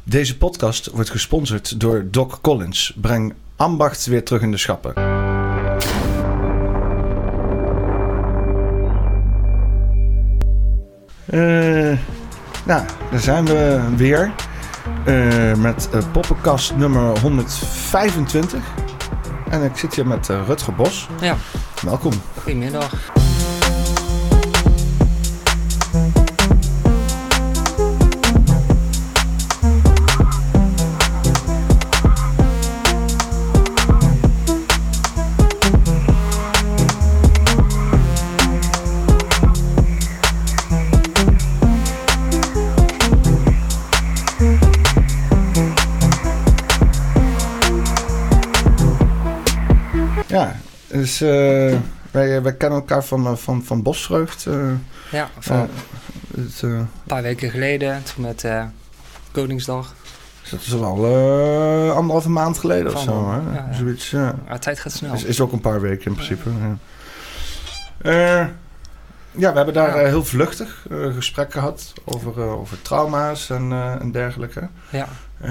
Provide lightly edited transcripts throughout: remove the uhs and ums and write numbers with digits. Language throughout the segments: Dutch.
Deze podcast wordt gesponsord door Doc Collins. Breng ambacht weer terug in de schappen. Nou, daar zijn we weer. Met poppenkast nummer 125. En ik zit hier met Rutger Bos. Ja. Welkom. Goedemiddag. Ja, dus wij kennen elkaar van Bosvreugd. Ja, een paar weken geleden, toen met Koningsdag. Dus dat is al 1,5 maand geleden of zo. Hè? Ja. Zoiets, De tijd gaat snel. Is ook een paar weken in principe. Ja. Ja, we hebben daar heel vluchtig gesprek gehad over trauma's en dergelijke. Ja.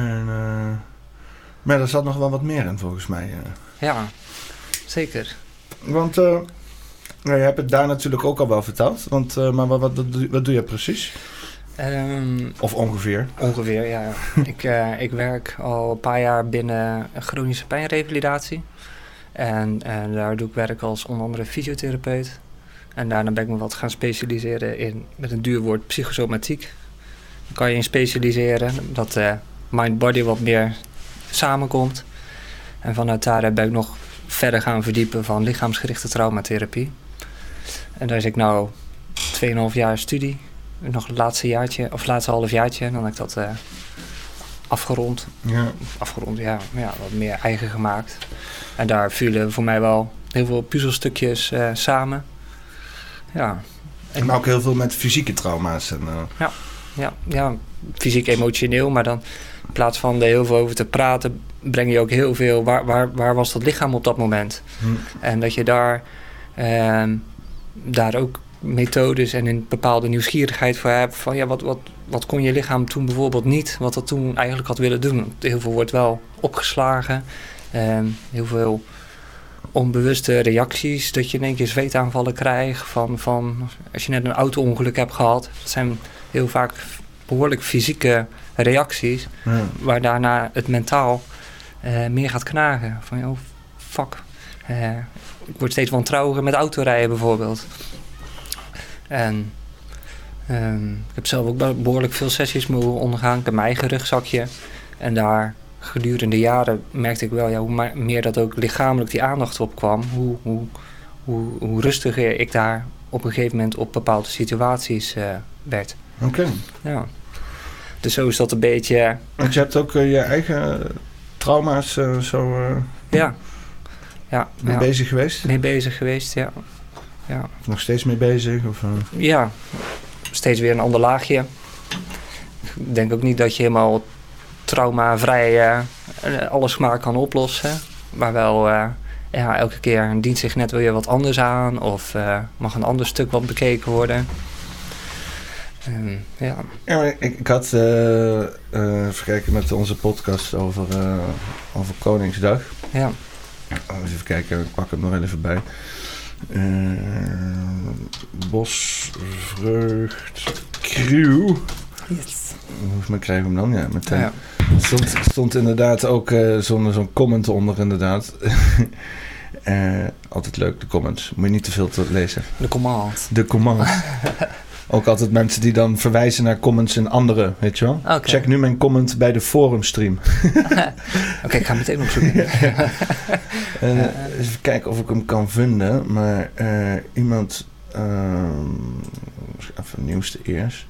Maar er zat nog wel wat meer in volgens mij. Ja, zeker. Want je hebt het daar natuurlijk ook al wel verteld. Maar wat doe je precies? Of ongeveer? Ongeveer, ja. Ik werk al een paar jaar binnen chronische pijnrevalidatie. En daar doe ik werk als onder andere fysiotherapeut. En daarna ben ik me wat gaan specialiseren in, met een duur woord, psychosomatiek. Daar kan je in specialiseren, dat mind-body wat meer samenkomt. En vanuit daar ben ik nog verder gaan verdiepen van lichaamsgerichte traumatherapie. En daar zit ik nou 2,5 jaar studie. Nog het laatste jaartje, of het laatste halfjaartje. Dan heb ik dat afgerond. Ja. Afgerond, ja, wat meer eigen gemaakt. En daar vielen voor mij wel heel veel puzzelstukjes samen. Ja. Maar ook heel veel met fysieke trauma's. Ja, fysiek, emotioneel. Maar dan in plaats van er heel veel over te praten, breng je ook heel veel. Waar was dat lichaam op dat moment? En dat je daar ook methodes en een bepaalde nieuwsgierigheid voor hebt. Van ja, wat kon je lichaam toen bijvoorbeeld niet? Wat dat toen eigenlijk had willen doen? Heel veel wordt wel opgeslagen. Heel veel onbewuste reacties. Dat je in één keer zweetaanvallen krijgt. Van als je net een auto-ongeluk hebt gehad. Dat zijn heel vaak behoorlijk fysieke reacties. Ja. Waar daarna het mentaal meer gaat knagen. Van oh fuck. Ik word steeds wantrouwiger met autorijden bijvoorbeeld. En ik heb zelf ook behoorlijk veel sessies mogen ondergaan. Ik heb mijn eigen rugzakje. En daar gedurende jaren merkte ik wel, hoe meer dat ook lichamelijk die aandacht opkwam, hoe rustiger ik daar op een gegeven moment op bepaalde situaties werd. Oké. Ja. Dus zo is dat een beetje. Want je hebt ook je eigen trauma's Ja. Mee bezig geweest? Mee bezig geweest, ja. Nog steeds mee bezig? Of, Ja, steeds weer een ander laagje. Ik denk ook niet dat je helemaal traumavrij alles maar kan oplossen. Maar wel elke keer dient zich net weer wat anders aan. Of mag een ander stuk wat bekeken worden. Ja, maar ik had verkeken met onze podcast over Koningsdag. Ja. Even kijken, ik pak het nog even bij. Bosvreugd Crew. Yes. Hoe krijgen we hem dan? Ja, meteen. Ja. Stond inderdaad ook zo'n comment onder, inderdaad. Altijd leuk, de comments. Moet je niet te veel te lezen. De command. Ook altijd mensen die dan verwijzen naar comments in andere, weet je wel. Okay. Check nu mijn comment bij de forumstream. Oké, ik ga meteen opzoeken. Even kijken of ik hem kan vinden. Maar iemand... even nieuwste eerst.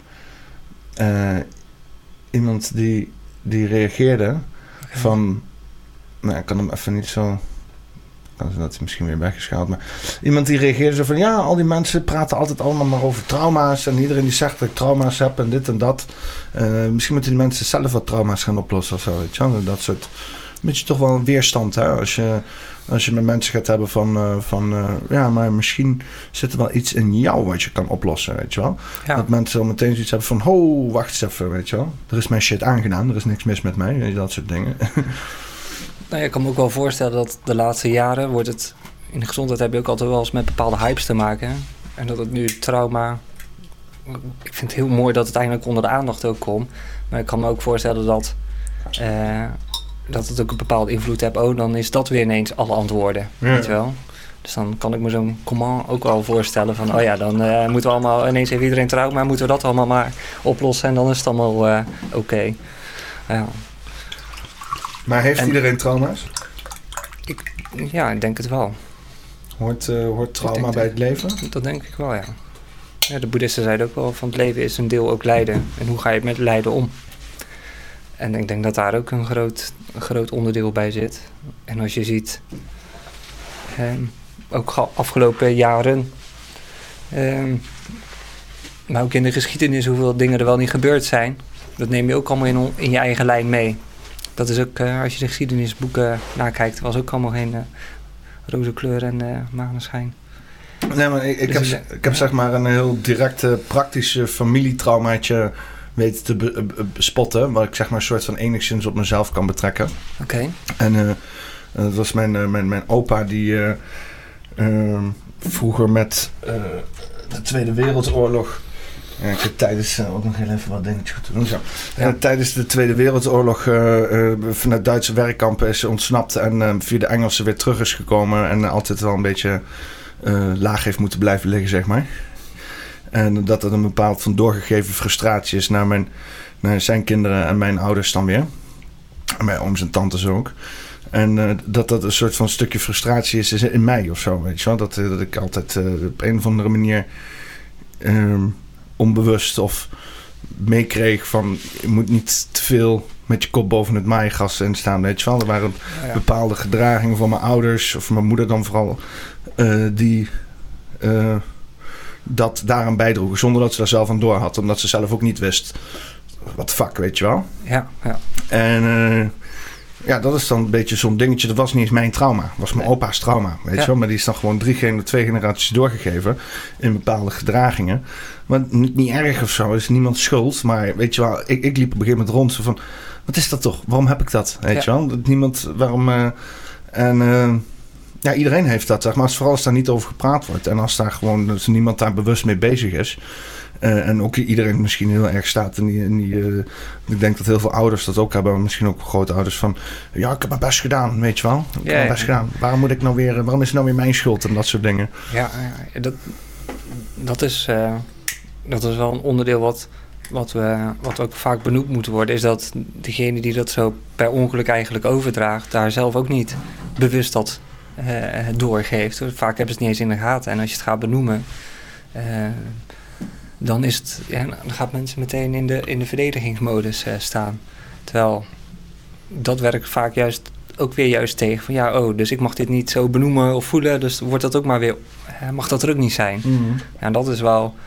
Iemand die reageerde van... Nou, ik kan hem even niet zo... kan zijn dat hij misschien weer weggeschaald. Maar iemand die reageerde zo van... Ja, al die mensen praten altijd allemaal maar over trauma's. En iedereen die zegt dat ik trauma's heb en dit en dat. Misschien moeten die mensen zelf wat trauma's gaan oplossen of zo. Weet je? beetje toch wel een weerstand, hè? Als je met mensen gaat hebben van maar misschien zit er wel iets in jou wat je kan oplossen, weet je wel. Ja. Dat mensen al meteen zoiets hebben van, wacht eens even, weet je wel. Er is mijn shit aangedaan, er is niks mis met mij, dat soort dingen. Nou, ik kan me ook wel voorstellen dat de laatste jaren wordt het... In de gezondheid heb je ook altijd wel eens met bepaalde hypes te maken. En dat het nu trauma... Ik vind het heel mooi dat het eindelijk onder de aandacht ook komt. Maar ik kan me ook voorstellen dat het ook een bepaalde invloed heeft. Dan is dat weer ineens alle antwoorden, weet je wel. Dus dan kan ik me zo'n command ook al voorstellen van... dan moeten we allemaal... Ineens heeft iedereen trauma, moeten we dat allemaal maar oplossen. En dan is het allemaal oké. Ja. Maar heeft iedereen trauma's? Ik denk het wel. Hoort trauma bij het leven? Dat denk ik wel, ja. De boeddhisten zeiden ook wel van het leven is een deel ook lijden. En hoe ga je met lijden om? En ik denk dat daar ook een groot onderdeel bij zit. En als je ziet, ook afgelopen jaren, maar ook in de geschiedenis hoeveel dingen er wel niet gebeurd zijn. Dat neem je ook allemaal in je eigen lijn mee. Dat is ook, als je de geschiedenisboeken nakijkt, was ook allemaal geen roze kleur en maneschijn. Nee, maar ik heb zeg maar een heel directe, praktische familietraumaatje weten te bespotten. Waar ik zeg maar een soort van enigszins op mezelf kan betrekken. Oké. En dat was mijn opa die vroeger met de Tweede Wereldoorlog... Ja, ik heb tijdens ook nog heel even wat dingetjes te doen. Zo. Tijdens de Tweede Wereldoorlog vanuit Duitse werkkampen is ontsnapt en via de Engelsen weer terug is gekomen en altijd wel een beetje laag heeft moeten blijven liggen, zeg maar. En dat een bepaald van doorgegeven frustratie is naar zijn kinderen en mijn ouders dan weer. En mijn ooms en tantes ook. En dat een soort van stukje frustratie is in mij of zo, weet je wel. Dat ik altijd op een of andere manier... onbewust of meekreeg van... je moet niet te veel met je kop boven het maaigas in staan, weet je wel. Er waren bepaalde gedragingen van mijn ouders... of mijn moeder dan vooral... die dat daaraan bijdroegen... zonder dat ze daar zelf aan door had. Omdat ze zelf ook niet wist... wat fuck, weet je wel. Ja. En... dat is dan een beetje zo'n dingetje. Dat was niet eens mijn trauma. Dat was mijn opa's trauma, weet je wel. Maar die is dan gewoon 2 generaties doorgegeven... in bepaalde gedragingen. Maar niet erg of zo. Is niemand schuld. Maar weet je wel, ik liep op een gegeven moment rond. Zo van, wat is dat toch? Waarom heb ik dat? Weet je wel? Dat niemand, waarom... iedereen heeft dat, zeg maar. Vooral als daar niet over gepraat wordt. En als daar gewoon als niemand daar bewust mee bezig is... en ook iedereen misschien heel erg staat. Ik denk dat heel veel ouders dat ook hebben. Misschien ook grootouders van... Ja, ik heb mijn best gedaan, weet je wel. Ik heb mijn best gedaan. Waarom is het nou weer mijn schuld? En dat soort dingen. Ja, dat is wel een onderdeel wat ook vaak benoemd moet worden. Is dat degene die dat zo per ongeluk eigenlijk overdraagt... daar zelf ook niet bewust dat doorgeeft. Vaak hebben ze het niet eens in de gaten. En als je het gaat benoemen... dan gaat mensen meteen in de verdedigingsmodus staan. Terwijl dat werkt vaak juist tegen. Van dus ik mag dit niet zo benoemen of voelen. Dus wordt dat ook maar weer... mag dat er ook niet zijn. Mm-hmm. Ja, dat is wel...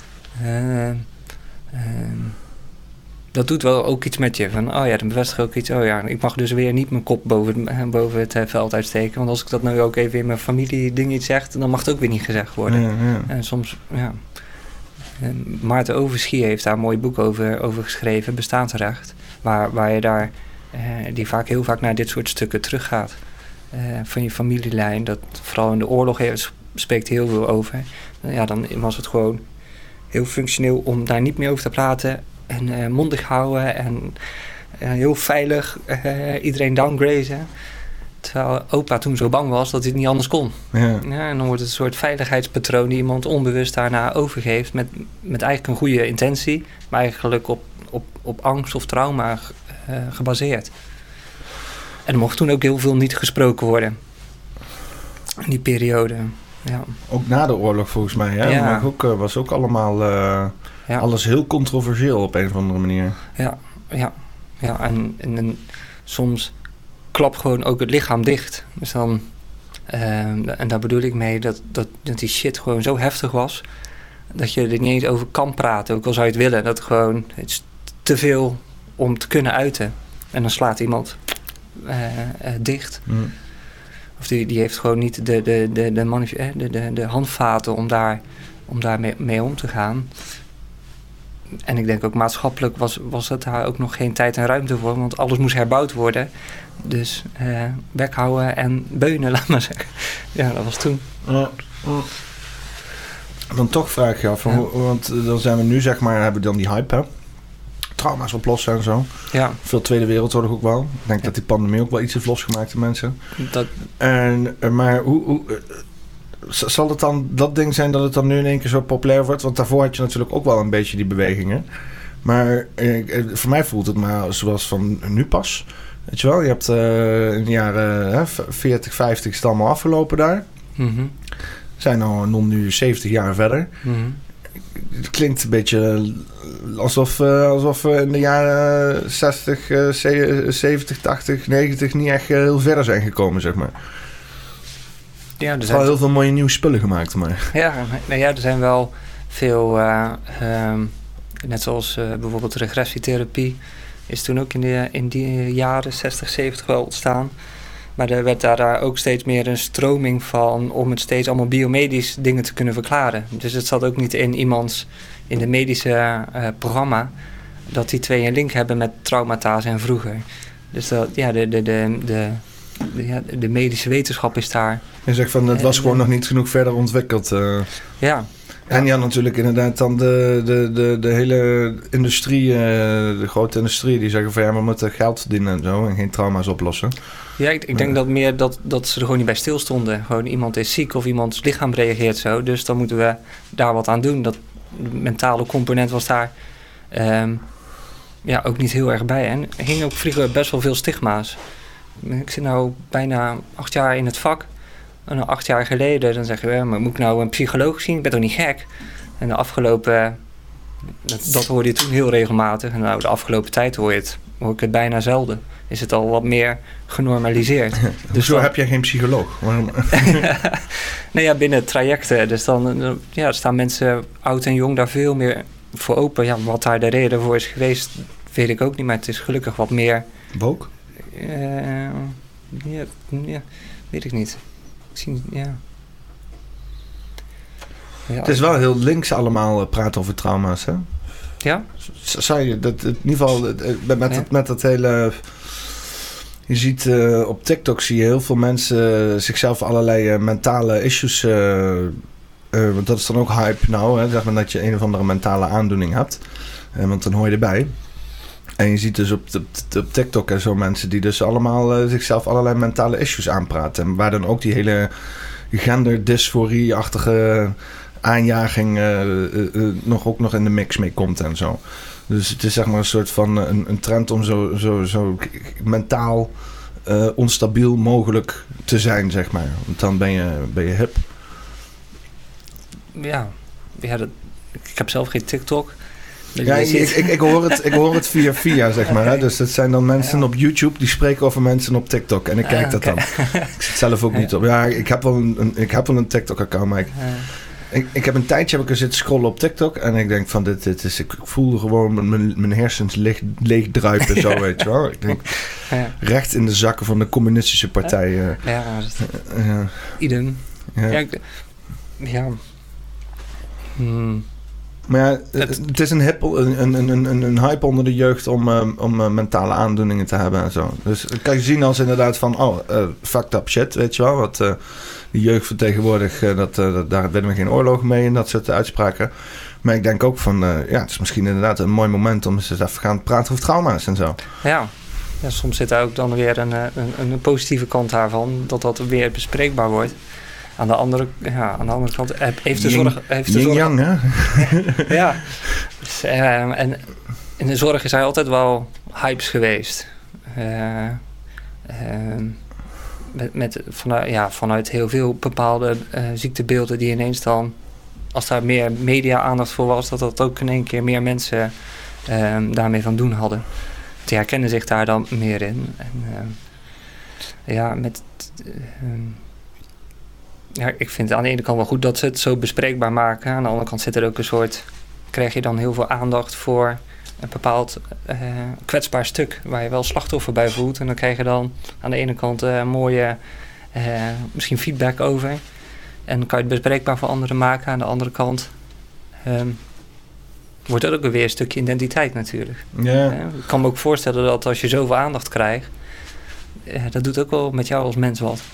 dat doet wel ook iets met je. Van, dan bevestig ik ook iets. Ik mag dus weer niet mijn kop boven het veld uitsteken. Want als ik dat nou ook even in mijn familie ding iets zeg... dan mag het ook weer niet gezegd worden. Ja. En soms... Maarten Overschie heeft daar een mooi boek over geschreven, Bestaansrecht. Waar je die heel vaak naar dit soort stukken teruggaat. Van je familielijn, dat vooral in de oorlog spreekt heel veel over. Dan was het gewoon heel functioneel om daar niet meer over te praten. En mondig houden en heel veilig iedereen downgrazen. Terwijl opa toen zo bang was dat hij het niet anders kon. Ja. En dan wordt het een soort veiligheidspatroon die iemand onbewust daarna overgeeft met eigenlijk een goede intentie, maar eigenlijk op angst of trauma gebaseerd. En er mocht toen ook heel veel niet gesproken worden. In die periode. Ja. Ook na de oorlog volgens mij. Hè? Ja. Maar was ook allemaal alles heel controversieel op een of andere manier. Ja. En soms klap gewoon ook het lichaam dicht. Dus dan, en daar bedoel ik mee dat die shit gewoon zo heftig was... dat je er niet eens over kan praten, ook al zou je het willen. Dat het is te veel om te kunnen uiten. En dan slaat iemand dicht. Of die heeft gewoon niet de handvaten om daar mee om te gaan. En ik denk ook maatschappelijk was het daar ook nog geen tijd en ruimte voor. Want alles moest herbouwd worden. Dus bek houden en beunen, laat maar zeggen. Ja, dat was toen. Dan toch vraag je af. Want dan zijn we nu, zeg maar, hebben we dan die hype, hè? Trauma's oplossen en zo. Ja. Veel Tweede Wereldoorlog ook wel. Ik denk dat die pandemie ook wel iets heeft losgemaakt in mensen. Maar hoe zal het dan dat ding zijn dat het dan nu in één keer zo populair wordt? Want daarvoor had je natuurlijk ook wel een beetje die bewegingen. Maar voor mij voelt het maar zoals van nu pas. Weet je wel, je hebt in de jaren 40, 50 is het allemaal afgelopen daar. Mm-hmm. Zijn al nu 70 jaar verder. Mm-hmm. Het klinkt een beetje alsof we in de jaren 60, 70, 80, 90 niet echt heel ver zijn gekomen, zeg maar. Ja, er zijn heel veel mooie nieuwe spullen gemaakt, maar... Ja, er zijn wel veel... net zoals bijvoorbeeld regressietherapie... is toen ook in die jaren 60, 70 wel ontstaan. Maar er werd daar ook steeds meer een stroming van... om het steeds allemaal biomedisch dingen te kunnen verklaren. Dus het zat ook niet in de medische programma... dat die twee een link hebben met traumata en vroeger. Dus dat, ja, de medische wetenschap is daar... Je zegt van, het was gewoon nog niet genoeg verder ontwikkeld. Ja. En ja, natuurlijk inderdaad dan de hele industrie, de grote industrie... die zeggen van, ja, we moeten geld verdienen en zo... en geen trauma's oplossen. Ja, ik denk dat meer dat ze er gewoon niet bij stilstonden. Gewoon iemand is ziek of iemands lichaam reageert zo. Dus dan moeten we daar wat aan doen. Dat mentale component was daar ook niet heel erg bij. En er hing ook vroeger best wel veel stigma's. Ik zit nou bijna 8 jaar in het vak. En 8 jaar geleden, dan zeggen we... maar moet ik nou een psycholoog zien? Ik ben toch niet gek? En de afgelopen... Dat hoorde je toen heel regelmatig. En nou, de afgelopen tijd hoor ik het bijna zelden. Is het al wat meer genormaliseerd. Dus zo heb jij geen psycholoog? Waarom? Nee, ja, binnen trajecten. Dus dan staan mensen oud en jong daar veel meer voor open. Ja, wat daar de reden voor is geweest, weet ik ook niet. Maar het is gelukkig wat meer... Woke? Ja, weet ik niet. Misschien, ja. Het is wel heel links allemaal praten over trauma's, hè? Ja? Zou je dat in ieder geval met dat hele... Je ziet op TikTok zie je heel veel mensen zichzelf allerlei mentale issues... want dat is dan ook hype nou, hè? Zeg maar dat je een of andere mentale aandoening hebt. Want dan hoor je erbij. En je ziet dus op TikTok en zo mensen die dus allemaal zichzelf allerlei mentale issues aanpraten. En waar dan ook die hele genderdysforie-achtige aanjaging ook nog in de mix mee komt en zo. Dus het is zeg maar een soort van een trend om zo mentaal onstabiel mogelijk te zijn, zeg maar. Want dan ben je hip. Ja, ik heb zelf geen TikTok. Ja, ik hoor het via, zeg maar. Hè? Dus dat zijn dan mensen op YouTube die spreken over mensen op TikTok. En ik kijk dat dan. Ik zit zelf ook niet op. Ja, ik heb wel een TikTok-account, maar ik heb een tijdje er zitten scrollen op TikTok. En ik denk van, dit is... Ik voelde gewoon mijn hersens leeg druipen, zo, weet je wel. Ik denk, recht in de zakken van de communistische partij. Idem. Ja. Maar ja, het is een hype onder de jeugd om mentale aandoeningen te hebben en zo. Dus dat kan je zien als inderdaad van, fucked up shit, weet je wel. Wat de jeugd van tegenwoordig, daar willen we geen oorlog mee en dat soort uitspraken. Maar ik denk ook van, het is misschien inderdaad een mooi moment om eens even gaan praten over trauma's en zo. Ja, soms zit daar ook dan weer een positieve kant daarvan, dat weer bespreekbaar wordt. Aan de andere kant heeft de zorg... Yin-yang, hè? Ja. Dus, en in de zorg is hij altijd wel hypes geweest. Vanuit heel veel bepaalde ziektebeelden die ineens dan... Als daar meer media-aandacht voor was... dat ook in één keer meer mensen daarmee van doen hadden. Die herkennen zich daar dan meer in. En, ik vind het aan de ene kant wel goed dat ze het zo bespreekbaar maken. Aan de andere kant zit er ook krijg je dan heel veel aandacht voor een bepaald kwetsbaar stuk waar je wel slachtoffer bij voelt. En dan krijg je dan aan de ene kant mooie, misschien feedback over. En dan kan je het bespreekbaar voor anderen maken. Aan de andere kant wordt dat ook weer een stukje identiteit natuurlijk. Ja. Ik kan me ook voorstellen dat als je zoveel aandacht krijgt, dat doet ook wel met jou als mens wat.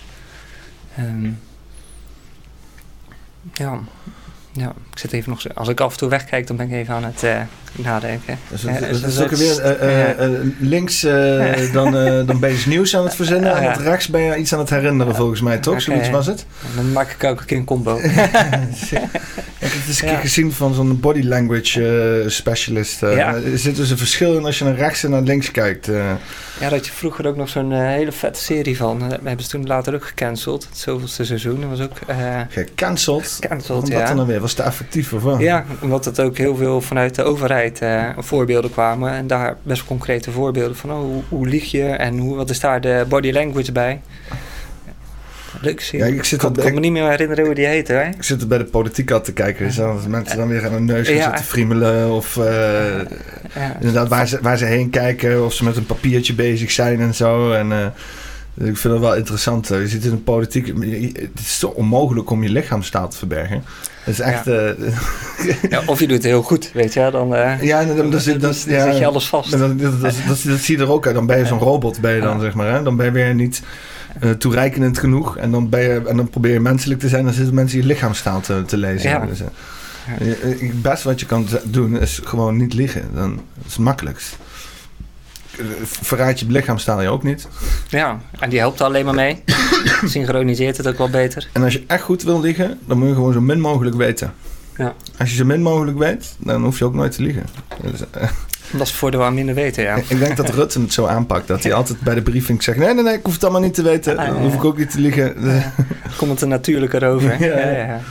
Ja, ik zit even nog. Als ik af en toe wegkijk, dan ben ik even aan het nadenken. Dus dat is ook weer links dan ben je nieuws aan het verzinnen. En rechts ben je iets aan het herinneren volgens mij, toch? Zoiets was het? Dan maak ik elke keer een combo. Ik heb het eens een keer gezien van zo'n body language specialist. Er zit dus een verschil in als je naar rechts en naar links kijkt. Ja, dat je vroeger ook nog zo'n hele vette serie van. We hebben ze toen later ook gecanceld. Het zoveelste seizoen. Dat was ook... gecanceld? Gecanceld, ja. Wat dan weer? Was het effectief of wat? Ja, omdat het ook heel veel vanuit de overheid voorbeelden kwamen. En daar best concrete voorbeelden van hoe lieg je en wat is daar de body language bij. Leuk serie. Ja, ik kan me niet meer herinneren hoe die heette. Hè? Ik zit er bij de politiek al te kijken. Dus als mensen dan weer aan hun neus gaan zitten friemelen. Of inderdaad waar ze heen kijken. Of ze met een papiertje bezig zijn en zo. En ik vind dat wel interessant. Je zit in de politiek. Het is zo onmogelijk om je lichaamstaal te verbergen. Het is echt... of je doet het heel goed, weet je. Dan zet je alles vast. Dat zie je er ook uit. Dan ben je zo'n robot, zeg maar. Hè? Dan ben je weer niet... toereikend genoeg en dan probeer je menselijk te zijn, dan zitten mensen je lichaamstaal te lezen. Ja. Dus, het beste wat je kan doen is gewoon niet liegen. Dan is het makkelijkst. Verraad je lichaamstaal je ook niet. Ja, en die helpt er alleen maar mee. Synchroniseert het ook wel beter. En als je echt goed wil liegen, dan moet je gewoon zo min mogelijk weten. Ja. Als je zo min mogelijk weet, dan hoef je ook nooit te liegen. Dus, dat is het voordeel aan minder weten, ja. Ik denk dat Rutte het zo aanpakt. Dat hij altijd bij de briefing zegt... Nee, ik hoef het allemaal niet te weten. Dan hoef ik ook niet te liegen. Komt het er natuurlijker over. Ja. Hij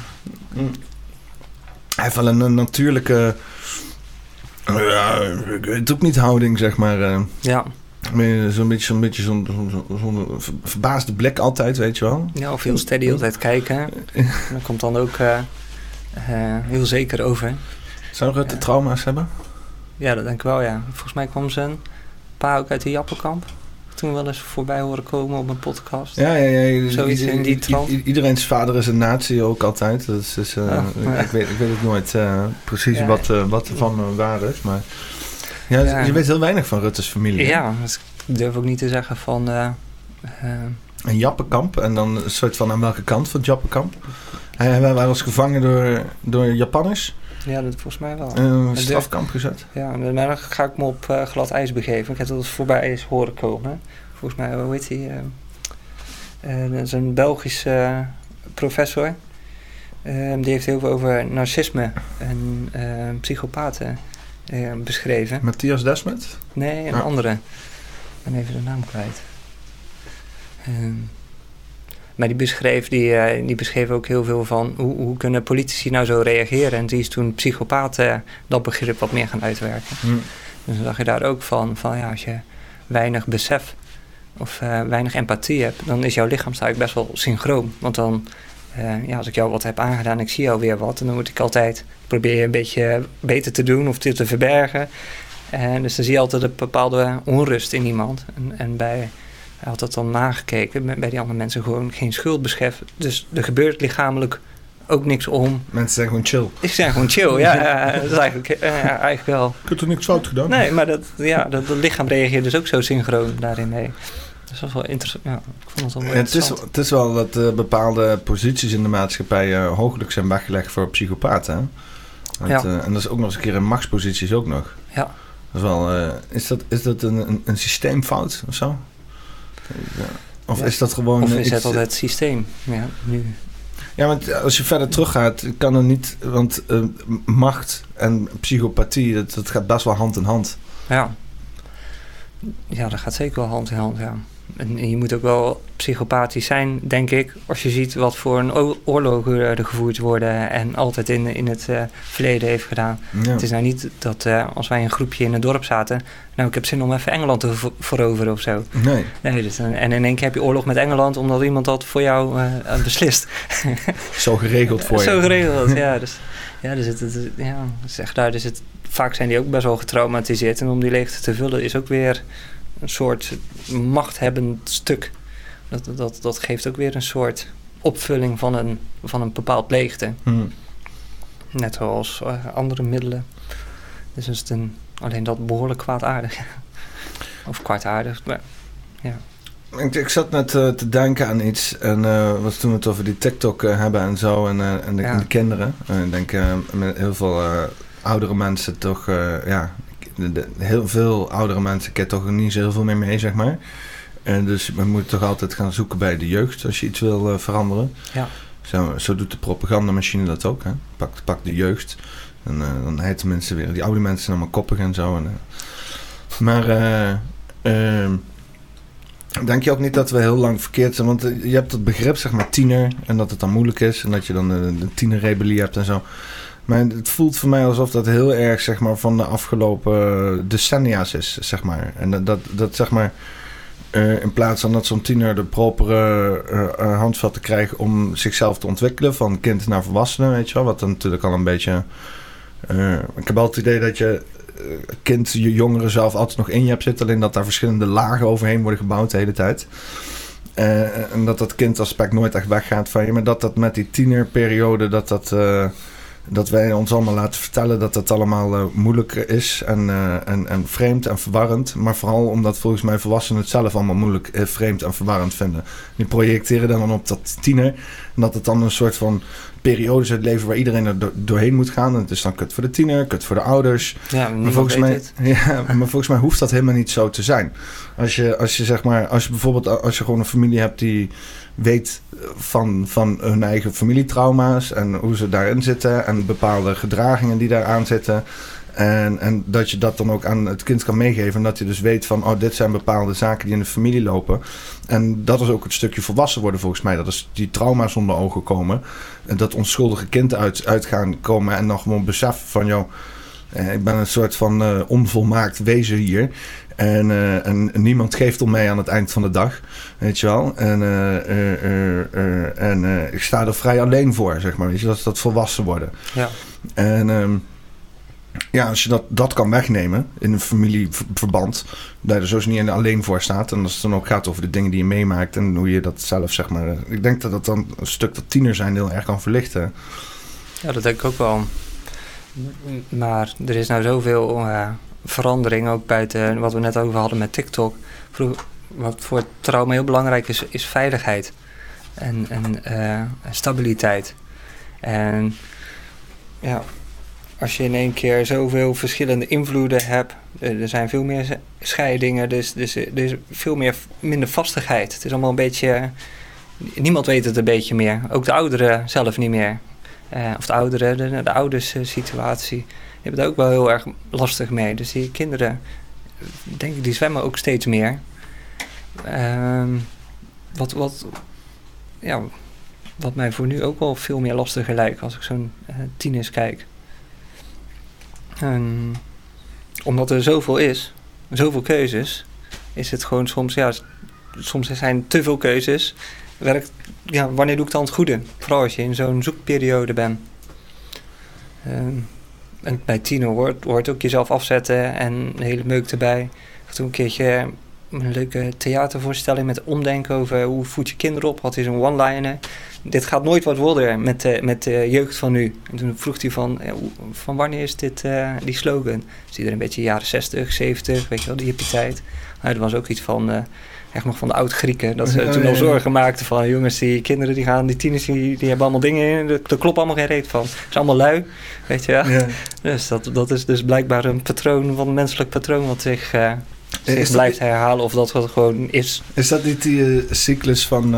heeft wel een natuurlijke... ik weet ook niet houding, zeg maar. Ja. Zo'n beetje zo'n verbaasde blik altijd, weet je wel. Ja, of heel steady altijd kijken. En dat komt dan ook heel zeker over. Zou Rutte trauma's hebben? Ja, dat denk ik wel, ja. Volgens mij kwam zijn pa ook uit de Jappenkamp. Toen wel eens voorbij horen komen op een podcast. Ja. Zoiets in die trant. Iedereen's vader is een nazi ook altijd. Dat is, ik weet het nooit precies wat ervan waar is. Maar je weet heel weinig van Rutte's familie. Ja, dus ik durf ook niet te zeggen van... een Jappenkamp. En dan een soort van aan welke kant van het Jappenkamp? Hij was gevangen door Japanners. Ja, dat volgens mij wel. Strafkamp gezet. Ja, maar dan ga ik me op glad ijs begeven. Ik heb dat het voorbij is horen komen. Volgens mij, hoe heet hij? Dat is een Belgische professor. Die heeft heel veel over narcisme en psychopaten beschreven. Matthias Desmet? Nee, een andere. Ik ben even de naam kwijt. Maar die beschreef ook heel veel van hoe kunnen politici nou zo reageren. En die is toen psychopaten dat begrip wat meer gaan uitwerken. Dus dan zag je daar ook van als je weinig besef of weinig empathie hebt, dan is jouw lichaamstaal best wel synchroon. Want dan, als ik jou wat heb aangedaan en ik zie jou weer wat, dan moet ik altijd proberen een beetje beter te doen of dit te verbergen. Dus dan zie je altijd een bepaalde onrust in iemand. En hij had dat dan nagekeken, bij die andere mensen gewoon geen schuldbesef. Dus er gebeurt lichamelijk ook niks om. Mensen zijn gewoon chill. Ik zijn gewoon chill, ja. Dat is eigenlijk wel. Ik heb er niks fout gedaan. Nee, maar dat lichaam reageert dus ook zo synchroon daarin mee. Dus dat is wel interessant. Ja, ik vond het wel interessant. Het is wel dat bepaalde posities in de maatschappij hooglijk zijn weggelegd voor psychopaten. En dat is ook nog eens een keer in machtsposities ook nog. Ja. Dat is wel, is dat een systeemfout of zo? Ja. Of is dat gewoon... Of is het altijd het systeem? Ja, nu. Ja, want als je verder teruggaat, kan er niet... Want macht en psychopathie, dat gaat best wel hand in hand. Ja. Ja, dat gaat zeker wel hand in hand, ja. En je moet ook wel psychopathisch zijn, denk ik, als je ziet wat voor een oorlogen er gevoerd worden en altijd in het verleden heeft gedaan. Ja. Het is nou niet dat als wij een groepje in het dorp zaten, nou ik heb zin om even Engeland te veroveren of zo. Nee dus, en in één keer heb je oorlog met Engeland omdat iemand dat voor jou beslist. Zo geregeld voor je. Zo geregeld, ja. Dus Ja, vaak zijn die ook best wel getraumatiseerd. En om die leegte te vullen is ook weer een soort machthebbend stuk. Dat geeft ook weer een soort opvulling van een bepaald leegte. Net zoals andere middelen. Dus is het alleen dat behoorlijk kwaadaardig. Of kwaadaardig, maar ja. Ik zat net te denken aan iets. En wat toen we het over die TikTok hebben en zo. En de kinderen. Ik denk met heel veel oudere mensen toch... heel veel oudere mensen kennen toch niet zo heel veel meer mee, zeg maar. En dus we moeten toch altijd gaan zoeken bij de jeugd als je iets wil veranderen. Ja. Zo doet de propagandamachine dat ook. Hè? Pak de jeugd. En dan heten mensen weer... Die oude mensen zijn allemaal koppig en zo. Denk je ook niet dat we heel lang verkeerd zijn? Want je hebt het begrip, zeg maar, tiener. En dat het dan moeilijk is. En dat je dan de tienerrebellie hebt en zo. Maar het voelt voor mij alsof dat heel erg, zeg maar, van de afgelopen decennia's is, zeg maar. En dat zeg maar... in plaats van dat zo'n tiener de propere handvatten krijgt om zichzelf te ontwikkelen. Van kind naar volwassene, weet je wel. Wat dan natuurlijk al een beetje... ik heb altijd het idee dat je... kind, je jongeren zelf altijd nog in je hebt zitten. Alleen dat daar verschillende lagen overheen worden gebouwd de hele tijd. En dat kindaspect nooit echt weggaat van je. Maar dat met die tienerperiode... dat wij ons allemaal laten vertellen dat het allemaal moeilijk is en vreemd en verwarrend. Maar vooral omdat volgens mij volwassenen het zelf allemaal moeilijk, vreemd en verwarrend vinden. Die projecteren dan op dat tiener. En dat het dan een soort van periode is uit het leven waar iedereen er doorheen moet gaan. En het is dan kut voor de tiener, kut voor de ouders. Ja, maar volgens mij hoeft dat helemaal niet zo te zijn. Als je gewoon een familie hebt die weet van hun eigen familietrauma's en hoe ze daarin zitten en bepaalde gedragingen die daaraan zitten. En dat je dat dan ook aan het kind kan meegeven. En dat je dus weet van, dit zijn bepaalde zaken die in de familie lopen. En dat is ook het stukje volwassen worden volgens mij. Dat is die trauma's onder ogen komen. En dat onschuldige kind uit gaan komen. En dan gewoon beseffen van, ik ben een soort van onvolmaakt wezen hier. En niemand geeft om mij aan het eind van de dag. Weet je wel. En ik sta er vrij alleen voor, zeg maar. Weet je, dat is dat volwassen worden. Ja. En... als je dat kan wegnemen in een familieverband, dat je er sowieso niet alleen voor staat. En als het dan ook gaat over de dingen die je meemaakt en hoe je dat zelf, zeg maar... Ik denk dat dan een stuk dat tiener zijn heel erg kan verlichten. Ja, dat denk ik ook wel. Maar er is nou zoveel verandering, ook buiten wat we net over hadden met TikTok. Wat voor trauma heel belangrijk is veiligheid en stabiliteit. En ja... Als je in één keer zoveel verschillende invloeden hebt, er zijn veel meer scheidingen, dus er is minder vastigheid. Het is allemaal een beetje, niemand weet het een beetje meer. Ook de ouderen zelf niet meer. Of de ouderen, de ouderssituatie, die hebben het ook wel heel erg lastig mee. Dus die kinderen, denk ik, die zwemmen ook steeds meer. Wat mij voor nu ook wel veel meer lastiger lijkt als ik zo'n tieners kijk. Omdat er zoveel is, zoveel keuzes, is het gewoon soms zijn te veel keuzes. Wanneer doe ik dan het goede? Vooral als je in zo'n zoekperiode bent. En bij tiener hoort ook jezelf afzetten en een hele meuk erbij. Ik had toen een keertje een leuke theatervoorstelling met omdenken over hoe voed je kinderen op. Had hij zo'n one-liner. Dit gaat nooit wat worden met de jeugd van nu. En toen vroeg hij van wanneer is dit die slogan? Dus iedereen een beetje jaren 60, 70, weet je wel, die hippie-tijd. Nou, er was ook iets van, echt nog van de oud-Grieken. Dat ze toen al zorgen maakten van, jongens, die kinderen die gaan, die tieners, die hebben allemaal dingen in. Er klopt allemaal geen reet van. Ze zijn allemaal lui, weet je wel. Ja. Dus dat is dus blijkbaar een patroon, van een menselijk patroon wat zich blijft herhalen of dat wat gewoon is. Is dat niet die cyclus van...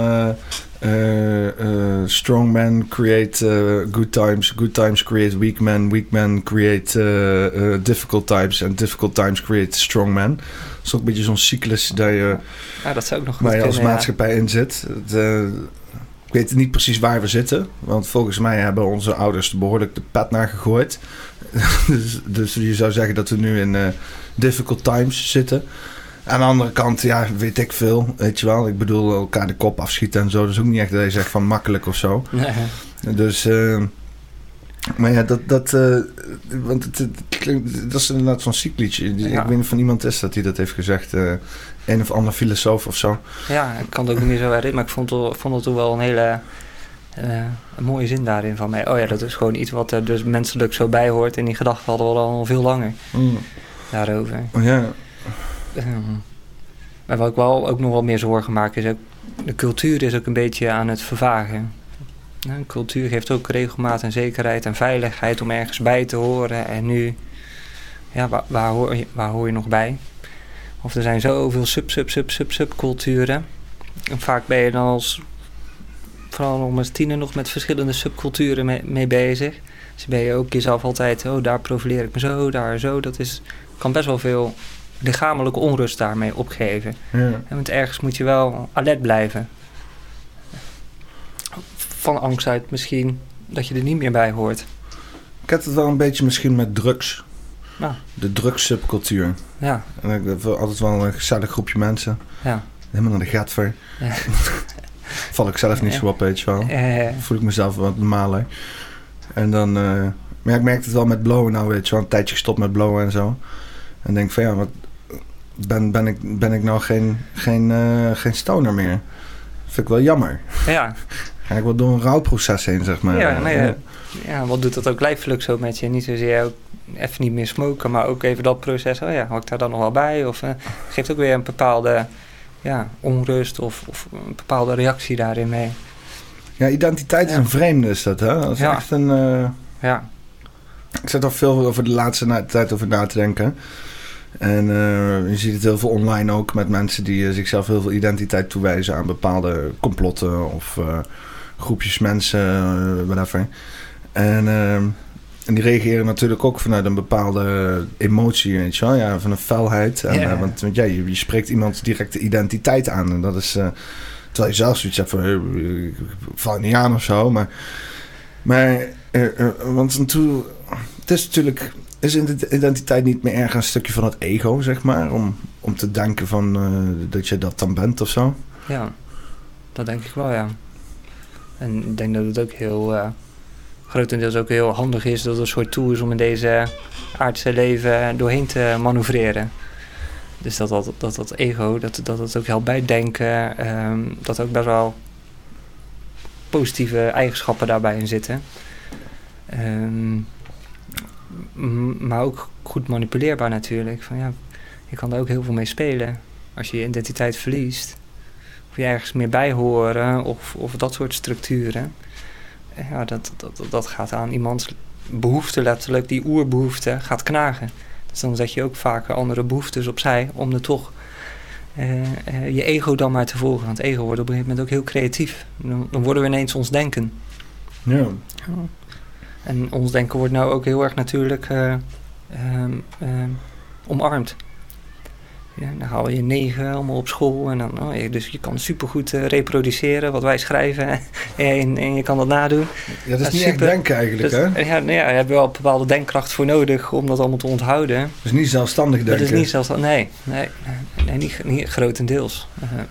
strong men create good times create weak men create difficult times and difficult times create strong men. Dat is ook een beetje zo'n cyclus dat zou ook nog waar je als maatschappij in zit. Ik weet niet precies waar we zitten, want volgens mij hebben onze ouders er behoorlijk de pet naar gegooid. dus je zou zeggen dat we nu in difficult times zitten. Aan de andere kant, weet ik veel, weet je wel. Ik bedoel, elkaar de kop afschieten en zo. Dat is ook niet echt dat je zegt van makkelijk of zo. Nee. Dus Maar ja, want het klinkt, dat is inderdaad zo'n cyclietje. Ik weet niet van iemand is dat hij dat heeft gezegd. Een of ander filosoof of zo. Ja, ik kan het ook niet meer zo herinneren, maar ik vond het toen wel een hele een mooie zin daarin van mij. Oh ja, dat is gewoon iets wat er dus menselijk zo bij hoort. En die gedachten hadden we al veel langer daarover. Oh ja. Maar wat ik wel ook nog wel meer zorgen maak is ook, de cultuur is ook een beetje aan het vervagen. Cultuur geeft ook regelmaat en zekerheid en veiligheid om ergens bij te horen. En nu, ja, waar hoor je nog bij? Of er zijn zoveel subculturen. En vaak ben je dan vooral nog als tiener nog met verschillende subculturen mee bezig. Dus ben je ook jezelf altijd, daar profileer ik me zo, daar zo. Kan best wel veel lichamelijke onrust daarmee opgeven. Ja. Want ergens moet je wel alert blijven. Van angst uit misschien dat je er niet meer bij hoort. Ik heb het wel een beetje misschien met drugs. Ja. De drugssubcultuur. Ja. En ik heb altijd wel een gezellig groepje mensen. Ja. Helemaal naar de gatver. Ja. Val ik zelf niet zo op, weet je wel. Voel ik mezelf wat normaler. En dan... maar ik merk het wel met blowen nou, weet je wel. Een tijdje gestopt met blowen en zo. En denk van ja, wat... Ben ik nou geen stoner meer? Vind ik wel jammer. Ja. Ga ik wel door een rouwproces heen, zeg maar. Ja, wat doet dat ook lijfelijk zo met je? Niet zozeer ook even niet meer smoken, maar ook even dat proces. Hoor ik daar dan nog wel bij? Of geeft ook weer een bepaalde onrust of een bepaalde reactie daarin mee. Ja, identiteit is een vreemde, is dat, hè? Dat is echt een... Ja. Ik zit er veel over de laatste tijd over na te denken. En je ziet het heel veel online ook met mensen die zichzelf heel veel identiteit toewijzen aan bepaalde complotten of groepjes mensen, whatever. En die reageren natuurlijk ook vanuit een bepaalde emotie, weet je wel? Ja, van een felheid. En, want je spreekt iemands directe identiteit aan. En dat is, terwijl je zelf zoiets hebt van, ik val niet aan of zo. Maar want toen, het is natuurlijk... Is identiteit niet meer erg een stukje van het ego, zeg maar? Om te denken van dat je dat dan bent of zo? Ja, dat denk ik wel, ja. En ik denk dat het ook heel... grotendeels ook heel handig is dat het een soort tool is om in deze aardse leven doorheen te manoeuvreren. Dus dat ego, dat het ook helpt bijdenken. Dat ook best wel positieve eigenschappen daarbij in zitten. Maar ook goed manipuleerbaar natuurlijk. Van, ja, je kan daar ook heel veel mee spelen. Als je je identiteit verliest. Of je ergens meer bij horen. Of dat soort structuren. Ja, dat gaat aan iemands behoefte letterlijk. Die oerbehoefte gaat knagen. Dus dan zet je ook vaak andere behoeftes opzij. Om er toch je ego dan maar te volgen. Want ego wordt op een gegeven moment ook heel creatief. Dan worden we ineens ons denken. Ja. En ons denken wordt nou ook heel erg natuurlijk omarmd. Ja, dan haal je 9 allemaal op school. En dan, dus je kan supergoed reproduceren wat wij schrijven. en je kan dat nadoen. Ja, dat is niet echt denken eigenlijk, hè? Ja, je hebt wel een bepaalde denkkracht voor nodig om dat allemaal te onthouden. Dat is niet zelfstandig denken. Dat is niet zelfstandig, nee, niet grotendeels.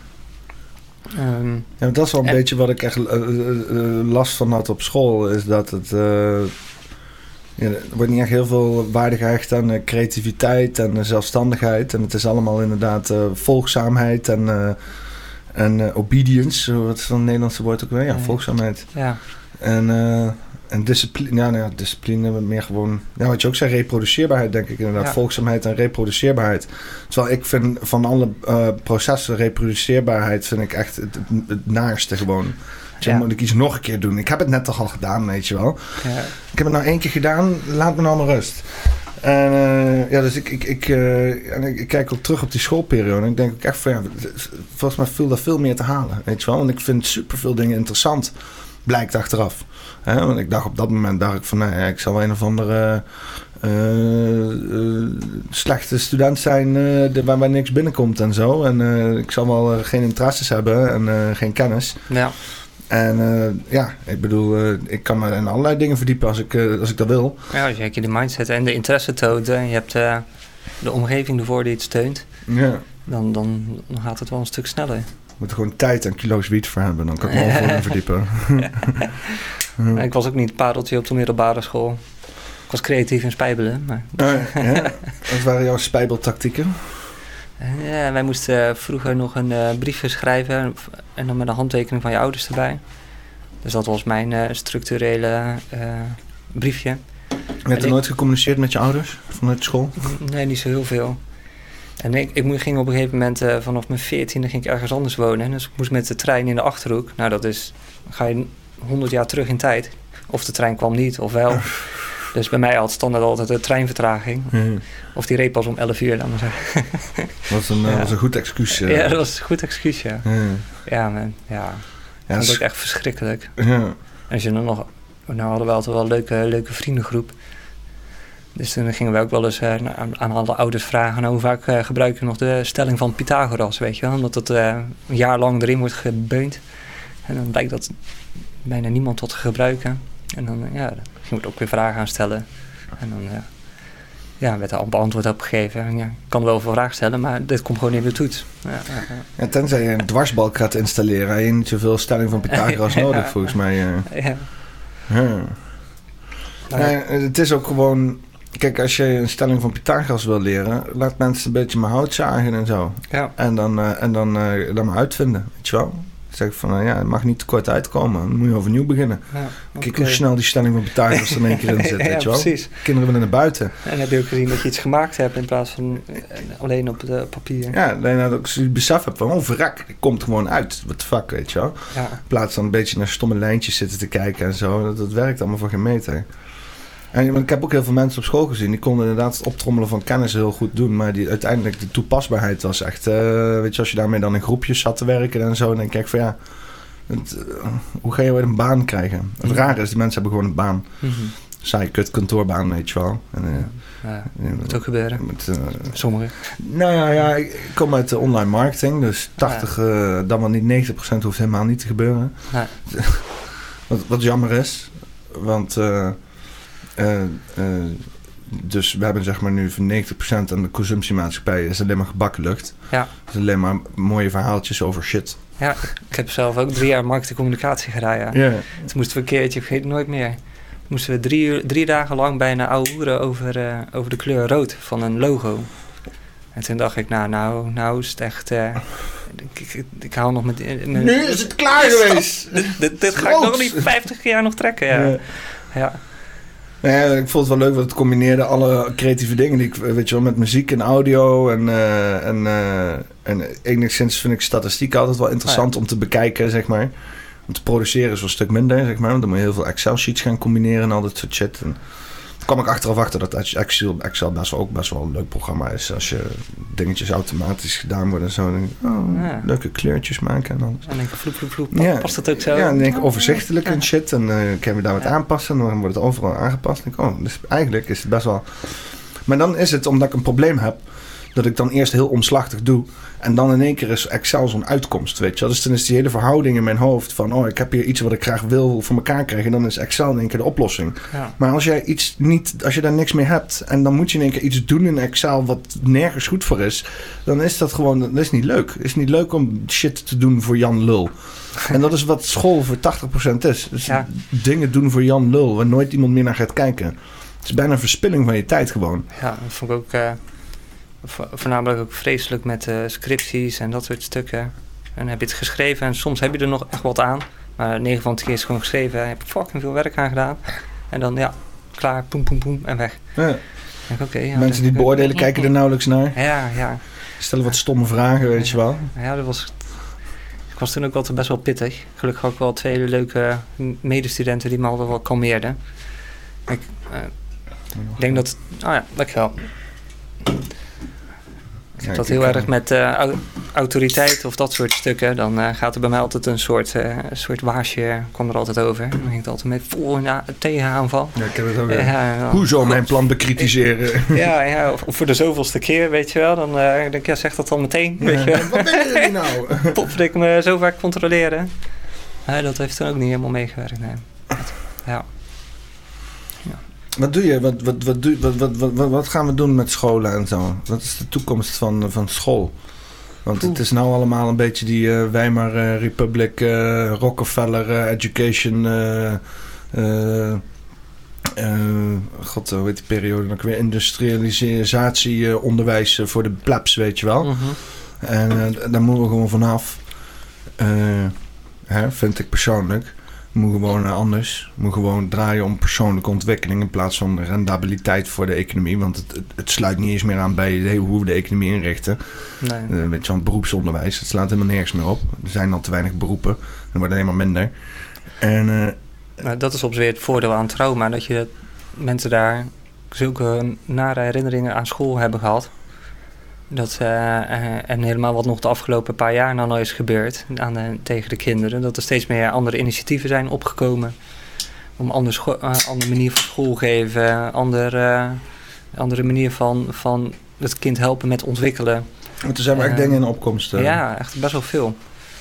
Ja, dat is wel een beetje wat ik echt last van had op school. Is dat het... er wordt niet echt heel veel waarde gehecht aan creativiteit en zelfstandigheid. En het is allemaal inderdaad volgzaamheid en obedience. Wat is dan het Nederlandse woord ook weer? Ja, volgzaamheid. Ja. En discipline, discipline meer gewoon... Ja, wat je ook zei, reproduceerbaarheid denk ik inderdaad. Ja. Volgzaamheid en reproduceerbaarheid. Terwijl ik vind van alle processen, reproduceerbaarheid vind ik echt het naarste gewoon. Ja. Moet ik iets nog een keer doen. Ik heb het net toch al gedaan, weet je wel. Ja. Ik heb het nou 1 keer gedaan, laat me nou maar rust. En dus ik kijk ook terug op die schoolperiode. En ik denk ook echt van, volgens mij viel er veel meer te halen, weet je wel. Want ik vind superveel dingen interessant, blijkt achteraf. Want ik dacht op dat moment, van, ik zal wel een of andere slechte student zijn waar niks binnenkomt en zo. En ik zal wel geen interesses hebben en geen kennis. Ja. En ik bedoel, ik kan me in allerlei dingen verdiepen als ik dat wil. Ja, als je de mindset en de interesse toont en je hebt de omgeving ervoor die het steunt, dan gaat het wel een stuk sneller. Je moet er gewoon tijd en kilo's wiet voor hebben, dan kan ik me wel voor verdiepen. Ik was ook niet het pareltje op de middelbare school. Ik was creatief in spijbelen. Maar... Wat waren jouw spijbeltactieken? Ja, wij moesten vroeger nog een briefje schrijven en dan met een handtekening van je ouders erbij. Dus dat was mijn structurele briefje. Je hebt er nooit gecommuniceerd met je ouders vanuit school? Nee, niet zo heel veel. En ik ging op een gegeven moment, vanaf mijn 14e ging ik ergens anders wonen. Dus ik moest met de trein in de Achterhoek. Nou, dat is, ga je 100 jaar terug in tijd. Of de trein kwam niet, of wel. Dus bij mij had standaard altijd de treinvertraging. Of die reed pas om 11 uur, dan maar zeggen. Dat was een goed excuus. Ja, dat was een goed excuus, ja. Ja, man, ja. Dat was ook echt verschrikkelijk. Ja. En als je dan nog... Nou hadden we altijd wel een leuke vriendengroep. Dus toen gingen we ook wel eens aan alle ouders vragen... hoe vaak gebruik je nog de stelling van Pythagoras, weet je wel? Omdat het een jaar lang erin wordt gebeund. En dan blijkt dat bijna niemand tot gebruiken. En dan ging we ook weer vragen aan stellen. En dan werd er al beantwoord op gegeven. En, ik kan wel veel vragen stellen, maar dit komt gewoon in de toets. Ja, tenzij je een dwarsbalk gaat installeren... heb je niet zoveel stelling van Pythagoras nodig, volgens mij. Het is ook gewoon... Kijk, als je een stelling van Pythagoras wil leren... laat mensen een beetje mijn hout zagen en zo. Ja. En dan maar uitvinden, weet je wel. Zeg van, het mag niet te kort uitkomen. Dan moet je overnieuw beginnen. Ja, kijk hoe snel die stelling van Pythagoras er in één keer in zit, weet je wel. Precies. Kinderen willen naar buiten. En heb je ook gezien dat je iets gemaakt hebt in plaats van alleen op de papier. Ja, dat ik het besef heb van, verrek, het komt gewoon uit. What the fuck, weet je wel. Ja. In plaats van een beetje naar stomme lijntjes zitten te kijken en zo. Dat werkt allemaal voor geen meter. En ik heb ook heel veel mensen op school gezien. Die konden inderdaad het optrommelen van kennis heel goed doen. Maar uiteindelijk de toepasbaarheid was echt... weet je, als je daarmee dan in groepjes zat te werken en zo... dan denk ik van hoe ga je weer een baan krijgen? Het rare is, die mensen hebben gewoon een baan. Saai kut kantoorbaan, weet je wel. Moet ook gebeuren. Sommigen. Nou ja, ik kom uit de online marketing. Dus 80, dan wel niet 90% hoeft helemaal niet te gebeuren. Wat jammer is. Want... dus we hebben zeg maar nu van 90% aan de consumptiemaatschappij is alleen maar gebakken lucht. Ja. Het is alleen maar mooie verhaaltjes over shit. Ja, ik heb zelf ook 3 jaar marketingcommunicatie gedaan, ja. Yeah. Toen moesten we een keertje, ik vergeet het nooit meer, moesten we 3 dagen lang bijna ouwehoeren over de kleur rood van een logo. En toen dacht ik, nou is het echt... Ik hou nog met... Nu is het klaar geweest! Dit ga ik nog niet 50 jaar nog trekken, ja. Ja, ik vond het wel leuk, want het combineerde alle creatieve dingen die ik, weet je wel, met muziek en audio en enigszins vind ik statistiek altijd wel interessant om te bekijken, zeg maar. Om te produceren is wel een stuk minder, zeg maar, want dan moet je heel veel Excel-sheets gaan combineren en al dat soort shit. En toen kwam ik achteraf achter dat Excel best wel een leuk programma is als je dingetjes automatisch gedaan worden en zo. Dan denk ik, leuke kleurtjes maken en alles. En dan denk ik, vloep, past het ook zo? Ja, dan denk ik overzichtelijk en shit. En kunnen we daar wat aanpassen en dan wordt het overal aangepast. En denk ik, dus eigenlijk is het best wel... Maar dan is het, omdat ik een probleem heb, dat ik dan eerst heel omslachtig doe. En dan in één keer is Excel zo'n uitkomst, weet je wel. Dus dan is die hele verhouding in mijn hoofd van... ik heb hier iets wat ik graag wil voor elkaar krijgen. En dan is Excel in één keer de oplossing. Ja. Maar als je daar niks mee hebt... en dan moet je in één keer iets doen in Excel... wat nergens goed voor is... dan is dat gewoon... dat is niet leuk. Het is niet leuk om shit te doen voor Jan Lul. En dat is wat school voor 80% is. Dus dingen doen voor Jan Lul... waar nooit iemand meer naar gaat kijken. Het is bijna een verspilling van je tijd gewoon. Ja, dat vond ik ook... voornamelijk ook vreselijk met scripties en dat soort stukken. En dan heb je het geschreven en soms heb je er nog echt wat aan. Maar 9 van de keer is het gewoon geschreven. Heb ik fucking veel werk aan gedaan. En dan klaar, poem en weg. Ja. Mensen die beoordelen kijken er nauwelijks naar. Ja. Stellen wat stomme vragen, weet je wel. Ja, ik was toen ook altijd best wel pittig. Gelukkig had ik wel 2 leuke medestudenten die me altijd wel kalmeerden. Ik denk dat... dankjewel. Ik heb dat heel erg met autoriteit of dat soort stukken. Dan gaat er bij mij altijd een soort waarsje, kwam er altijd over. Dan ging het altijd met vol tegenaanval. Ja, ik heb het ook. Hoezo mijn plan bekritiseren? Ja, of voor de zoveelste keer, weet je wel. Dan denk ik, zeg dat dan meteen. Ja. Weet je wel. Wat ben je nou? Popfrik me zo vaak controleren. Dat heeft toen ook niet helemaal meegewerkt. Nee. Ja. Wat doe je? Wat gaan we doen met scholen en zo? Wat is de toekomst van school? Want het is nou allemaal een beetje die Weimar Republic, Rockefeller, education God, hoe heet die periode nog weer? Industrialisatie, onderwijs voor de plebs, weet je wel. Mhm. En daar moeten we gewoon vanaf. Vind ik persoonlijk. Moet gewoon anders. Moet gewoon draaien om persoonlijke ontwikkeling in plaats van rendabiliteit voor de economie. Want het sluit niet eens meer aan bij hoe we de economie inrichten. Nee. Weet je, van het beroepsonderwijs. Het slaat helemaal nergens meer op. Er zijn al te weinig beroepen. Er wordt alleen maar minder. En Maar dat is op zich weer het voordeel aan trauma. Dat je mensen daar zulke nare herinneringen aan school hebben gehad. En helemaal wat nog de afgelopen paar jaar dan al is gebeurd tegen de kinderen. Dat er steeds meer andere initiatieven zijn opgekomen. Om andere manier van school geven. Andere manier van het kind helpen met ontwikkelen. want er zijn maar echt dingen in opkomst. Ja, echt best wel veel.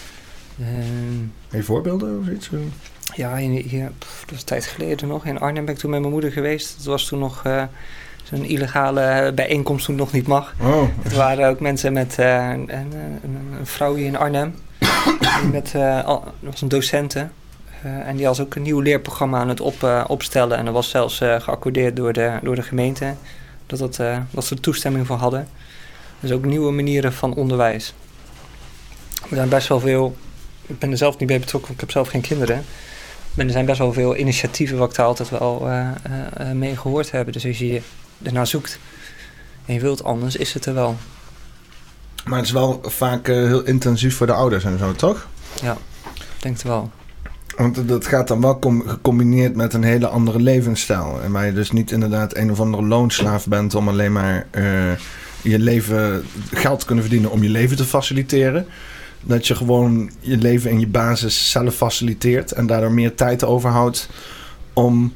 Heb je voorbeelden of iets? Ja, dat was een tijd geleden nog. In Arnhem ben ik toen met mijn moeder geweest. Dat was toen nog zo'n illegale bijeenkomst toen het nog niet mag. Oh. Het waren ook mensen met een vrouw hier in Arnhem. Dat was een docente. En die was ook een nieuw leerprogramma aan het opstellen. En dat was zelfs geaccordeerd door de gemeente. Dat ze er toestemming voor hadden. Dus ook nieuwe manieren van onderwijs. Er zijn best wel veel... Ik ben er zelf niet bij betrokken, ik heb zelf geen kinderen. Maar er zijn best wel veel initiatieven wat ik daar altijd wel mee gehoord heb. Dus als je ernaar zoekt en je wilt anders, is het er wel. Maar het is wel vaak heel intensief voor de ouders en zo, toch? Ja, ik denk het wel. Want dat gaat dan wel gecombineerd met een hele andere levensstijl. En waar je dus niet inderdaad een of andere loonslaaf bent om alleen maar je leven geld te kunnen verdienen om je leven te faciliteren. Dat je gewoon je leven en je basis zelf faciliteert en daardoor meer tijd overhoudt om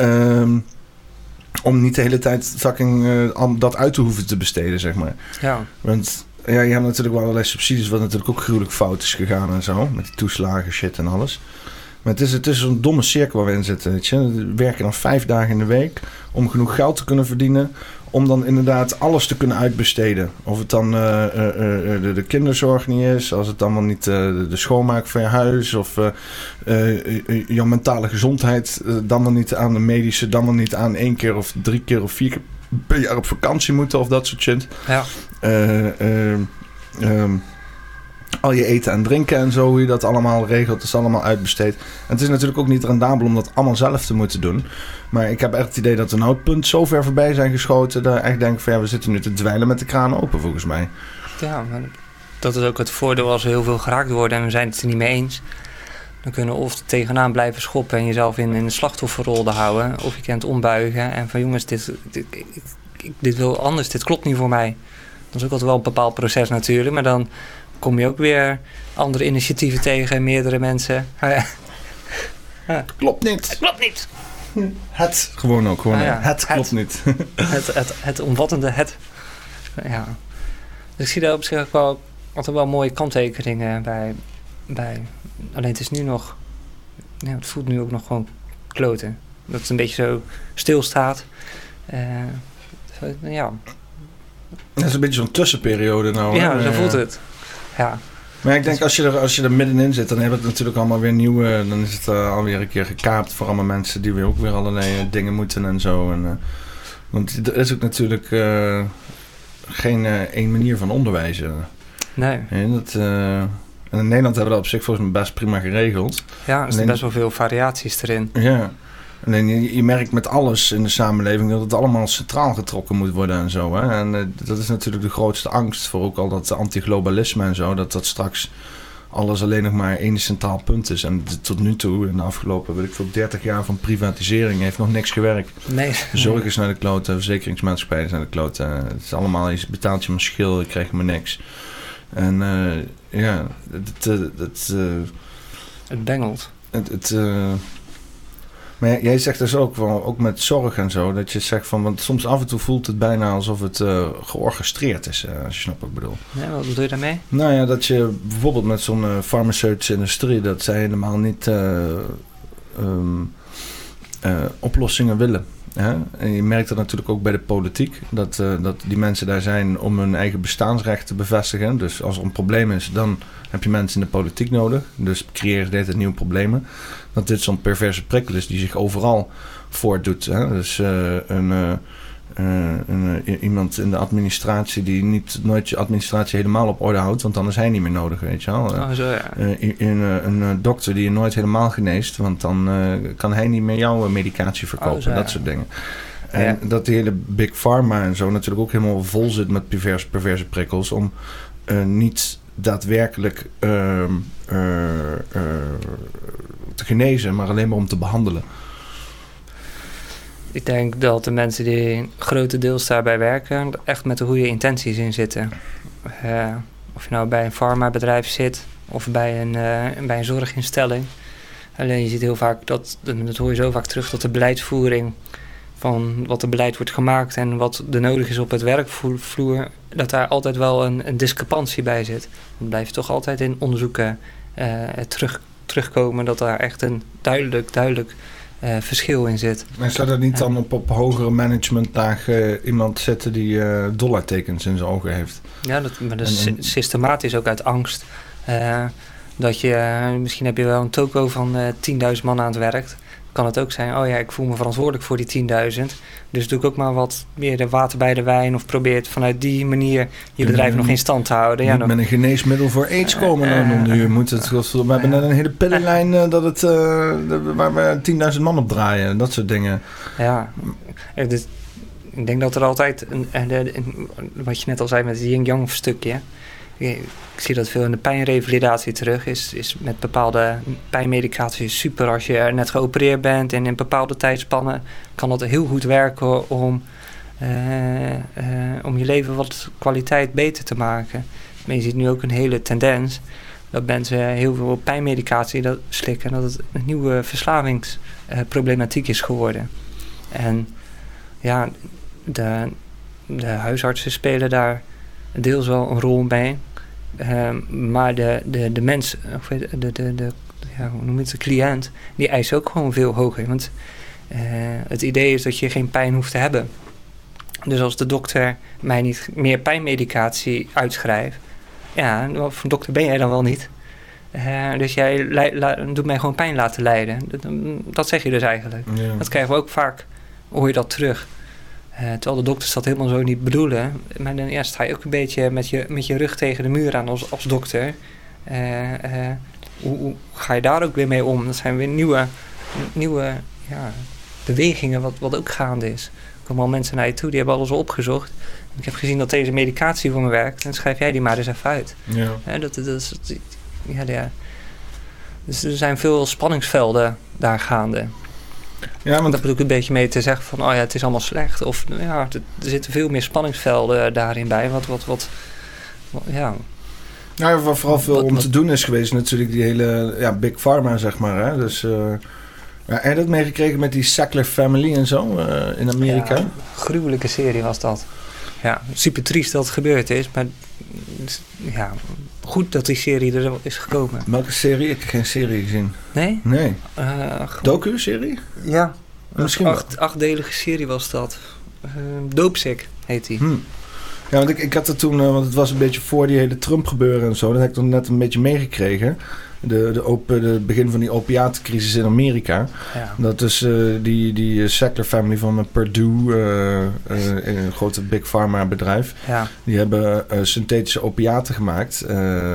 niet de hele tijd dat uit te hoeven te besteden, zeg maar. Ja. Want ja, je hebt natuurlijk wel allerlei subsidies, wat natuurlijk ook gruwelijk fout is gegaan en zo. Met die toeslagen, shit en alles. Maar het is zo'n domme cirkel waar we in zitten, weet je. We werken dan 5 dagen in de week om genoeg geld te kunnen verdienen, om dan inderdaad alles te kunnen uitbesteden. Of het dan de kinderzorg niet is, als het dan wel niet de schoonmaak van je huis, of jouw mentale gezondheid, dan wel niet aan de medische, dan wel niet aan 1 keer of 3 keer of 4 keer per jaar op vakantie moeten of dat soort shit. Ja. Al je eten en drinken en zo, hoe je dat allemaal regelt, is allemaal uitbesteed. En het is natuurlijk ook niet rendabel om dat allemaal zelf te moeten doen. Maar ik heb echt het idee dat we nou het punt zo ver voorbij zijn geschoten, dat ik echt denk van ja, we zitten nu te dweilen met de kraan open, volgens mij. Ja, maar dat is ook het voordeel als er heel veel geraakt worden en we zijn het er niet mee eens. Dan kunnen we of er tegenaan blijven schoppen en jezelf in een slachtofferrol houden. Of je kunt ombuigen en van jongens, dit wil anders, dit klopt niet voor mij. Dat is ook altijd wel een bepaald proces natuurlijk, maar dan kom je ook weer andere initiatieven tegen, meerdere mensen. Klopt niet. Het klopt niet. Het gewoon ook. Gewoon, ja. Het klopt niet. Het omvattende het. Ja. Dus ik zie daar op zich ook wel altijd wel mooie kanttekeningen bij. Alleen het is nu nog... Ja, het voelt nu ook nog gewoon kloten. Dat het een beetje zo stilstaat. Ja. Dat is een beetje zo'n tussenperiode nou. Ja, zo voelt het. Ja. Maar ik denk als je er middenin zit, dan hebben we het natuurlijk allemaal weer nieuwe. Dan is het alweer een keer gekaapt voor allemaal mensen die weer ook weer allerlei dingen moeten en zo. Want er is ook natuurlijk geen één manier van onderwijzen. Nee. En in Nederland hebben we dat op zich volgens mij best prima geregeld. Ja, er zijn best wel veel variaties erin. Ja. Alleen je merkt met alles in de samenleving dat het allemaal centraal getrokken moet worden en zo. Hè? En dat is natuurlijk de grootste angst voor ook al dat antiglobalisme en zo. Dat straks alles alleen nog maar één centraal punt is. En tot nu toe, in de afgelopen, weet ik veel, 30 jaar van privatisering heeft nog niks gewerkt. Nee. De zorg is naar de kloten, verzekeringsmaatschappijen zijn naar de kloten. Het is allemaal, je betaalt je maar schil, je krijgt maar niks. En ja, het bengelt. Maar jij zegt dus ook met zorg en zo, dat je zegt van, want soms af en toe voelt het bijna alsof het georchestreerd is, als je snapt wat ik bedoel. Ja, wat bedoel je daarmee? Nou ja, dat je bijvoorbeeld met zo'n farmaceutische industrie, dat zij helemaal niet oplossingen willen. Hè? En je merkt dat natuurlijk ook bij de politiek. Dat die mensen daar zijn om hun eigen bestaansrecht te bevestigen. Dus als er een probleem is, dan heb je mensen in de politiek nodig. Dus creëren ze dit nieuwe problemen. Dat dit zo'n perverse prikkel is die zich overal voordoet. Hè? Dus iemand in de administratie die nooit je administratie helemaal op orde houdt, want dan is hij niet meer nodig, weet je wel. Een dokter die je nooit helemaal geneest, want dan kan hij niet meer jouw medicatie verkopen, dat soort dingen. En dat die hele Big Pharma en zo natuurlijk ook helemaal vol zit met perverse prikkels om niet daadwerkelijk te genezen, maar alleen maar om te behandelen. Ik denk dat de mensen die grotendeels daarbij werken echt met de goede intenties in zitten. Of je nou bij een farmabedrijf zit of bij een zorginstelling. Alleen je ziet heel vaak, dat hoor je zo vaak terug, dat de beleidsvoering van wat er beleid wordt gemaakt en wat er nodig is op het werkvloer, dat daar altijd wel een discrepantie bij zit. Dan blijf je toch altijd in onderzoeken terugkomen dat daar echt een duidelijk verschil in zit. Maar zou er niet dan op hogere managementlagen iemand zetten die dollartekens in zijn ogen heeft? Ja, maar dat is systematisch ook uit angst. Dat misschien heb je wel een toko van 10.000 man aan het werk. Kan het ook zijn, ik voel me verantwoordelijk voor die 10.000. Dus doe ik ook maar wat meer de water bij de wijn. Of probeer het vanuit die manier je bedrijf nog in stand te houden. Met een geneesmiddel voor aids komen. We hebben net een hele pillenlijn waar we 10.000 man op draaien. Dat soort dingen. Ja, dus ik denk dat er altijd, wat je net al zei met het yin-yang stukje. Ik zie dat veel in de pijnrevalidatie terug is met bepaalde pijnmedicatie super. Als je net geopereerd bent en in bepaalde tijdspannen kan dat heel goed werken om je leven wat kwaliteit beter te maken. Maar je ziet nu ook een hele tendens dat mensen heel veel pijnmedicatie slikken en dat het een nieuwe verslavingsproblematiek is geworden. En ja, de huisartsen spelen daar deels wel een rol bij. Maar de mens, hoe noem je het, de cliënt, die eist ook gewoon veel hoger. Want het idee is dat je geen pijn hoeft te hebben. Dus als de dokter mij niet meer pijnmedicatie uitschrijft, wat voor dokter ben jij dan wel niet? Dus jij doet mij gewoon pijn laten lijden. Dat zeg je dus eigenlijk. Ja. Dat krijgen we ook vaak, hoor je dat terug. Terwijl de dokters dat helemaal zo niet bedoelen. Maar dan sta je ook een beetje met je rug tegen de muur aan als dokter. Hoe ga je daar ook weer mee om? Dat zijn weer nieuwe bewegingen wat ook gaande is. Er komen al mensen naar je toe, die hebben alles al opgezocht. Ik heb gezien dat deze medicatie voor me werkt. Dan schrijf jij die maar eens even uit. Ja. Dus er zijn veel spanningsvelden daar gaande. Ja, want dat bedoel ik een beetje mee te zeggen van, het is allemaal slecht. Of er zitten veel meer spanningsvelden daarin bij. Wat vooral veel om te doen is geweest natuurlijk die hele Big Pharma, zeg maar. Hè? Dus, heb je dat meegekregen met die Sackler Family en zo in Amerika? Ja, gruwelijke serie was dat. Ja, super triest dat het gebeurd is. Maar goed dat die serie er is gekomen. Welke serie? Ik heb geen serie gezien. Nee? Nee. Docu-serie? Ja. Misschien een achtdelige serie was dat. Dopesick heet die. Ja, want ik had het toen, want het was een beetje voor die hele Trump gebeuren en zo. Dat heb ik dan net een beetje meegekregen. De begin van die opiatencrisis in Amerika. Ja. Dat is die Sackler family van Purdue, een grote Big Pharma bedrijf. Ja. Die hebben synthetische opiaten gemaakt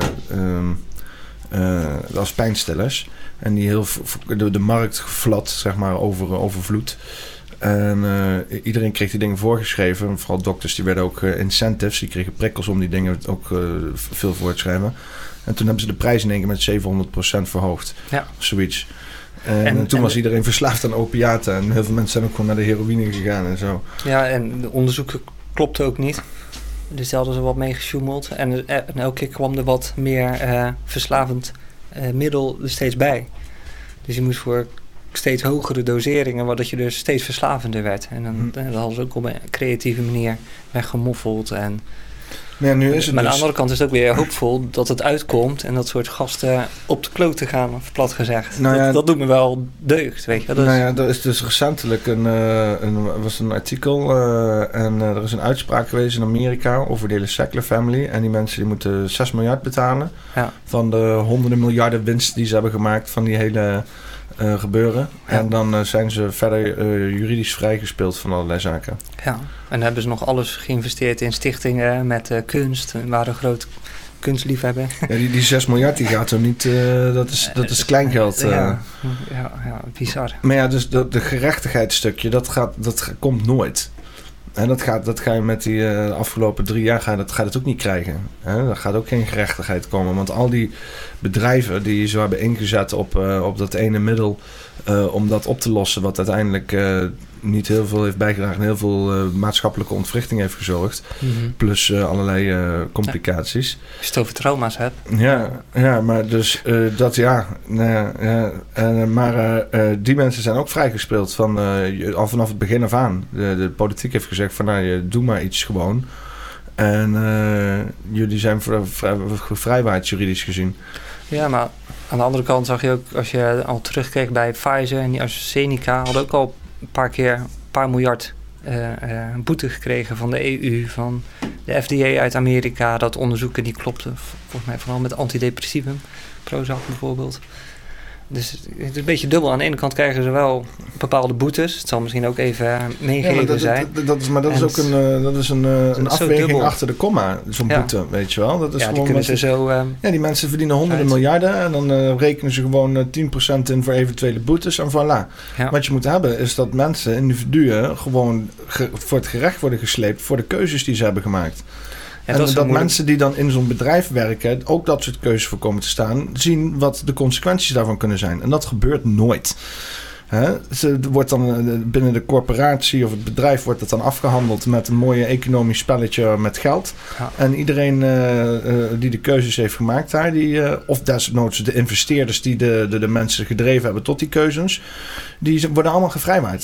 als pijnstillers. En die heel de markt gevlat, zeg maar, overvloed. En iedereen kreeg die dingen voorgeschreven. Vooral dokters, die werden ook incentives. Die kregen prikkels om die dingen ook veel voor te schrijven. En toen hebben ze de prijs in één keer met 700% verhoogd. Ja. Zoiets. En toen was iedereen verslaafd aan opiaten. En heel veel mensen zijn ook gewoon naar de heroïne gegaan en zo. Ja, en de onderzoeken klopten ook niet. Dus daar hadden ze wat mee gesjoemeld. En elke keer kwam er wat meer verslavend middel er steeds bij. Dus je moest voor steeds hogere doseringen, waardoor je dus steeds verslavender werd. En dan hadden ze ook op een creatieve manier weggemoffeld. En Ja, nu is het maar aan dus... de andere kant is het ook weer hoopvol dat het uitkomt en dat soort gasten op de klote gaan, of plat gezegd. Dat doet me wel deugd, weet je. Er is dus recentelijk was een artikel en er is een uitspraak geweest in Amerika over de hele Sackler family. En die mensen die moeten 6 miljard betalen van de honderden miljarden winst die ze hebben gemaakt van die hele gebeuren. Ja. En dan zijn ze verder juridisch vrijgespeeld van allerlei zaken. Ja, en dan hebben ze nog alles geïnvesteerd in stichtingen met kunst. En waren een groot kunstliefhebber. Ja, die 6 miljard die gaat er niet... dat is kleingeld. Ja, bizar. Maar ja, dus de gerechtigheidsstukje, dat komt nooit. En dat ga je met die afgelopen 3 jaar gaat het ook niet krijgen. Er gaat ook geen gerechtigheid komen. Want al die bedrijven die zo hebben ingezet op dat ene middel om dat op te lossen, wat uiteindelijk niet heel veel heeft bijgedragen en heel veel maatschappelijke ontwrichting heeft gezorgd. Mm-hmm. Plus allerlei complicaties. Als je het over trauma's hebt. Ja, maar dus maar die mensen zijn ook vrijgespeeld van al vanaf het begin af aan. De politiek heeft gezegd van doe maar iets gewoon. En jullie zijn gevrijwaard juridisch gezien. Ja, maar aan de andere kant zag je ook, als je al terugkijkt bij Pfizer en die AstraZeneca, hadden ook al een paar miljard boete gekregen van de EU, van de FDA uit Amerika. Dat onderzoeken die klopten, volgens mij vooral met antidepressivum, Prozac bijvoorbeeld. Dus het is een beetje dubbel. Aan de ene kant krijgen ze wel bepaalde boetes. Het zal misschien ook even meegegeven zijn. Dat is een afweging achter de komma. Zo'n boete, weet je wel. Dat is die kunnen ze zo... die mensen verdienen honderden miljarden. En dan rekenen ze gewoon 10% in voor eventuele boetes. En voilà. Ja. Wat je moet hebben is dat mensen, individuen, gewoon voor het gerecht worden gesleept voor de keuzes die ze hebben gemaakt. Ja, en dat mensen die dan in zo'n bedrijf werken, ook dat soort keuzes voor komen te staan, zien wat de consequenties daarvan kunnen zijn. En dat gebeurt nooit. Wordt dan binnen de corporatie of het bedrijf wordt het dan afgehandeld met een mooie economisch spelletje met geld. Ja. En iedereen die de keuzes heeft gemaakt daar, of desnoods de investeerders die de mensen gedreven hebben tot die keuzes, die worden allemaal gevrijwaard.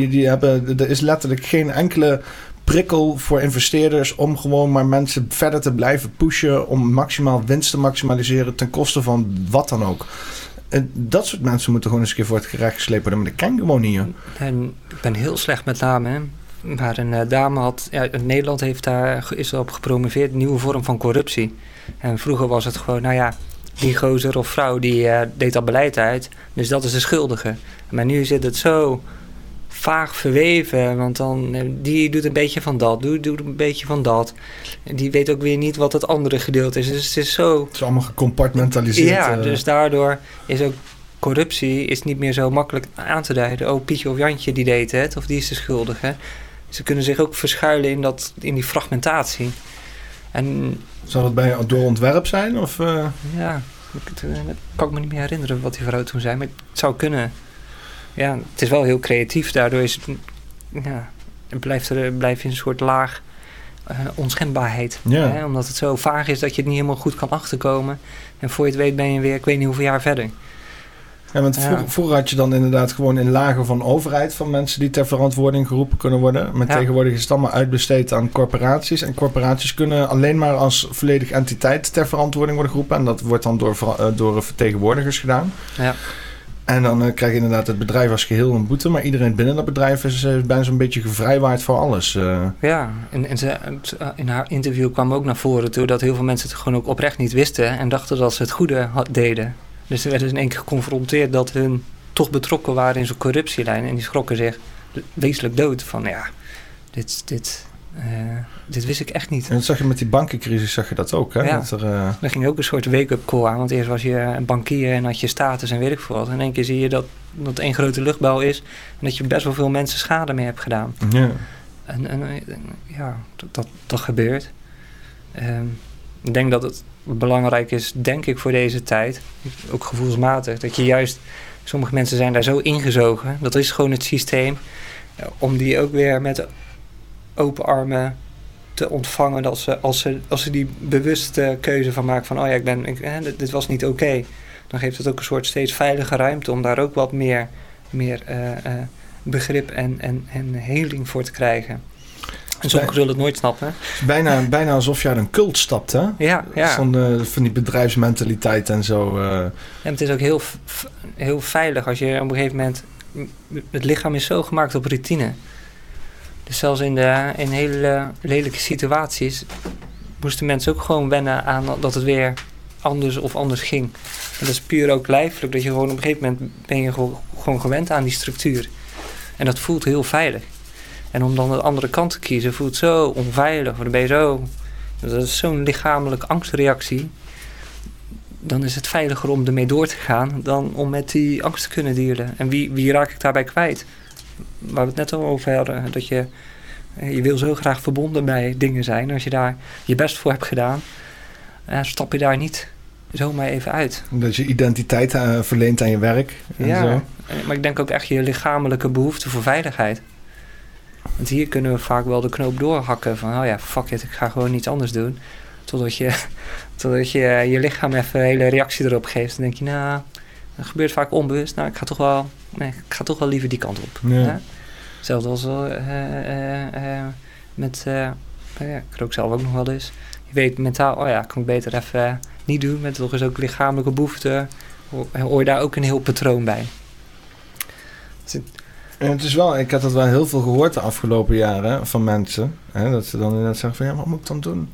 Er is letterlijk geen enkele prikkel voor investeerders om gewoon maar mensen verder te blijven pushen om maximaal winst te maximaliseren ten koste van wat dan ook. En dat soort mensen moeten gewoon eens een keer voor het gerecht geslepen worden, maar dat kan gewoon niet. En ik ben heel slecht met namen, hè. Maar een dame had, in Nederland is erop gepromoveerd, een nieuwe vorm van corruptie. En vroeger was het gewoon, die gozer of vrouw die deed dat beleid uit, dus dat is de schuldige. Maar nu zit het zo vaag verweven, want dan die doet een beetje van dat, doet een beetje van dat. Die weet ook weer niet wat het andere gedeelte is. Dus het is zo... Het is allemaal gecompartmentaliseerd. Ja, dus daardoor is ook corruptie is niet meer zo makkelijk aan te duiden. Oh, Pietje of Jantje die deed het, of die is de schuldige. Ze kunnen zich ook verschuilen in die fragmentatie. En zou dat door ontwerp zijn? Of, Ja, dat kan ik me niet meer herinneren wat die vrouw toen zei, maar het zou kunnen. Ja, het is wel heel creatief. Daardoor is het, blijf je in een soort laag onschendbaarheid. Ja. Hè? Omdat het zo vaag is dat je het niet helemaal goed kan achterkomen. En voor je het weet ben je weer, ik weet niet hoeveel jaar verder. Ja, want vroeger had je dan inderdaad gewoon in lagen van overheid van mensen die ter verantwoording geroepen kunnen worden. Maar tegenwoordig is het allemaal uitbesteed aan corporaties. En corporaties kunnen alleen maar als volledige entiteit ter verantwoording worden geroepen. En dat wordt dan door vertegenwoordigers gedaan. Ja. En dan krijg je inderdaad het bedrijf als geheel een boete. Maar iedereen binnen dat bedrijf is bijna zo'n beetje gevrijwaard voor alles. Ja, en in haar interview kwam ook naar voren toe dat heel veel mensen het gewoon ook oprecht niet wisten. En dachten dat ze het goede deden. Dus ze werden in één keer geconfronteerd dat hun toch betrokken waren in zo'n corruptielijn. En die schrokken zich wezenlijk dood van dit wist ik echt niet. En dat zag je met die bankencrisis, zag je dat ook, hè? Ja, er ging ook een soort wake-up call aan. Want eerst was je een bankier en had je status en weet ik veel wat. En in één keer zie je dat één grote luchtbouw is. En dat je best wel veel mensen schade mee hebt gedaan. Ja. Dat gebeurt. Ik denk dat het belangrijk is, denk ik, voor deze tijd. Ook gevoelsmatig. Dat je juist, sommige mensen zijn daar zo ingezogen. Dat is gewoon het systeem. Om die ook weer met open armen te ontvangen, dat als ze die bewuste keuze van maken van dit was niet oké. Dan geeft het ook een soort steeds veilige ruimte om daar ook wat meer begrip en heling voor te krijgen. En sommigen zullen het nooit snappen. Het is bijna alsof je uit een cult stapt, hè? Ja. Van die bedrijfsmentaliteit en zo. En het is ook heel veilig als je op een gegeven moment... Het lichaam is zo gemaakt op routine. Dus zelfs in hele lelijke situaties... moesten mensen ook gewoon wennen aan dat het weer anders ging. En dat is puur ook lijfelijk. Dat je gewoon op een gegeven moment ben je gewoon gewend aan die structuur. En dat voelt heel veilig. En om dan de andere kant te kiezen voelt zo onveilig. Dan ben je zo... Dat is zo'n lichamelijke angstreactie. Dan is het veiliger om ermee door te gaan dan om met die angst te kunnen dealen. En wie raak ik daarbij kwijt? Waar we het net al over hadden. Dat je wil zo graag verbonden bij dingen zijn. Als je daar je best voor hebt gedaan, stap je daar niet zomaar even uit. Dat je identiteit verleent aan je werk. En zo. Maar ik denk ook echt je lichamelijke behoefte voor veiligheid. Want hier kunnen we vaak wel de knoop doorhakken van, oh ja, fuck it, ik ga gewoon iets anders doen. Totdat je lichaam even een hele reactie erop geeft. Dan denk je, nou, dat gebeurt vaak onbewust. Nou, ik ga toch wel liever die kant op. Ja. Hetzelfde als ik rook zelf ook nog wel eens. Je weet mentaal, oh ja, kan ik beter even niet doen. Met toch eens ook lichamelijke behoefte. Hoor je daar ook een heel patroon bij. En het is wel, ik had dat wel heel veel gehoord de afgelopen jaren van mensen. Hè, dat ze dan inderdaad zeggen van, ja, wat moet ik dan doen?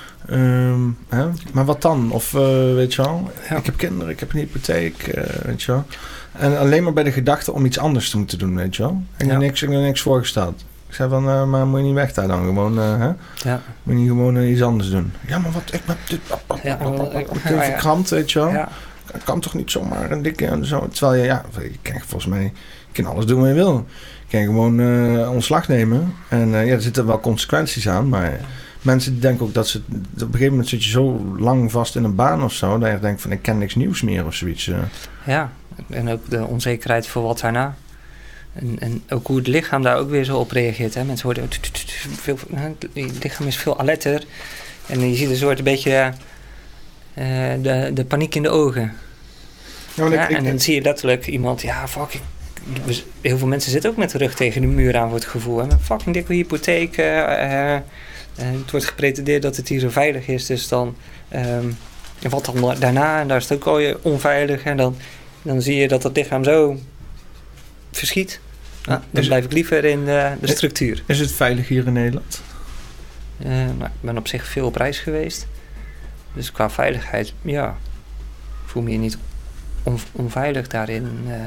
Maar wat dan? Of weet je wel, ik heb kinderen, ik heb een hypotheek, weet je wel. En alleen maar bij de gedachte om iets anders te moeten doen, weet je wel. Ik heb niks voorgesteld. Ik zei van, maar moet je niet weg daar dan gewoon, hè? Ja. Moet je niet gewoon iets anders doen? Ja, maar wat, ik heb dit verkrampt, weet je wel. Ja. Ik kan toch niet zomaar een dikke en zo. Terwijl je kan volgens mij, je kan alles doen wat je wil. Je kan gewoon ontslag nemen. En er zitten wel consequenties aan, maar... Mensen denken ook dat ze... Op een gegeven moment zit je zo lang vast in een baan of zo... dat je denkt van, ik ken niks nieuws meer of zoiets. Ja, en ook de onzekerheid voor wat daarna. En ook hoe het lichaam daar ook weer zo op reageert. Hè. Mensen worden... Het lichaam is veel alerter. En je ziet een soort een beetje... de paniek in de ogen. En dan zie je letterlijk iemand... Ja, fuck, heel veel mensen zitten ook met de rug tegen de muur aan voor het gevoel. Hè. Fucking dikke hypotheek... het wordt gepretendeerd dat het hier zo veilig is. Dus dan... wat dan daarna? En daar is het ook al onveilig. En dan zie je dat het lichaam zo verschiet. Dan blijf ik liever in de structuur. Is het veilig hier in Nederland? Ik ben op zich veel op reis geweest. Dus qua veiligheid, ja. Ik voel me hier niet onveilig daarin.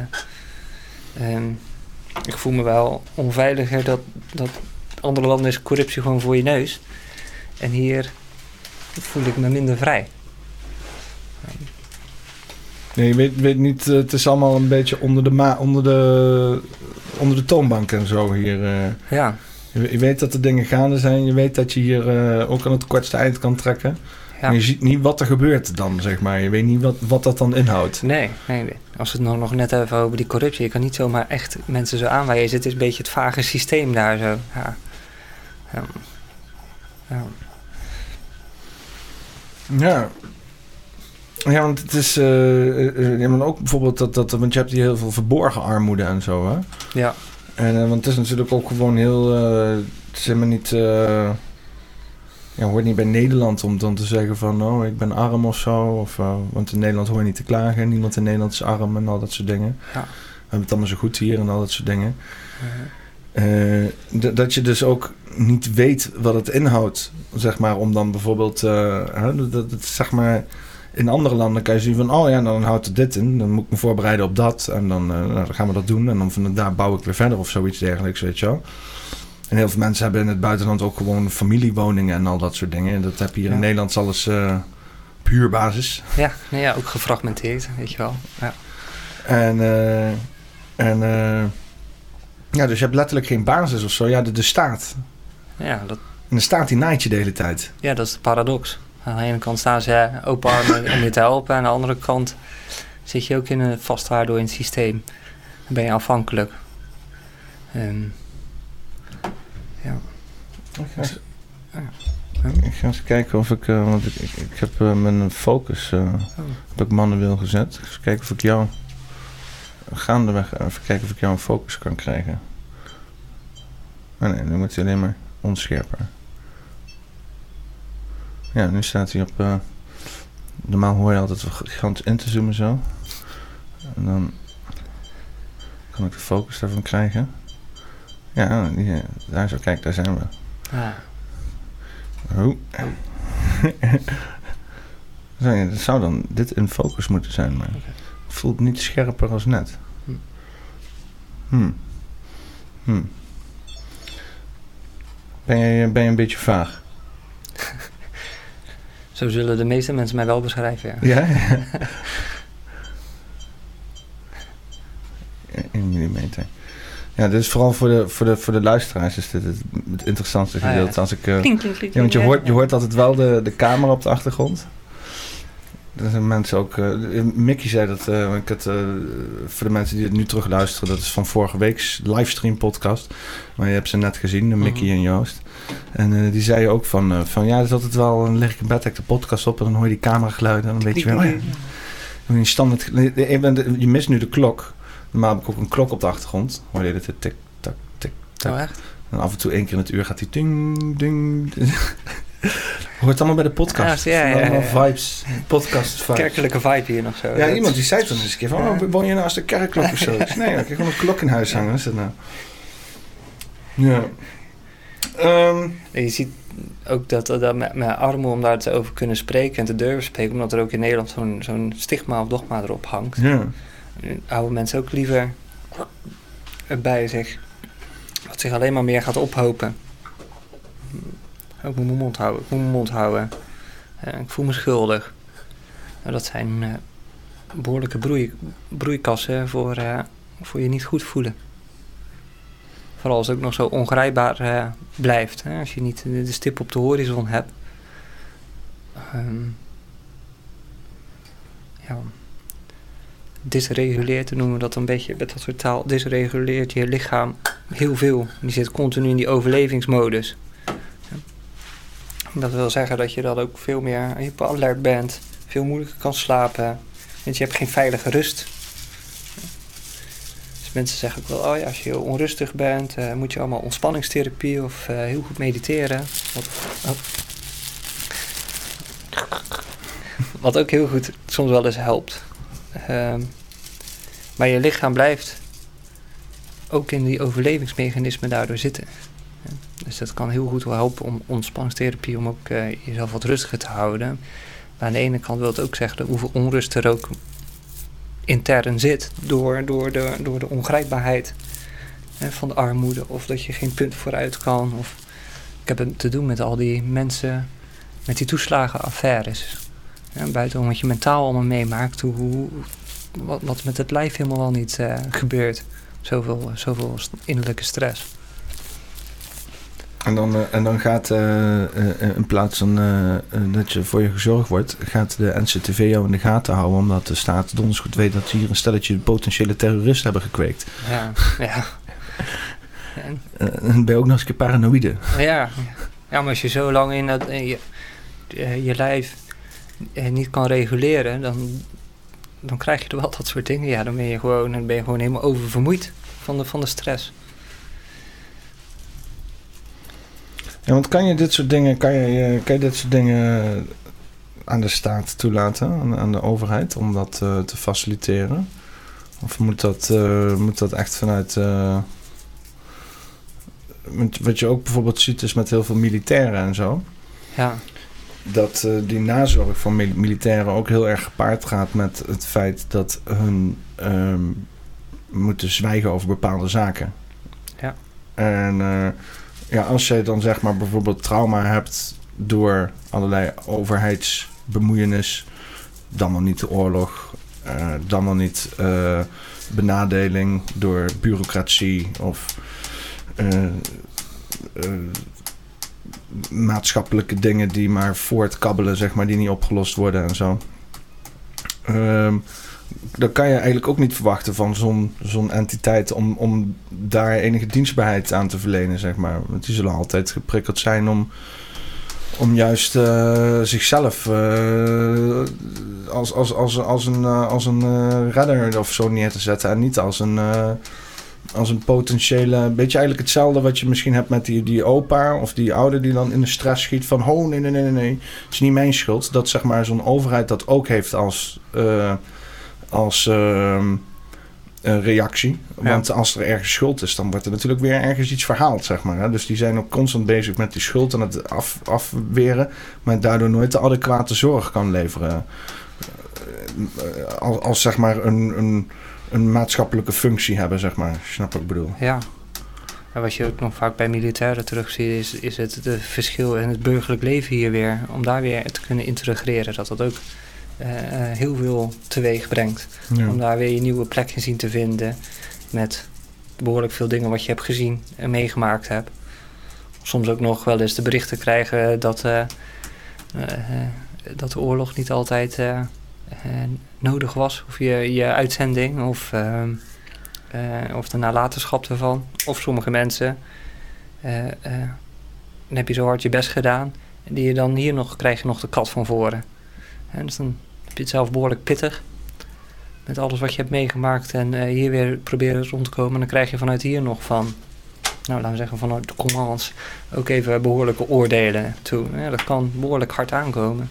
Ik voel me wel onveiliger dat andere landen is corruptie gewoon voor je neus. En hier voel ik me minder vrij. Nee, je weet niet, het is allemaal een beetje onder de toonbank en zo hier. Ja. Je weet dat er dingen gaande zijn. Je weet dat je hier ook aan het kortste eind kan trekken. Ja. Maar je ziet niet wat er gebeurt dan, zeg maar. Je weet niet wat dat dan inhoudt. Nee. Als we het nog net even over die corruptie... Je kan niet zomaar echt mensen zo aanwijzen. Het is een beetje het vage systeem daar zo. Ja, want het is... maar ook bijvoorbeeld dat... Want je hebt hier heel veel verborgen armoede en zo, hè? Ja. En want het is natuurlijk ook gewoon heel... het is helemaal niet... hoort niet bij Nederland om dan te zeggen van... Oh, ik ben arm of zo. Want in Nederland hoor je niet te klagen. Niemand in Nederland is arm en al dat soort dingen. Ja. We hebben het allemaal zo goed hier en al dat soort dingen. Dat je dus ook niet weet wat het inhoudt, zeg maar, om dan bijvoorbeeld, zeg maar, in andere landen kan je zien van, oh ja, dan houdt het dit in, dan moet ik me voorbereiden op dat, en dan gaan we dat doen, en dan van daar bouw ik weer verder of zoiets dergelijks, weet je wel. En heel veel mensen hebben in het buitenland ook gewoon familiewoningen en al dat soort dingen, en dat heb je hier in Nederland alles puur basis. Ja, ook gefragmenteerd, weet je wel. Ja. Dus je hebt letterlijk geen basis of zo. Ja, de staat. Ja, En de staat die naait je de hele tijd. Ja, dat is de paradox. Aan de ene kant staan ze open armen om je te helpen. En aan de andere kant zit je ook in een vastwaardoor in het systeem. Dan ben je afhankelijk. Ik ga eens kijken of ik... want ik heb mijn focus heb ik manueel gezet. Even kijken of ik jou... Gaandeweg even kijken of ik jou een focus kan krijgen. Oh nee, dan moet je alleen maar... onscherper. Ja, nu staat hij op... normaal hoor je altijd gigantisch in te zoomen zo. En dan kan ik de focus daarvan krijgen. Ja, daar zo. Kijk, daar zijn we. Oh. Dat zou dan dit in focus moeten zijn, maar het voelt niet scherper als net. Ben je een beetje vaag? Zo zullen de meeste mensen mij wel beschrijven, ja. Ja? 1 millimeter. Ja, dit is vooral voor de luisteraars is dit het interessantste gedeelte. Ja. Als ik, klink, klink, klink, ja, want je hoort altijd wel de camera op de achtergrond. Er zijn mensen ook... Mickey zei dat... ik het, voor de mensen die het nu terug luisteren... dat is van vorige week's livestream podcast. Maar je hebt ze net gezien, de Mickey en Joost. En die zei ook van ja, het is altijd wel... Dan lig ik in bed, ik de podcast op... en dan hoor je die camerageluiden... en dan weet je weer... Je mist nu de klok. Normaal heb ik ook een klok op de achtergrond. Hoor je dit? Tik, tak, tik, tak. Oh, echt? En af en toe 1 keer in het uur gaat die ding, ding. Hoort allemaal bij de podcast. Ja. Allemaal vibes. Podcast vibes. Kerkelijke vibe hier nog zo. Ja, iemand die zei toen eens een keer van... woon je naast de kerkklok of zo? Nee, ik heb gewoon een klok in huis hangen. Is dat nou? Ja. Je ziet ook dat met armoe om daar over kunnen spreken en te durven spreken... omdat er ook in Nederland zo'n stigma of dogma erop hangt. Ja. Houden mensen ook liever bij zich... wat zich alleen maar meer gaat ophopen. Ik moet mijn mond houden. Ik voel me schuldig. Dat zijn behoorlijke broeikassen voor je niet goed voelen. Vooral als het ook nog zo ongrijpbaar blijft. Hè? Als je niet de stip op de horizon hebt. Dysreguleert, noemen we dat een beetje met dat soort taal. Dysreguleert je lichaam heel veel. Die zit continu in die overlevingsmodus. Dat wil zeggen dat je dan ook veel meer hyperalert bent. Veel moeilijker kan slapen. Want je hebt geen veilige rust. Dus mensen zeggen ook wel... als je heel onrustig bent... moet je allemaal ontspanningstherapie... of heel goed mediteren. Wat ook heel goed soms wel eens helpt. Maar je lichaam blijft... ook in die overlevingsmechanismen daardoor zitten. Dus dat kan heel goed wel helpen om ontspanningstherapie... om ook jezelf wat rustiger te houden. Maar aan de ene kant wil het ook zeggen... hoeveel onrust er ook intern zit... door de ongrijpbaarheid van de armoede... of dat je geen punt vooruit kan. Of ik heb het te doen met al die mensen... met die toeslagenaffaires. Buiten wat je mentaal allemaal meemaakt... wat met het lijf helemaal wel niet gebeurt. Zoveel innerlijke stress. En dan gaat, in plaats van dat je voor je gezorgd wordt... gaat de NCTV jou in de gaten houden... omdat de staat donders goed weet... dat ze hier een stelletje potentiële terroristen hebben gekweekt. Ja. En ben je ook nog eens een keer paranoïde. Ja, maar als je zo lang in je lijf niet kan reguleren... dan krijg je er wel dat soort dingen. Ja, dan ben je gewoon helemaal oververmoeid van de stress. Ja, want kan je dit soort dingen aan de staat toelaten, aan de overheid, om dat te faciliteren? Of moet dat echt vanuit... wat je ook bijvoorbeeld ziet is met heel veel militairen en zo. Ja. Dat die nazorg van militairen ook heel erg gepaard gaat met het feit dat hun moeten zwijgen over bepaalde zaken. Ja. En als jij dan zeg maar bijvoorbeeld trauma hebt door allerlei overheidsbemoeienis, dan wel niet de oorlog, dan wel niet benadeling door bureaucratie of maatschappelijke dingen die maar voortkabbelen, zeg maar, die niet opgelost worden en zo. Dan kan je eigenlijk ook niet verwachten van zo'n entiteit om daar enige dienstbaarheid aan te verlenen, zeg maar. Want die zullen altijd geprikkeld zijn om juist zichzelf als een redder of zo neer te zetten en niet als een als een potentiële... Beetje eigenlijk hetzelfde wat je misschien hebt met die opa of die ouder die dan in de stress schiet van... Oh, nee, het is niet mijn schuld. Dat zeg maar zo'n overheid dat ook heeft als reactie. Want als er ergens schuld is, dan wordt er natuurlijk weer ergens iets verhaald, zeg maar. Hè? Dus die zijn ook constant bezig met die schuld en het afweren, maar daardoor nooit de adequate zorg kan leveren. Als zeg maar een maatschappelijke functie hebben, zeg maar. Snap wat ik bedoel? Ja. En wat je ook nog vaak bij militairen terugziet, is het verschil in het burgerlijk leven hier weer. Om daar weer te kunnen integreren. Dat ook heel veel teweeg brengt. Ja. Om daar weer je nieuwe plek in zien te vinden. Met behoorlijk veel dingen wat je hebt gezien en meegemaakt hebt. Soms ook nog wel eens de berichten krijgen dat de oorlog niet altijd nodig was. Of je uitzending of de nalatenschap ervan. Of sommige mensen, dan heb je zo hard je best gedaan. En die je dan hier krijg je nog de kat van voren. En dus dan heb je het zelf behoorlijk pittig. Met alles wat je hebt meegemaakt. En hier weer proberen rond te komen. En dan krijg je vanuit hier nog van... Nou, laten we zeggen vanuit de commands. Ook even behoorlijke oordelen toe. Ja, dat kan behoorlijk hard aankomen.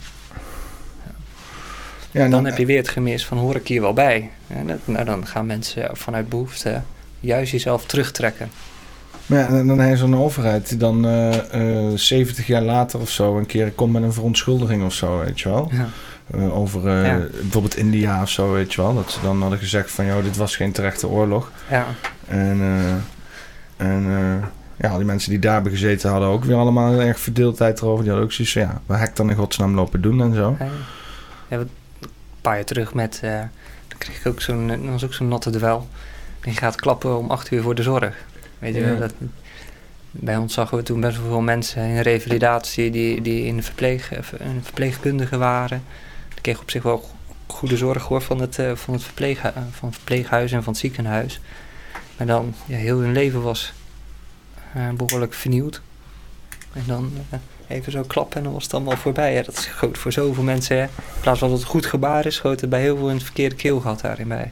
Ja, dan heb je weer het gemis van hoor ik hier wel bij. Ja, dan gaan mensen vanuit behoefte juist jezelf terugtrekken. Maar ja, en dan heb je zo'n overheid die dan 70 jaar later of zo een keer komt met een verontschuldiging of zo, weet je wel. Ja. Over bijvoorbeeld India of zo, weet je wel. Dat ze dan hadden gezegd van, joh, dit was geen terechte oorlog. Ja. Ja, die mensen die daar hebben gezeten hadden ook weer allemaal heel erg verdeeldheid erover. Die hadden ook zoiets van, ja, wat heb ik dan in godsnaam lopen doen en zo. Ja, een paar jaar terug met, dan kreeg ik ook zo'n natte dwel. En je gaat klappen om 8 uur voor de zorg. Weet je, dat, bij ons zagen we toen best wel veel mensen in revalidatie die in de verpleegkundige waren. Die kregen op zich wel goede zorg hoor, van het verpleeghuis en van het ziekenhuis. Maar dan, heel hun leven was behoorlijk vernieuwd. En dan even zo klappen en dan was het allemaal voorbij. Ja, dat schoot voor zoveel mensen. Hè. In plaats van dat het een goed gebaar is, schoot het bij heel veel in het verkeerde keelgat daarin bij.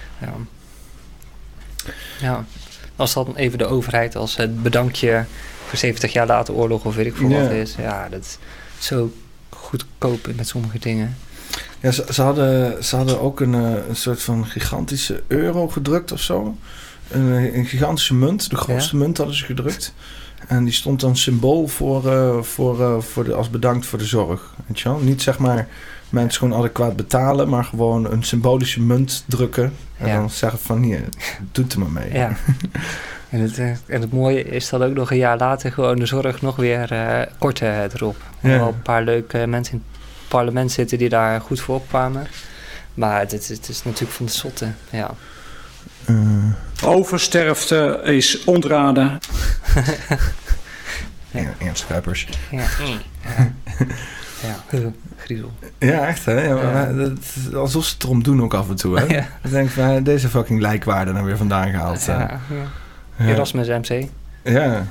Ja. Als dan even de overheid als het bedankje voor 70 jaar later oorlog of weet ik veel wat is. Ja, dat is zo goedkoop met sommige dingen. Ja, ze hadden ook een soort van gigantische euro gedrukt of zo. Een gigantische munt, de grootste munt hadden ze gedrukt. En die stond dan symbool als bedankt voor de zorg. Weet je wel? Niet zeg maar mensen gewoon adequaat betalen, maar gewoon een symbolische munt drukken. En dan zeggen van hier, doet er maar mee. Ja. En het mooie is dat ook nog een jaar later gewoon de zorg nog weer korten erop. Er wel een paar leuke mensen in het parlement zitten die daar goed voor opkwamen. Maar het is natuurlijk van de zotte, ja. Oversterfte is ontraden. Ernst Kuipers. Ja, griezel. Ja, echt hè. Ja, alsof ze het erom doen ook af en toe hè. Ja. Dan denk ik van deze fucking lijkwaarde dan weer vandaan gehaald. Erasmus MC. Ja.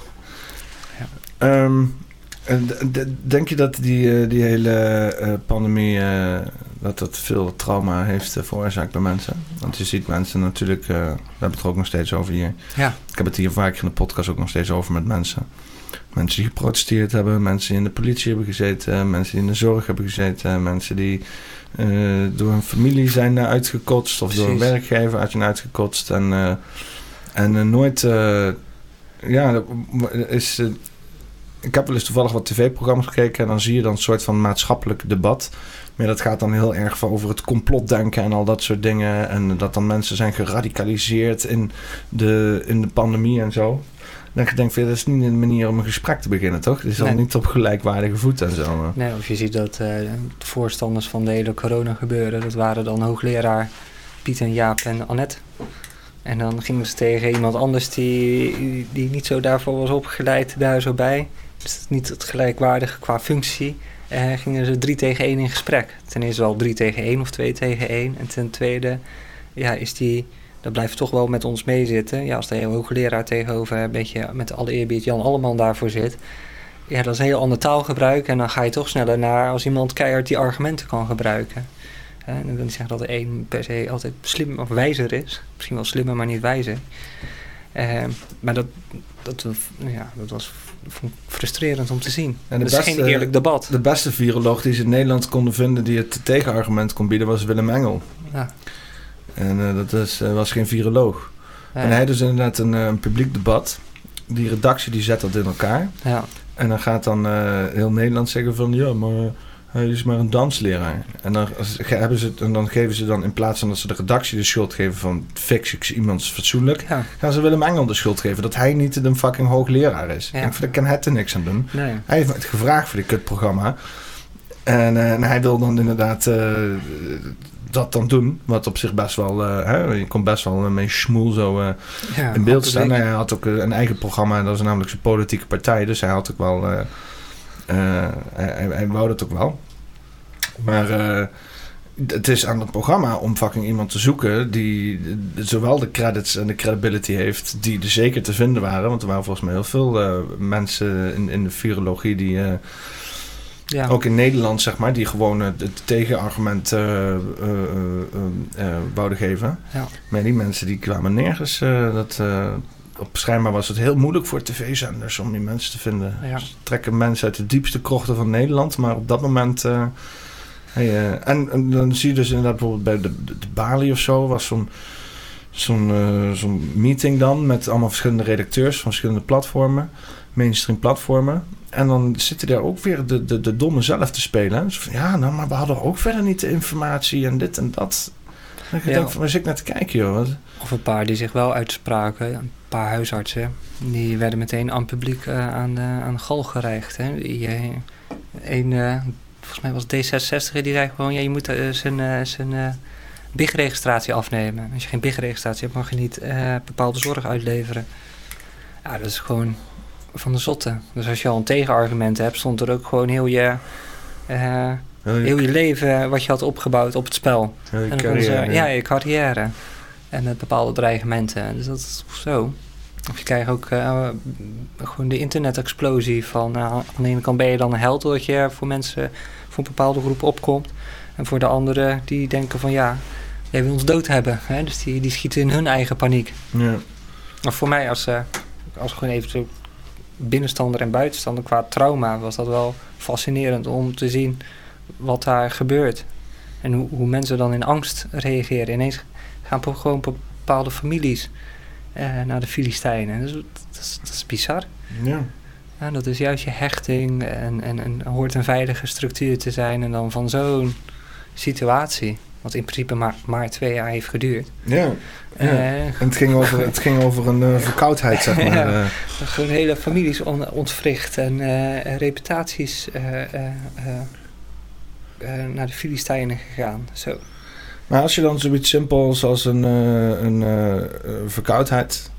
Denk je dat die hele pandemie dat veel trauma heeft veroorzaakt bij mensen? Want je ziet mensen natuurlijk, we hebben het er ook nog steeds over hier. Ja. Ik heb het hier vaak in de podcast ook nog steeds over met mensen. Mensen die geprotesteerd hebben, mensen die in de politie hebben gezeten, mensen die in de zorg hebben gezeten, mensen die door hun familie zijn uitgekotst of door een werkgever zijn uitgekotst. En nooit, ik heb wel eens toevallig wat tv-programma's gekeken en dan zie je dan een soort van maatschappelijk debat. Maar dat gaat dan heel erg over het complotdenken en al dat soort dingen. En dat dan mensen zijn geradicaliseerd in de pandemie en zo. Dan denk ik, dat is niet een manier om een gesprek te beginnen, toch? Het is al niet op gelijkwaardige voet en zo. Nee, of je ziet dat de voorstanders van de hele corona gebeuren, dat waren dan hoogleraar Piet en Jaap en Annette. En dan gingen ze tegen iemand anders die niet zo daarvoor was opgeleid daar zo bij. Dus niet het gelijkwaardige qua functie. Gingen ze 3 tegen 1 in gesprek. Ten eerste al 3 tegen 1 of 2 tegen 1. En ten tweede dat blijft toch wel met ons meezitten. Ja, als de hele hoogleraar tegenover een beetje met alle eerbied Jan Alleman daarvoor zit. Ja, dat is een heel ander taalgebruik. En dan ga je toch sneller naar als iemand keihard die argumenten kan gebruiken. En dat wil niet zeggen dat de een per se altijd slim of wijzer is. Misschien wel slimmer, maar niet wijzer. Maar dat was frustrerend om te zien. En dat is geen eerlijk debat. De beste viroloog die ze in Nederland konden vinden die het tegenargument kon bieden was Willem Engel. Ja. En was geen viroloog. Ja. En hij dus inderdaad een publiek debat. Die redactie die zet dat in elkaar. Ja. En dan gaat dan heel Nederland zeggen van ja, maar hij is maar een dansleraar. En dan geven ze dan in plaats van dat ze de redactie de schuld geven van fix ik iemand fatsoenlijk, gaan ze Willem Engel de schuld geven dat hij niet een fucking hoogleraar is. Ja. Ik kan het er niks aan doen. Nee. Hij heeft het gevraagd voor dit kutprogramma. En hij wil dan inderdaad dat dan doen. Wat op zich best wel... je kon best wel mee schmoel zo in beeld staan. Hij had ook een eigen programma. Dat was namelijk zijn politieke partij. Dus hij had ook wel... hij wou dat ook wel. Maar het is aan het programma om fucking iemand te zoeken die zowel de credits en de credibility heeft die er zeker te vinden waren. Want er waren volgens mij heel veel mensen in de virologie die... ook in Nederland, zeg maar, die gewoon het tegenargument wouden geven. Ja. Maar die mensen die kwamen nergens. Schijnbaar was het heel moeilijk voor tv-zenders om die mensen te vinden. Ja. Ze trekken mensen uit de diepste krochten van Nederland, maar op dat moment... en dan zie je dus inderdaad bijvoorbeeld bij de Bali of zo, was zo'n meeting dan met allemaal verschillende redacteurs van verschillende platformen, mainstream platformen. En dan zitten daar ook weer de domme zelf te spelen. Dus van, maar we hadden ook verder niet de informatie en dit en dat. Dan denk ik, waar zit ik naar te kijken, joh? Of een paar die zich wel uitspraken. Een paar huisartsen. Die werden meteen aan het publiek aan de galg gereikt. Hè. Volgens mij was D66, die zei gewoon... je moet zijn BIG-registratie afnemen. Als je geen BIG-registratie hebt, mag je niet bepaalde zorg uitleveren. Ja, dat is gewoon... van de zotte. Dus als je al een tegenargument hebt, stond er ook gewoon heel je leven wat je had opgebouwd op het spel. Je carrière. Je carrière. En met bepaalde dreigementen. Dus dat is zo. Of je krijgt ook gewoon de internet-explosie van... aan de ene kant ben je dan een held doordat je voor mensen, voor een bepaalde groep opkomt. En voor de anderen die denken van jij wil ons dood hebben. Hè? Dus die schieten in hun eigen paniek. Ja. Maar voor mij als gewoon even zo... binnenstander en buitenstander qua trauma was dat wel fascinerend om te zien wat daar gebeurt. En hoe mensen dan in angst reageren. Ineens gaan gewoon bepaalde families naar de Filistijnen. Dus dat is bizar. Ja. Ja, dat is juist je hechting en hoort een veilige structuur te zijn. En dan van zo'n situatie, wat in principe maar 2 jaar heeft geduurd. Ja. En het ging over een verkoudheid, zeg maar. Ja, gewoon hele families ontwricht en reputaties naar de Filistijnen gegaan. Zo. Maar als je dan zoiets simpels als een verkoudheid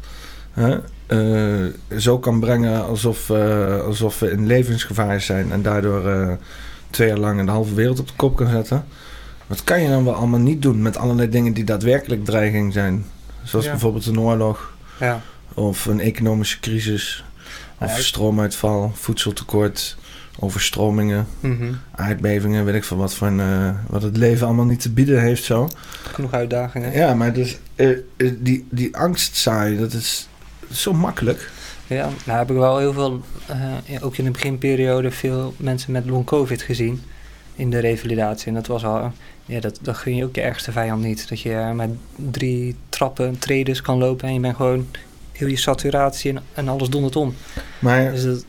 zo kan brengen alsof we in levensgevaar zijn en daardoor 2 jaar lang een halve wereld op de kop kan zetten. Wat kan je dan wel allemaal niet doen met allerlei dingen die daadwerkelijk dreiging zijn? Zoals bijvoorbeeld een oorlog. Ja. Of een economische crisis. Of stroomuitval, voedseltekort, overstromingen, aardbevingen, weet ik veel wat het leven allemaal niet te bieden heeft zo. Genoeg uitdagingen. Ja, maar dus die angstzaai, dat is zo makkelijk. Ja, nou heb ik wel heel veel, ook in de beginperiode, veel mensen met long-covid gezien in de revalidatie. En dat was al, dat gun je ook je ergste vijand niet. Dat je met 3 tredes kan lopen en je bent gewoon heel je saturatie en alles dondert om. Maar dus dat,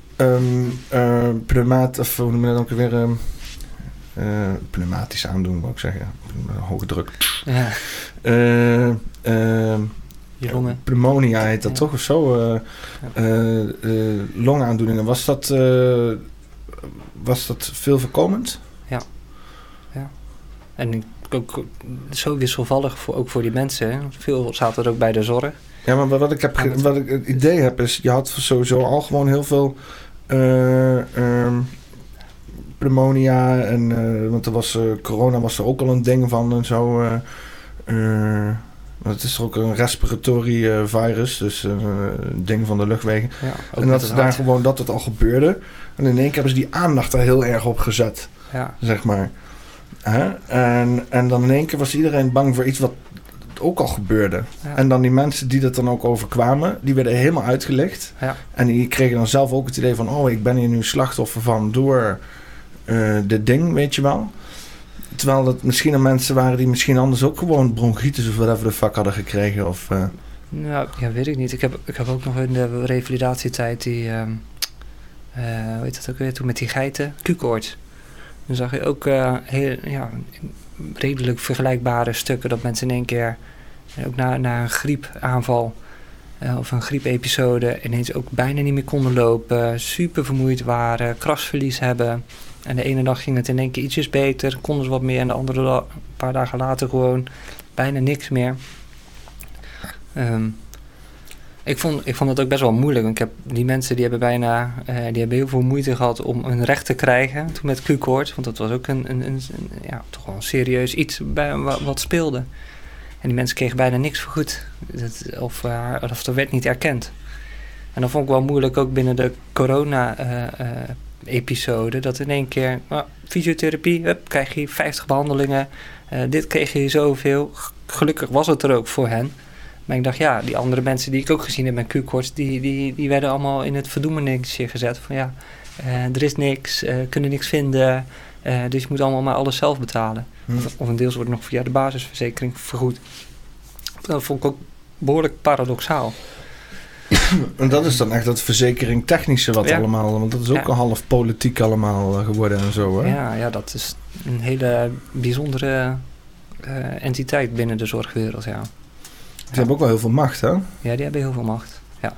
of hoe noem je dat ook weer? Pneumatisch aandoen, moet ik zeggen. Hoge druk. Ja. Je longen. Pneumonia heet dat toch of zo? Longaandoeningen. Was dat veel voorkomend? Ja. En ook zo wisselvallig ook voor die mensen. Hè. Veel zaten er ook bij de zorg. Ja, maar wat ik het idee heb is, je had sowieso al gewoon heel veel pneumonia en want er was corona was er ook al een ding van en zo. Het is ook een respiratory virus, dus een ding van de luchtwegen. Ja, en dat is daar gewoon dat het al gebeurde. En in één keer hebben ze die aandacht daar heel erg op gezet, zeg maar. En dan in één keer was iedereen bang voor iets wat ook al gebeurde. Ja. En dan die mensen die dat dan ook overkwamen, die werden helemaal uitgelicht. Ja. En die kregen dan zelf ook het idee van, ik ben hier nu slachtoffer van door dit ding, weet je wel. Terwijl dat misschien mensen waren die misschien anders ook gewoon bronchitis of whatever de fuck hadden gekregen. Of, Nou, ja, weet ik niet. Ik heb ook nog in de revalidatietijd die, hoe heet dat ook weer, toen met die geiten, Q-koorts. Dan zag je ook redelijk vergelijkbare stukken dat mensen in één keer, ook na een griepaanval of een griepepisode, ineens ook bijna niet meer konden lopen, super vermoeid waren, krasverlies hebben. En de ene dag ging het in één keer ietsjes beter, konden ze wat meer en de andere dag, een paar dagen later gewoon bijna niks meer. Ik vond het ook best wel moeilijk. Want die mensen die hebben heel veel moeite gehad om een recht te krijgen toen met Q-koorts. Want dat was ook toch wel een serieus iets wat speelde. En die mensen kregen bijna niks vergoed. Of dat werd niet erkend. En dat vond ik wel moeilijk ook binnen de corona-episode. Dat in één keer, fysiotherapie, krijg je 50 behandelingen. Dit kreeg je zoveel. Gelukkig was het er ook voor hen. Maar ik dacht, die andere mensen die ik ook gezien heb met Q-koorts, die werden allemaal in het verdoemenisje gezet. Van er is niks, kunnen niks vinden, dus je moet allemaal maar alles zelf betalen. Of een deels wordt nog via de basisverzekering vergoed. Dat vond ik ook behoorlijk paradoxaal. En dat is dan echt dat verzekering technische wat allemaal, want dat is ook een half politiek allemaal geworden en zo, hè? Ja, dat is een hele bijzondere entiteit binnen de zorgwereld, ja. Ze hebben ook wel heel veel macht, hè? Ja, die hebben heel veel macht, ja.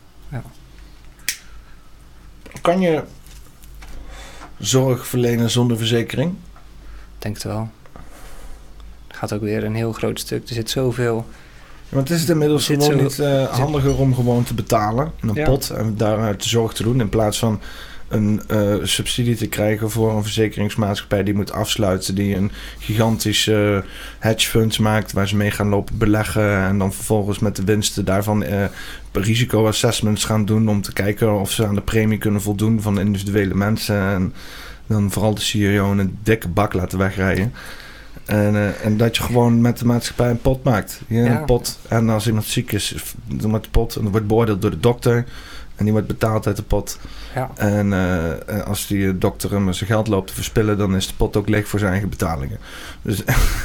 Kan je zorg verlenen zonder verzekering? Ik denk het wel. Er gaat ook weer een heel groot stuk. Er zit zoveel... Ja, want is het inmiddels gewoon niet handiger om gewoon te betalen in een pot en daaruit de zorg te doen in plaats van een subsidie te krijgen voor een verzekeringsmaatschappij die moet afsluiten, die een gigantische hedge funds maakt waar ze mee gaan lopen beleggen en dan vervolgens met de winsten daarvan risicoassessments gaan doen om te kijken of ze aan de premie kunnen voldoen van individuele mensen en dan vooral de CEO in een dikke bak laten wegrijden. En dat je gewoon met de maatschappij een pot maakt. Een pot. En als iemand ziek is, dan wordt de pot en dan wordt beoordeeld door de dokter. En die wordt betaald uit de pot. Ja. En als die dokter hem zijn geld loopt te verspillen, dan is de pot ook leeg voor zijn eigen betalingen. Dus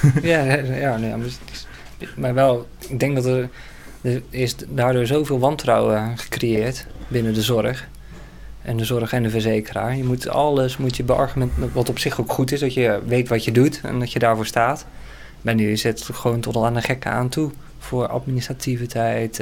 maar wel, ik denk dat er is daardoor zoveel wantrouwen gecreëerd binnen de zorg. En de zorg en de verzekeraar. Alles moet je beargumenteren, wat op zich ook goed is, dat je weet wat je doet en dat je daarvoor staat. Maar nu is het gewoon tot al aan de gekke aan toe. Voor administratieve tijd.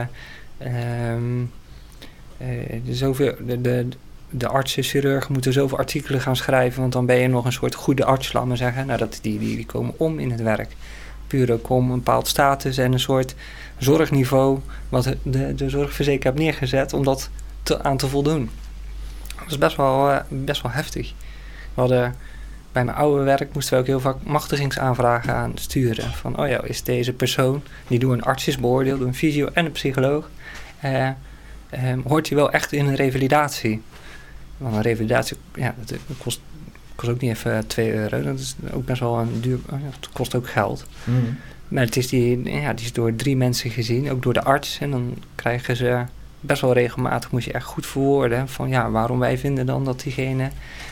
De artsen, chirurgen moeten zoveel artikelen gaan schrijven, want dan ben je nog een soort goede arts, laat maar zeggen. Nou, die komen om in het werk. Puur ook om een bepaald status en een soort zorgniveau wat de zorgverzekeraar heeft neergezet om dat aan te voldoen. Dat is best wel heftig. We hadden bij mijn oude werk moesten we ook heel vaak machtigingsaanvragen aan sturen. Van, is deze persoon die door een arts is beoordeeld, door een fysio en een psycholoog, hoort hij wel echt in een revalidatie? Want een revalidatie, dat kost ook niet even €2. Dat is ook best wel een duur, het kost ook geld. Mm. Maar het is die is door 3 mensen gezien, ook door de arts. En dan krijgen ze best wel regelmatig, moet je echt goed verwoorden, van waarom wij vinden dan dat diegene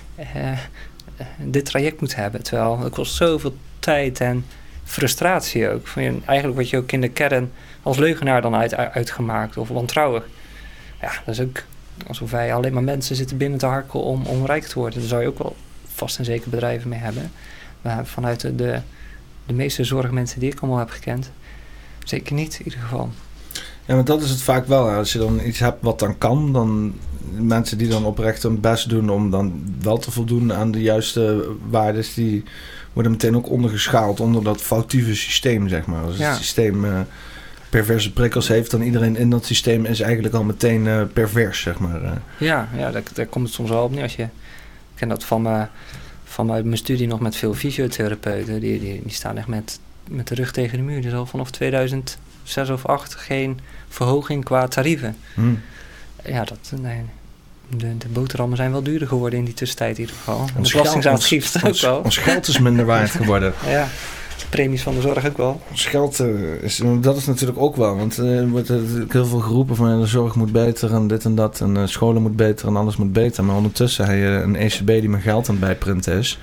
dit traject moet hebben. Terwijl het kost zoveel tijd en frustratie ook. Eigenlijk word je ook in de kern als leugenaar dan uitgemaakt of wantrouwig. Ja, dat is ook alsof wij alleen maar mensen zitten binnen te harken om rijk te worden. Daar zou je ook wel vast en zeker bedrijven mee hebben. Maar vanuit de meeste zorgmensen die ik allemaal heb gekend, zeker niet in ieder geval. Ja, maar dat is het vaak wel. Als je dan iets hebt wat dan kan, dan mensen die dan oprecht hun best doen om dan wel te voldoen aan de juiste waardes, die worden meteen ook ondergeschaald onder dat foutieve systeem, zeg maar. Als het systeem perverse prikkels heeft, dan iedereen in dat systeem is eigenlijk al meteen pervers, zeg maar. Ja, daar komt het soms wel op neer. Ik ken dat vanuit mijn studie nog met veel fysiotherapeuten. Die staan echt met de rug tegen de muur. Er is al vanaf 2006 of 2008 geen verhoging qua tarieven. Ja, De boterhammen zijn wel duurder geworden in die tussentijd in ieder geval. En Ons de belastingsaangifte ook wel. Ons geld is minder waard geworden. Ja, de premies van de zorg ook wel. Ons geld dat is natuurlijk ook wel. Want er wordt heel veel geroepen van de zorg moet beter en dit en dat. En scholen moet beter en alles moet beter. Maar ondertussen heb je een ECB die mijn geld aan het bijprinten is.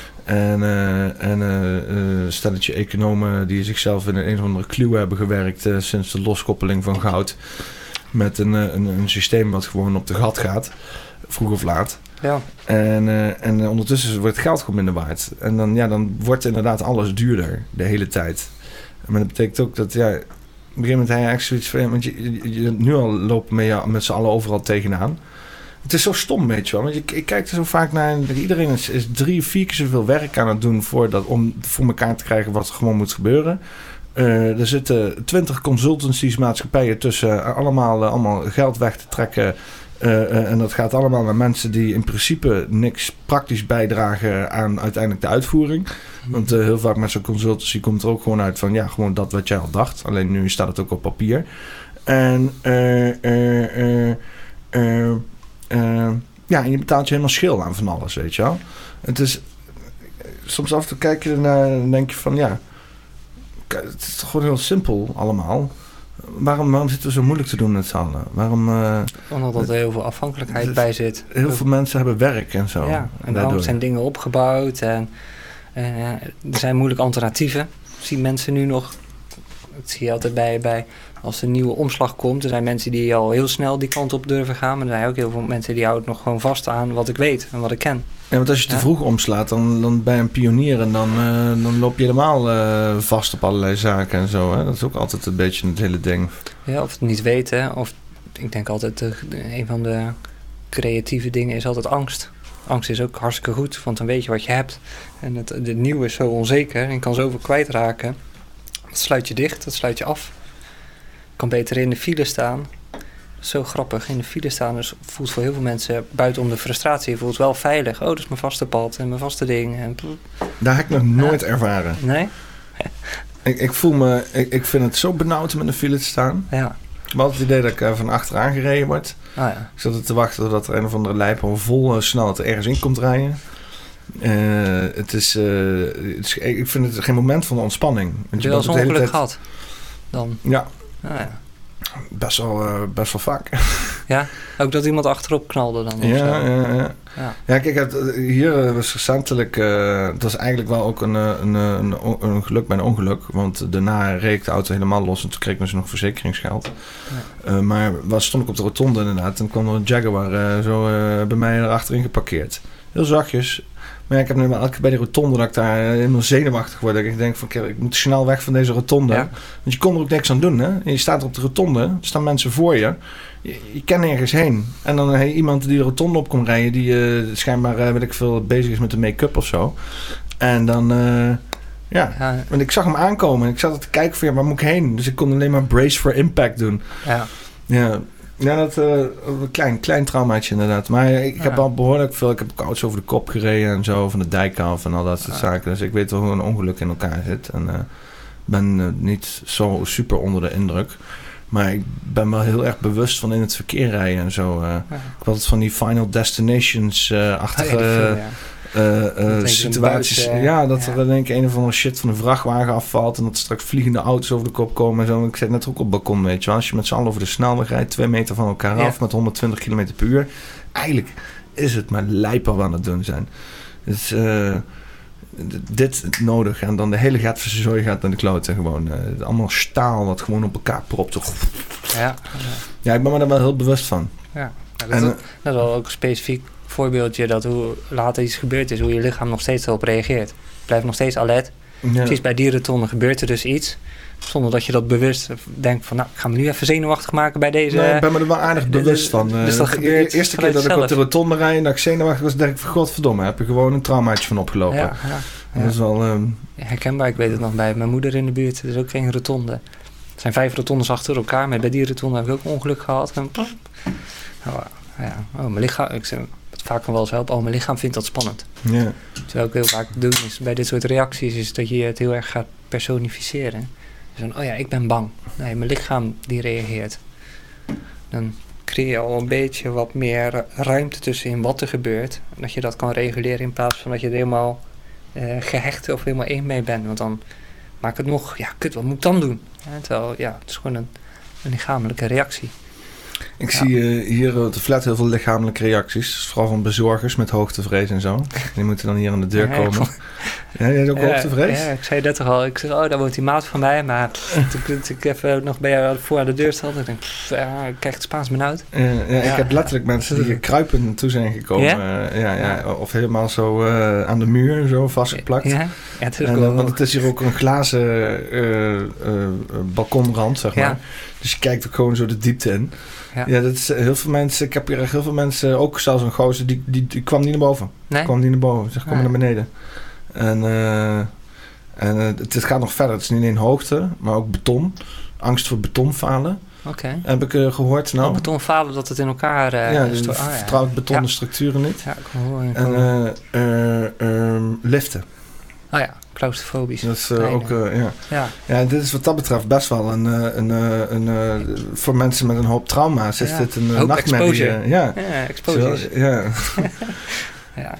En stelletje economen die zichzelf in een of andere kluw hebben gewerkt sinds de loskoppeling van goud. Met een systeem wat gewoon op de gat gaat. Vroeg of laat. Ja. En ondertussen wordt het geld gewoon minder waard. En dan wordt inderdaad alles duurder de hele tijd. Maar dat betekent ook dat op een gegeven moment hij eigenlijk zoiets van... want je nu al lopen met z'n allen overal tegenaan. Het is zo stom, weet je wel. Want ik kijk er zo vaak naar... Iedereen is 3-4 keer zoveel werk aan het doen om voor elkaar te krijgen wat er gewoon moet gebeuren. Er zitten 20 consultancies, maatschappijen tussen allemaal geld weg te trekken. En dat gaat allemaal naar mensen die in principe niks praktisch bijdragen aan uiteindelijk de uitvoering. Want heel vaak met zo'n consultancy komt er ook gewoon uit van gewoon dat wat jij al dacht. Alleen nu staat het ook op papier. En en je betaalt je helemaal schil aan van alles, weet je wel. Het is soms af en toe kijk je ernaar en denk je van het is toch gewoon heel simpel allemaal. Waarom zitten we zo moeilijk te doen met z'n allen? Omdat er heel veel afhankelijkheid bij zit. Heel veel mensen hebben werk en zo. Ja, en daarom zijn dingen opgebouwd. En er zijn moeilijke alternatieven. Zien mensen nu nog... Dat zie je altijd bij als er een nieuwe omslag komt. Er zijn mensen die al heel snel die kant op durven gaan. Maar er zijn ook heel veel mensen die houden nog gewoon vast aan wat ik weet en wat ik ken. Ja, want als je te vroeg omslaat, dan ben je een pionier en dan loop je helemaal vast op allerlei zaken en zo. Hè? Dat is ook altijd een beetje het hele ding. Ja, of het niet weten. Of ik denk altijd, een van de creatieve dingen is altijd angst. Angst is ook hartstikke goed, want dan weet je wat je hebt. En het nieuwe is zo onzeker en kan zoveel kwijtraken. Dat sluit je dicht, dat sluit je af. Je kan beter in de file staan. Zo grappig, in de file staan voelt voor heel veel mensen buitenom de frustratie, voelt wel veilig. Oh, dat is mijn vaste pad en mijn vaste ding. En daar heb ik nog nooit ervaren. Nee? Ik vind het zo benauwd om in de file te staan. Ja. Ik heb altijd het idee dat ik van achteraan gereden word. Oh, ja. Ik zat er te wachten dat er een of andere lijp vol snelheid ergens in komt rijden. Ik vind het geen moment van de ontspanning. Heb je wel eens een ongeluk gehad? Dan? Ja. Oh, ja. Best wel vaak. Ja? Ook dat iemand achterop knalde dan? Ja, kijk, hier was recentelijk... het was eigenlijk wel ook een geluk bij een ongeluk. Want daarna reed de auto helemaal los en toen kreeg ik dus nog verzekeringsgeld. Ja. Maar stond ik op de rotonde inderdaad. En kwam er een Jaguar bij mij erachterin geparkeerd. Heel zachtjes. Maar ik heb nu wel elke keer bij de rotonde dat ik daar helemaal zenuwachtig word. Dat ik denk van, ik moet snel weg van deze rotonde. Ja. Want je kon er ook niks aan doen. Hè? Je staat er op de rotonde, er staan mensen voor je. Je kan nergens heen. En dan iemand die de rotonde op komt rijden, die schijnbaar, weet ik veel, bezig is met de make-up of zo. En dan, want ik zag hem aankomen. En ik zat er te kijken van, waar moet ik heen? Dus ik kon alleen maar brace for impact doen. Ja, dat een klein traumaatje inderdaad. Maar ik heb al behoorlijk veel... Ik heb kouds over de kop gereden en zo, van de dijk af en al dat soort zaken. Dus ik weet wel hoe een ongeluk in elkaar zit. En ben niet zo super onder de indruk. Maar ik ben wel heel erg bewust van in het verkeer rijden en zo. Ik heb altijd van die Final Destinations-achtige... situaties. Dat er denk ik een of andere shit van een vrachtwagen afvalt en dat er straks vliegende auto's over de kop komen en zo. Ik zit net ook op het balkon, weet je wel. Als je met z'n allen over de snelweg rijdt, 2 meter van elkaar af met 120 km per uur. Eigenlijk is het maar lijp wat we aan het doen zijn. Dus dit nodig en dan de hele gatverzooi gaat naar de kloten gewoon. Allemaal staal wat gewoon op elkaar propt. Ja, ik ben me daar wel heel bewust van. Ja, dat is wel ook een specifiek voorbeeldje dat hoe later iets gebeurd is, hoe je lichaam nog steeds erop reageert. Je blijft nog steeds alert. Ja. Precies bij dierentonnen gebeurt er dus iets, zonder dat je dat bewust denkt van, ik ga me nu even zenuwachtig maken bij deze... Nee, ik ben me er wel aardig bewust van. Dus dat gebeurt de eerste keer dat ik op de rotonde rijd en dat ik zenuwachtig was, denk ik van, godverdomme, heb je gewoon een traumaatje van opgelopen. Ja. Dat is wel... herkenbaar, ik weet het nog bij mijn moeder in de buurt, er is ook geen rotonde. Er zijn 5 rotondes achter elkaar, maar bij die rotonde heb ik ook een ongeluk gehad. En mijn lichaam... Ik zeg, vaak kan wel eens helpen. Mijn lichaam vindt dat spannend. Ja. Terwijl ik heel vaak doe is bij dit soort reacties is dat je het heel erg gaat personificeren. Dus dan, ik ben bang. Nee, mijn lichaam die reageert. Dan creëer je al een beetje wat meer ruimte tussenin wat er gebeurt. En dat je dat kan reguleren in plaats van dat je er helemaal gehecht of helemaal één mee bent. Want dan maakt het nog, wat moet ik dan doen? Terwijl, het is gewoon een lichamelijke reactie. Ik zie hier op de flat heel veel lichamelijke reacties. Vooral van bezorgers met hoogtevrees en zo. Die moeten dan hier aan de deur komen. Ja, jij hebt ook hoogtevrees? Ja, ik zei net toch al. Ik zeg, daar woont die maat van mij. Maar toen ik even nog bij jou voor aan de deur stond. Ik denk, ik krijg het Spaans benauwd. Ik heb letterlijk mensen die kruipend naartoe zijn gekomen. Of helemaal zo aan de muur zo vastgeplakt. Ja, het is want het is hier ook een glazen balkonrand, zeg maar. Dus je kijkt ook gewoon zo de diepte in. Ja, dat is heel veel mensen. Ik heb hier echt heel veel mensen, ook zelfs een gozer, die kwam niet naar boven. Nee? Kwam niet naar boven. Zeg, kom maar naar beneden. En het gaat nog verder. Het is niet alleen hoogte, maar ook beton. Angst voor betonfalen. Oké. Heb ik gehoord. Nou, betonfalen, dat het in elkaar... vertrouwt betonnen structuren niet. Ja, ik hoor. En liften. Oh ja, claustrofobisch. Dat is ook, Ja, dit is wat dat betreft best wel voor mensen met een hoop trauma's is dit een nachtmerrie. Exposures. Ja.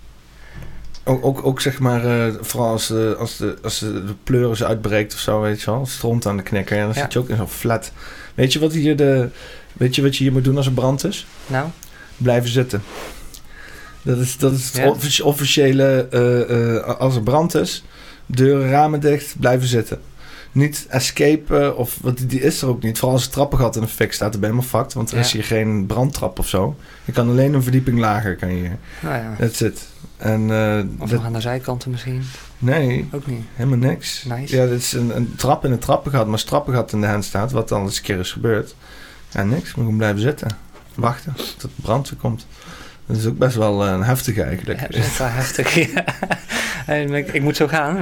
Ook zeg maar, vooral als de pleuris uitbreekt of zo, weet je wel, stront aan de knikker. En dan zit je ook in zo'n flat. Weet je wat je hier moet doen als er brand is? Nou? Blijven zitten. Dat is het officiële, als er brand is, deuren, ramen dicht, blijven zitten. Niet escape, die is er ook niet. Vooral als het trappengat in de fik staat, dan ben je helemaal fucked. Want er is hier geen brandtrap of zo. Je kan alleen een verdieping lager, kan je hier. That's it. Of nog aan de zijkanten misschien? Nee, ook niet. Helemaal niks. Nice. Ja, dit is een trap in het trappengat. Maar als het trappengat in de hand staat, wat dan eens een keer is gebeurd. Ja, niks. Maar gewoon blijven zitten. Wachten tot de brand weer komt. Dat is ook best wel heftig eigenlijk. Ja, dat is wel heftig, ja. Ik moet zo gaan.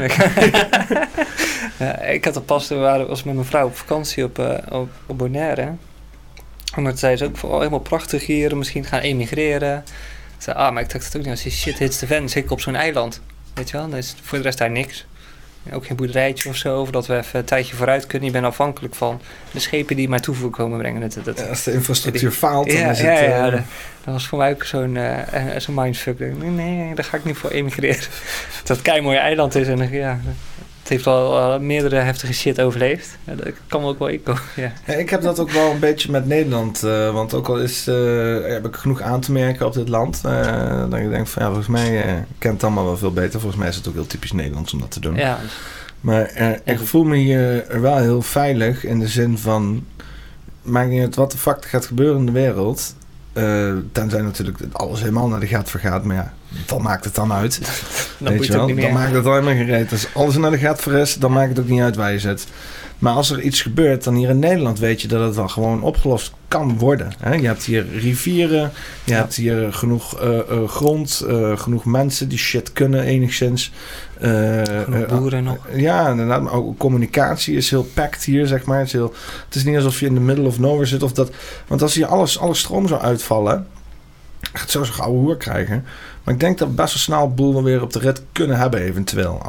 Ik had pas, was met mijn vrouw op vakantie op Bonaire. En toen zei ze ook, helemaal prachtig hier, misschien gaan emigreren. Ik zei, maar ik dacht het ook niet, als je shit hits the fan, zeker op zo'n eiland. Weet je wel, dan is voor de rest daar niks. Ook geen boerderijtje of zo, of dat we even een tijdje vooruit kunnen. Je bent afhankelijk van de schepen die maar toevoer komen brengen. Als de infrastructuur faalt, dan is het... dat was voor mij ook zo'n mindfuck. Nee, daar ga ik niet voor emigreren. Dat het een mooie eiland is en het heeft al meerdere heftige shit overleefd. Dat kan me ook wel inkomen. Ja, ik heb dat ook wel een beetje met Nederland. Want ook al heb ik genoeg aan te merken op dit land. Dat ik denk van volgens mij kent het allemaal wel veel beter. Volgens mij is het ook heel typisch Nederlands om dat te doen. Ja. Maar ik voel me hier wel heel veilig in de zin van... maakt niet uit wat de fuck gaat gebeuren in de wereld. Tenzij natuurlijk alles helemaal naar de gat vergaat. Maar dan maakt het dan uit. Dan weet je wel? Dan maakt het helemaal geen reet. Als alles naar de gat is, dan maakt het ook niet uit waar je zit. Maar als er iets gebeurt, dan hier in Nederland weet je dat het wel gewoon opgelost kan worden. Hè? Je hebt hier rivieren, je hebt hier genoeg grond, genoeg mensen die shit kunnen enigszins. Genoeg boeren nog. Ja, inderdaad. Maar ook communicatie is heel packed hier, zeg maar. Het is niet alsof je in the middle of nowhere zit. Want als hier alle stroom zou uitvallen, het zou zo'n gouden hoer krijgen. Maar ik denk dat we best wel snel de boel wel weer op de rit kunnen hebben eventueel.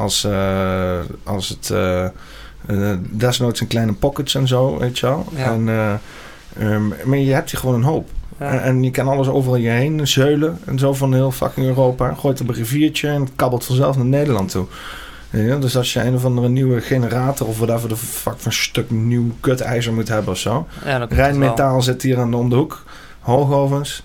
Als het... desnoods in kleine pockets en zo, weet je wel. Ja. Maar je hebt hier gewoon een hoop. Ja. En je kan alles overal je heen zeulen en zo van heel fucking Europa. Gooit op een riviertje en het kabbelt vanzelf naar Nederland toe. Ja, dus als je een of andere nieuwe generator of whatever de fuck van stuk nieuw kutijzer moet hebben of zo. Ja, Rijnmetaal zit hier om de hoek. Hoogovens.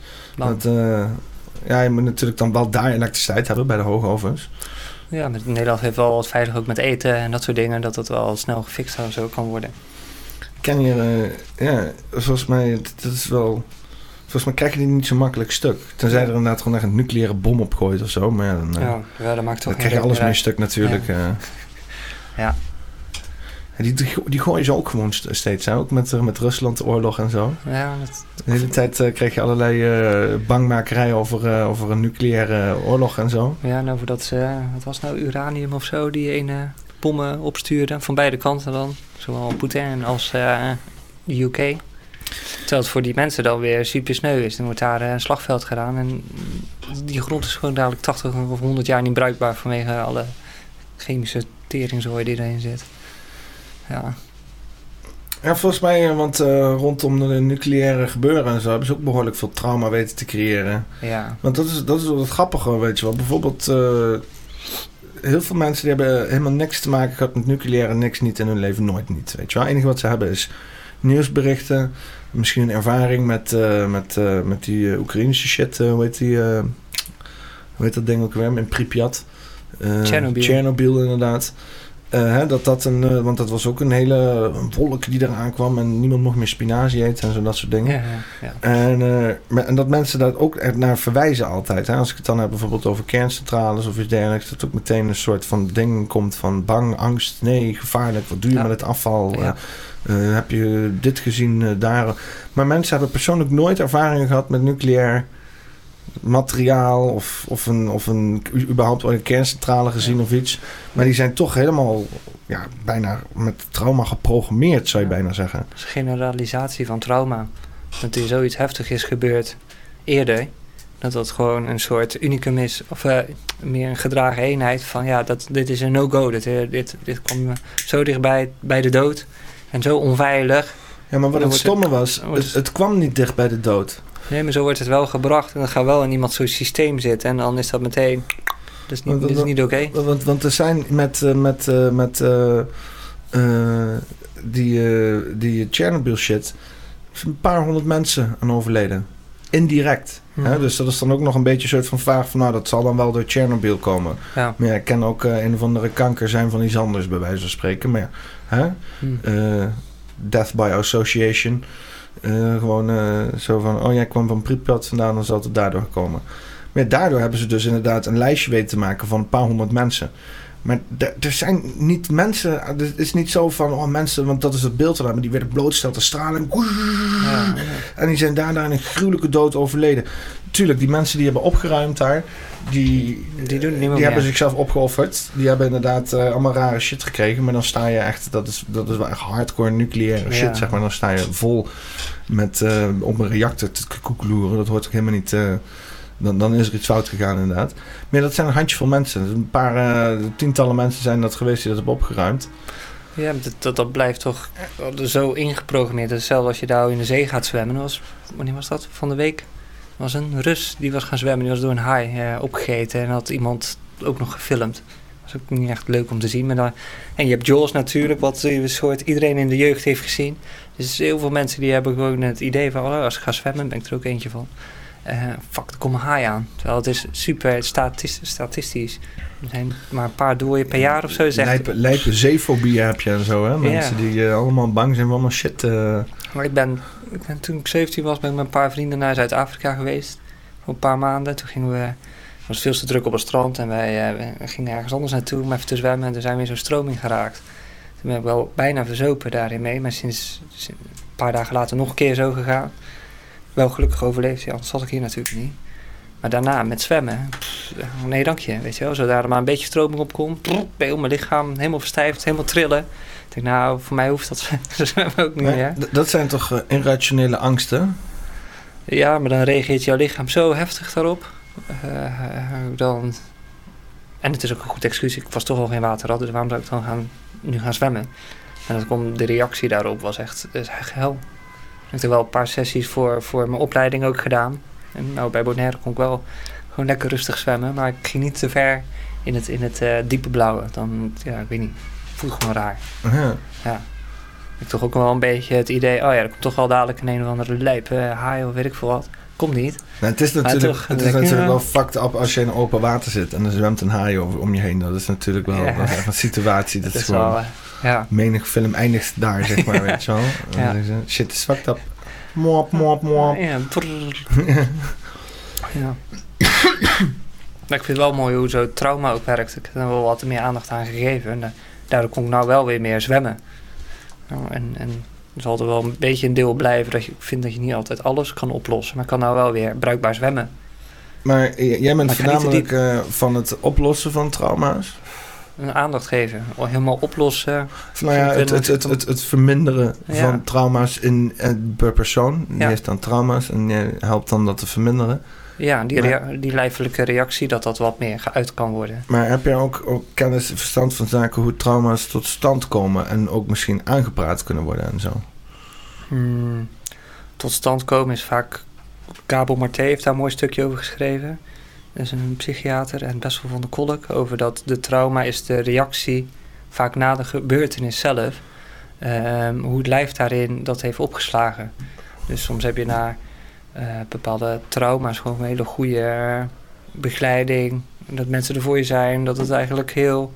Je moet natuurlijk dan wel daar elektriciteit hebben bij de hoogovens. Ja, Nederland heeft wel wat veilig ook met eten en dat soort dingen. Dat het wel snel gefixt zo kan worden. Ik ken hier, volgens mij, dat is wel... Volgens mij krijg je die niet zo makkelijk stuk. Tenzij er inderdaad gewoon echt een nucleaire bom opgooit of zo. Maar dat maakt toch dan krijg je alles mee stuk natuurlijk. Ja. Die gooien ze ook gewoon steeds. Hè? Ook met Rusland de oorlog en zo. Ja, de hele tijd kreeg je allerlei bangmakerij over een nucleaire oorlog en zo. Ja, nou voordat ze... wat was nou, uranium of zo? Die ene bommen opstuurden. Van beide kanten dan. Zowel Poetin als de UK. Terwijl het voor die mensen dan weer super sneu is. Dan wordt daar een slagveld gedaan. En die grond is gewoon dadelijk 80 of 100 jaar niet bruikbaar vanwege alle chemische teringzooi die erin zit. Ja. Ja, volgens mij, want rondom de nucleaire gebeuren en zo hebben ze ook behoorlijk veel trauma weten te creëren. Ja. Want dat is wel het grappige, weet je wel. Bijvoorbeeld, heel veel mensen die hebben helemaal niks te maken gehad met nucleaire, niks niet in hun leven, nooit niet. Weet je wel. Het enige wat ze hebben is nieuwsberichten, misschien een ervaring met die Oekraïnse shit, hoe heet dat ding ook weer, in Pripyat. Tsjernobyl inderdaad. Want dat was ook een hele wolk die eraan kwam en niemand mocht meer spinazie eten en zo, dat soort dingen. Ja. En dat mensen daar ook naar verwijzen altijd. Hè? Als ik het dan heb bijvoorbeeld over kerncentrales of iets dergelijks, dat ook meteen een soort van ding komt van bang, angst, nee, gevaarlijk, wat doe je met het afval? Ja. Heb je dit gezien daar? Maar mensen hebben persoonlijk nooit ervaring gehad met nucleair materiaal of überhaupt een kerncentrale gezien of iets. Maar die zijn toch helemaal bijna met trauma geprogrammeerd, zou je bijna zeggen. Dat is een generalisatie van trauma. Dat er zoiets heftig is gebeurd eerder. Dat gewoon een soort unicum is. Of meer een gedragen eenheid van dit is een no-go. Dit kwam zo dichtbij bij de dood. En zo onveilig. Ja, maar wat het stomme was, het kwam niet dicht bij de dood. Nee, maar zo wordt het wel gebracht. En dan gaat wel in iemand zo'n systeem zitten. En dan is dat meteen... Dat is niet oké. Want er zijn met die Chernobyl shit een paar honderd mensen aan overleden. Indirect. Hmm. Hè? Dus dat is dan ook nog een beetje een soort van vraag van dat zal dan wel door Chernobyl komen. Ja. Maar ik ken ook een of andere kanker zijn van iets anders bij wijze van spreken. Maar death by association. Gewoon zo van, jij kwam van Pripyat vandaan, dan zal het daardoor komen. Maar daardoor hebben ze dus inderdaad een lijstje weten te maken van een paar honderd mensen. Maar er zijn niet mensen, het is niet zo van, mensen, want dat is het beeld eraan, maar die werden blootgesteld aan straling. Ja. En die zijn daarna in een gruwelijke dood overleden. Tuurlijk, die mensen die hebben opgeruimd daar, die hebben zichzelf opgeofferd. Die hebben inderdaad allemaal rare shit gekregen. Maar dan sta je echt, dat is wel echt hardcore nucleaire shit, zeg maar. Dan sta je vol met op een reactor te koekeloeren. Dat hoort ook helemaal niet... Dan is er iets fout gegaan inderdaad. Maar dat zijn een handjevol mensen. Een paar tientallen mensen zijn dat geweest die dat hebben opgeruimd. Ja, dat blijft toch zo ingeprogrammeerd. Hetzelfde als je daar in de zee gaat zwemmen. Wanneer was dat? Van de week? Er was een Rus die was gaan zwemmen. Die was door een haai opgegeten. En had iemand ook nog gefilmd. Dat was ook niet echt leuk om te zien. En je hebt Jaws natuurlijk. Wat een soort iedereen in de jeugd heeft gezien. Dus heel veel mensen die hebben gewoon het idee van... als ik ga zwemmen ben ik er ook eentje van. Er komt een haai aan. Terwijl het is super statistisch. Er zijn maar een paar dooien per jaar of zo. Lijpe zeefobie heb je en zo, hè? Mensen die allemaal bang zijn van allemaal shit. Maar toen ik 17 was, ben ik met een paar vrienden naar Zuid-Afrika geweest. Voor een paar maanden. Toen gingen we... Het was veel te druk op het strand en wij gingen ergens anders naartoe om even te zwemmen. En toen zijn we in zo'n stroming geraakt. Toen ben ik wel bijna verzopen daarin mee. Maar sinds een paar dagen later nog een keer zo gegaan. Wel gelukkig overleefd, anders zat ik hier natuurlijk niet. Maar daarna met zwemmen, nee dank je, weet je wel. Zodra er maar een beetje stroming op komt, bij heel mijn lichaam helemaal verstijfd, helemaal trillen. Ik denk, voor mij hoeft dat zwemmen ook niet meer. Dat zijn toch irrationele angsten? Ja, maar dan reageert jouw lichaam zo heftig daarop. En het is ook een goed excuus, ik was toch al geen water dus waarom zou ik dan nu gaan zwemmen? En de reactie daarop was echt hel. Ik heb er wel een paar sessies voor mijn opleiding ook gedaan. En bij Bonaire kon ik wel gewoon lekker rustig zwemmen. Maar ik ging niet te ver in het diepe blauwe. Dan, ik weet niet. Voelt gewoon raar. Ja. Ik heb toch ook wel een beetje het idee... er komt toch wel dadelijk een of andere lijp haai of weet ik veel wat. Komt niet. Nou, het is natuurlijk wel fucked up als je in open water zit... en er zwemt een haai om je heen. Dat is natuurlijk wel een situatie. Dat is gewoon... menig film eindigt daar, zeg maar, weet je wel. Shit is fucked up. Moop. Ja. Ja. Ik vind het wel mooi hoe zo'n trauma ook werkt. Ik heb er wel wat meer aandacht aan gegeven. En daardoor kon ik nou wel weer meer zwemmen. En er zal er wel een beetje een deel blijven dat ik vind dat je niet altijd alles kan oplossen. Maar ik kan nou wel weer bruikbaar zwemmen. Maar jij bent voornamelijk van het oplossen van trauma's? Een aandacht geven. Helemaal oplossen. Nou ja, het verminderen van trauma's per persoon. Die heeft dan trauma's en je helpt dan dat te verminderen. Ja, die lijfelijke reactie, dat wat meer geuit kan worden. Maar heb je ook kennis en verstand van zaken hoe trauma's tot stand komen en ook misschien aangepraat kunnen worden en zo? tot stand komen is vaak... Gabor Maté heeft daar een mooi stukje over geschreven. Dat is een psychiater en Bessel van der Kolk... over dat de trauma is de reactie... vaak na de gebeurtenis zelf... hoe het lijf daarin dat heeft opgeslagen. Dus soms heb je na bepaalde trauma's... gewoon een hele goede begeleiding... dat mensen er voor je zijn... dat het eigenlijk heel...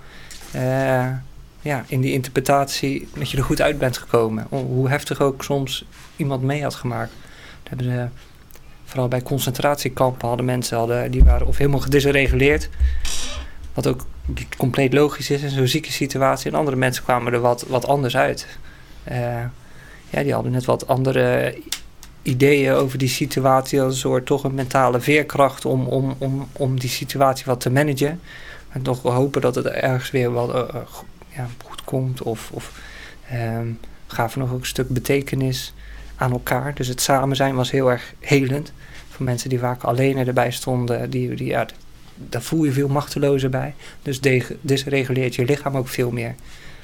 in die interpretatie... dat je er goed uit bent gekomen. Hoe heftig ook soms iemand mee had gemaakt. Dat hebben ze... Vooral bij concentratiekampen hadden mensen... die waren of helemaal gedisreguleerd... wat ook compleet logisch is in zo'n zieke situatie. En andere mensen kwamen er wat anders uit. Die hadden net wat andere ideeën over die situatie... als een soort toch een mentale veerkracht... om die situatie wat te managen. En toch hopen dat het ergens weer wat goed komt. Of gaven nog ook een stuk betekenis aan elkaar. Dus het samen zijn was heel erg helend. Voor mensen die vaak alleen erbij stonden... daar voel je veel machtelozer bij. Dus dysreguleert je lichaam ook veel meer.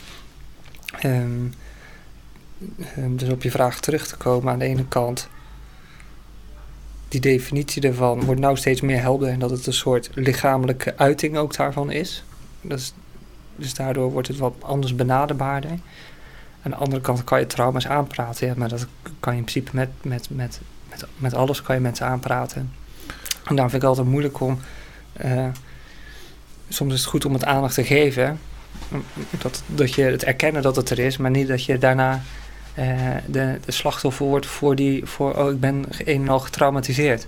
Dus op je vraag terug te komen aan de ene kant... die definitie ervan wordt nou steeds meer helder... en dat het een soort lichamelijke uiting ook daarvan is. Dus daardoor wordt het wat anders benaderbaarder. Aan de andere kant kan je trauma's aanpraten. Ja, maar dat kan je in principe met alles kan je mensen aanpraten. En daarom vind ik het altijd moeilijk om... soms is het goed om het aandacht te geven. Dat je het erkennen dat het er is. Maar niet dat je daarna de slachtoffer wordt voor ik ben een en al getraumatiseerd.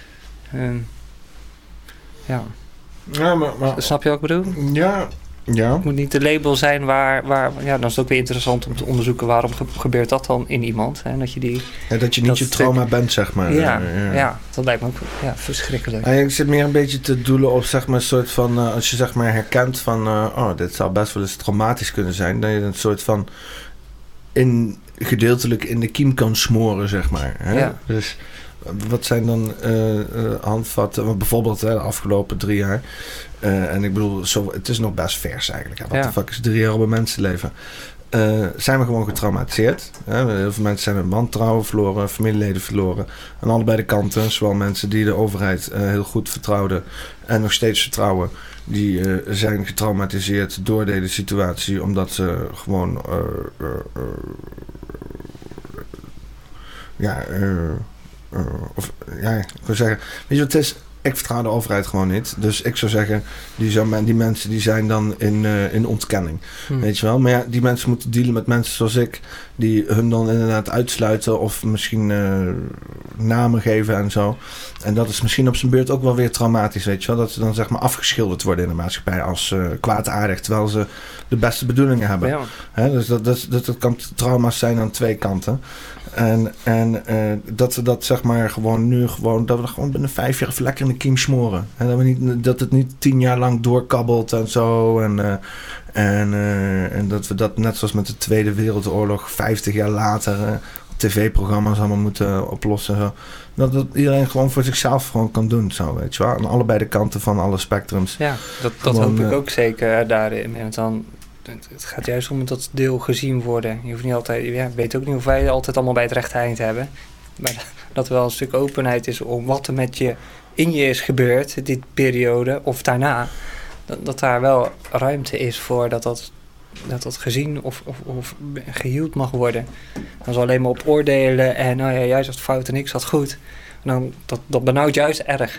Ja, maar snap je wat ik bedoel? Ja. Het moet niet de label zijn waar dan is het ook weer interessant om te onderzoeken waarom gebeurt dat dan in iemand. Hè? Dat je niet je trauma bent, zeg maar. Ja, dat lijkt me ook verschrikkelijk. En ik zit meer een beetje te doelen op, zeg maar, een soort van, als je zeg maar herkent van, dit zou best wel eens traumatisch kunnen zijn, dat je een soort van gedeeltelijk in de kiem kan smoren, zeg maar. Hè? Ja. Dus wat zijn dan handvatten, bijvoorbeeld de afgelopen 3 jaar... en ik bedoel, het is nog best vers eigenlijk. Wat de fuck is 3 jaar op een mensenleven? Zijn we gewoon getraumatiseerd. Heel veel mensen zijn hun wantrouwen verloren, familieleden verloren. Aan allebei de kanten, zowel mensen die de overheid heel goed vertrouwden... en nog steeds vertrouwen, die zijn getraumatiseerd door deze situatie... omdat ze gewoon... ik wil zeggen... Weet je wat het is? Ik vertrouw de overheid gewoon niet. Dus ik zou zeggen, die mensen die zijn dan in ontkenning. Weet je wel? Maar ja, die mensen moeten dealen met mensen zoals ik... die hun dan inderdaad uitsluiten... of misschien namen geven en zo. En dat is misschien op zijn beurt ook wel weer traumatisch, weet je wel? Dat ze dan zeg maar afgeschilderd worden in de maatschappij... als kwaadaardig, terwijl ze de beste bedoelingen hebben. Ja. Dus dat kan trauma's zijn aan 2 kanten. En dat we dat zeg maar dat we gewoon binnen 5 jaar even lekker in de kiem smoren. En dat het niet 10 jaar lang doorkabbelt en zo. En dat we dat net zoals met de Tweede Wereldoorlog 50 jaar later tv-programma's allemaal moeten oplossen. Zo. Dat iedereen gewoon voor zichzelf gewoon kan doen. Zo, weet je wel? Aan allebei de kanten van alle spectrums. Ja, dat hoop ik ook zeker daarin. En het gaat juist om dat deel gezien worden. Je hoeft niet altijd, weet ook niet of wij altijd allemaal bij het rechte eind hebben. Maar dat er wel een stuk openheid is om wat er met je in je is gebeurd, die periode, of daarna. Dat daar wel ruimte is voor dat gezien of gehield mag worden. Dan zal alleen maar op oordelen en jij zat fout en ik zat goed. En dan, dat benauwt juist erg.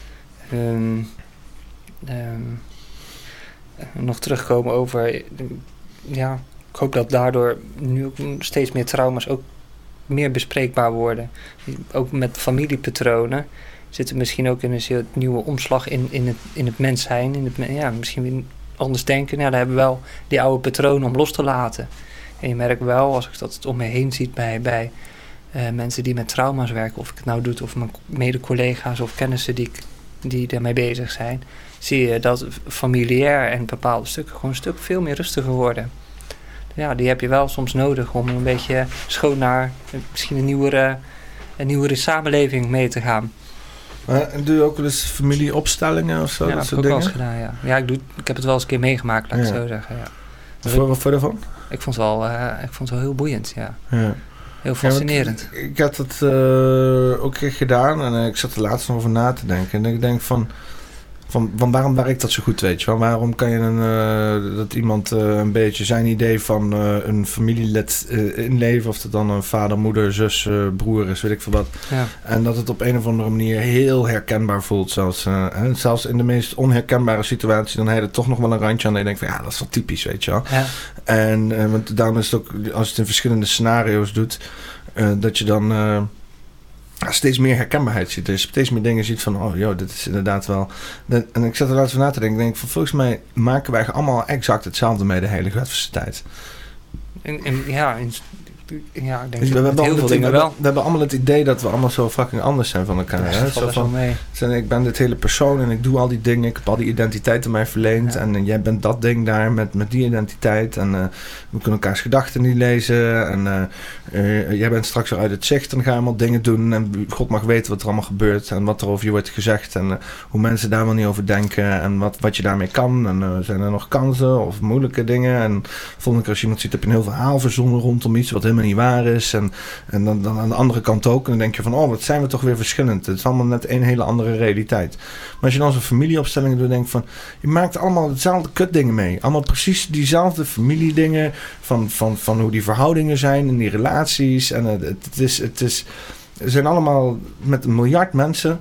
Nog terugkomen over... ik hoop dat daardoor nu ook steeds meer trauma's ook meer bespreekbaar worden. Ook met familiepatronen zitten misschien ook in een soort nieuwe omslag in het mens zijn. Misschien weer anders denken. Ja, daar hebben we wel die oude patronen om los te laten. En je merkt wel, als ik dat om me heen zie bij mensen die met trauma's werken, of ik het nou doe, of mijn mede-collega's of kennissen die daarmee bezig zijn, zie je dat familiair en bepaalde stukken gewoon een stuk veel meer rustiger worden. Ja, die heb je wel soms nodig om een beetje schoon naar misschien een nieuwere samenleving mee te gaan. En doe je ook wel eens familieopstellingen of zo? Ja, dat heb ik ook wel eens gedaan, ja. Ja, ik heb het wel eens een keer meegemaakt, laat ik zo zeggen. Ja. Wat vond je daarvan? Ik vond het wel heel boeiend, ja. Heel fascinerend. Ja, ik had het ook echt gedaan en ik zat er laatst nog over na te denken. En ik denk van waarom werkt dat zo goed, weet je wel? Waarom kan je dat iemand een beetje zijn idee van een familielid inleven, of het dan een vader, moeder, zus, broer is, weet ik veel wat. Ja. En dat het op een of andere manier heel herkenbaar voelt. Zelfs in de meest onherkenbare situatie, dan heb je er toch nog wel een randje aan en je denkt van ja, dat is wel typisch, weet je wel. Ja. En want daarom is het ook, als je het in verschillende scenario's doet, dat je dan steeds meer herkenbaarheid ziet. Dus steeds meer dingen ziet van, oh joh, dit is inderdaad wel. En ik zat er laatst van na te denken. Ik denk van, volgens mij maken wij allemaal exact hetzelfde mee de hele universiteit. Ik denk dat heel veel dingen wel. We hebben allemaal het idee dat we allemaal zo fucking anders zijn van elkaar. Hè? Zo van, ik ben dit hele persoon en ik doe al die dingen. Ik heb al die identiteiten mij verleend. Ja. En jij bent dat ding daar met die identiteit. En we kunnen elkaars gedachten niet lezen. En jij bent straks weer uit het zicht. En dan ga je allemaal dingen doen. En God mag weten wat er allemaal gebeurt. En wat er over je wordt gezegd. En hoe mensen daar wel niet over denken. En wat je daarmee kan. En zijn er nog kansen of moeilijke dingen. En volgende keer als je iemand ziet, heb je een heel verhaal verzonnen rondom iets wat helemaal niet waar is. En dan aan de andere kant ook. En dan denk je van, wat zijn we toch weer verschillend. Het is allemaal net een hele andere realiteit. Maar als je dan zo'n familieopstelling doet, denk je van, je maakt allemaal hetzelfde kutdingen mee. Allemaal precies diezelfde familiedingen. Van hoe die verhoudingen zijn en die relaties. En het zijn allemaal met 1 miljard mensen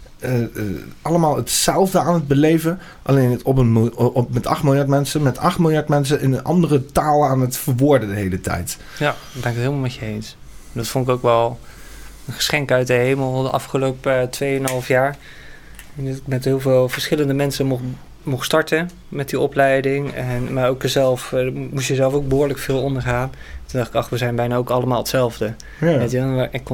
allemaal hetzelfde aan het beleven. Alleen het met 8 miljard mensen. Met 8 miljard mensen in een andere taal aan het verwoorden de hele tijd. Ja, daar ben ik het helemaal met je eens. Dat vond ik ook wel een geschenk uit de hemel de afgelopen 2,5 jaar. Met heel veel verschillende mensen mocht starten met die opleiding. Maar ook moest je zelf ook behoorlijk veel ondergaan. Toen dacht ik, we zijn bijna ook allemaal hetzelfde. Ja. Weet je, ik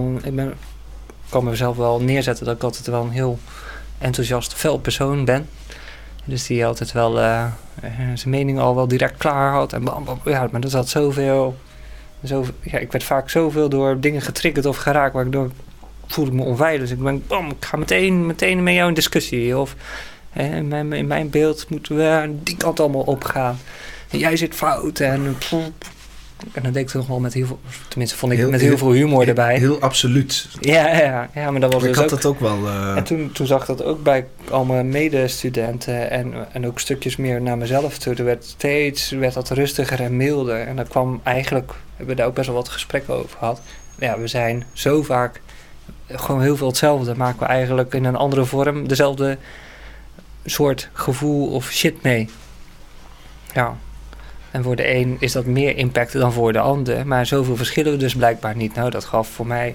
kan mezelf wel neerzetten dat ik altijd wel een heel enthousiast, fel persoon ben. Dus die altijd wel zijn mening al wel direct klaar had. En maar dat had zoveel. Ik werd vaak zoveel door dingen getriggerd of geraakt, waardoor voelde ik me onveilig. Dus ik ga meteen met jou in discussie. Of in mijn beeld moeten we die kant allemaal opgaan. En jij zit fout. En dan deed ik het nog wel met heel veel, tenminste vond ik met heel veel humor erbij. Heel absoluut. Ja, maar dat was ik had dat ook wel. En toen zag ik dat ook bij al mijn medestudenten en ook stukjes meer naar mezelf toe. Er werd dat rustiger en milder. En dan kwam eigenlijk, hebben we daar ook best wel wat gesprekken over gehad. Ja, we zijn zo vaak gewoon heel veel hetzelfde. Maken we eigenlijk in een andere vorm dezelfde soort gevoel of shit mee. Ja. En voor de een is dat meer impact dan voor de ander. Maar zoveel verschillen we dus blijkbaar niet. Nou, dat gaf voor mij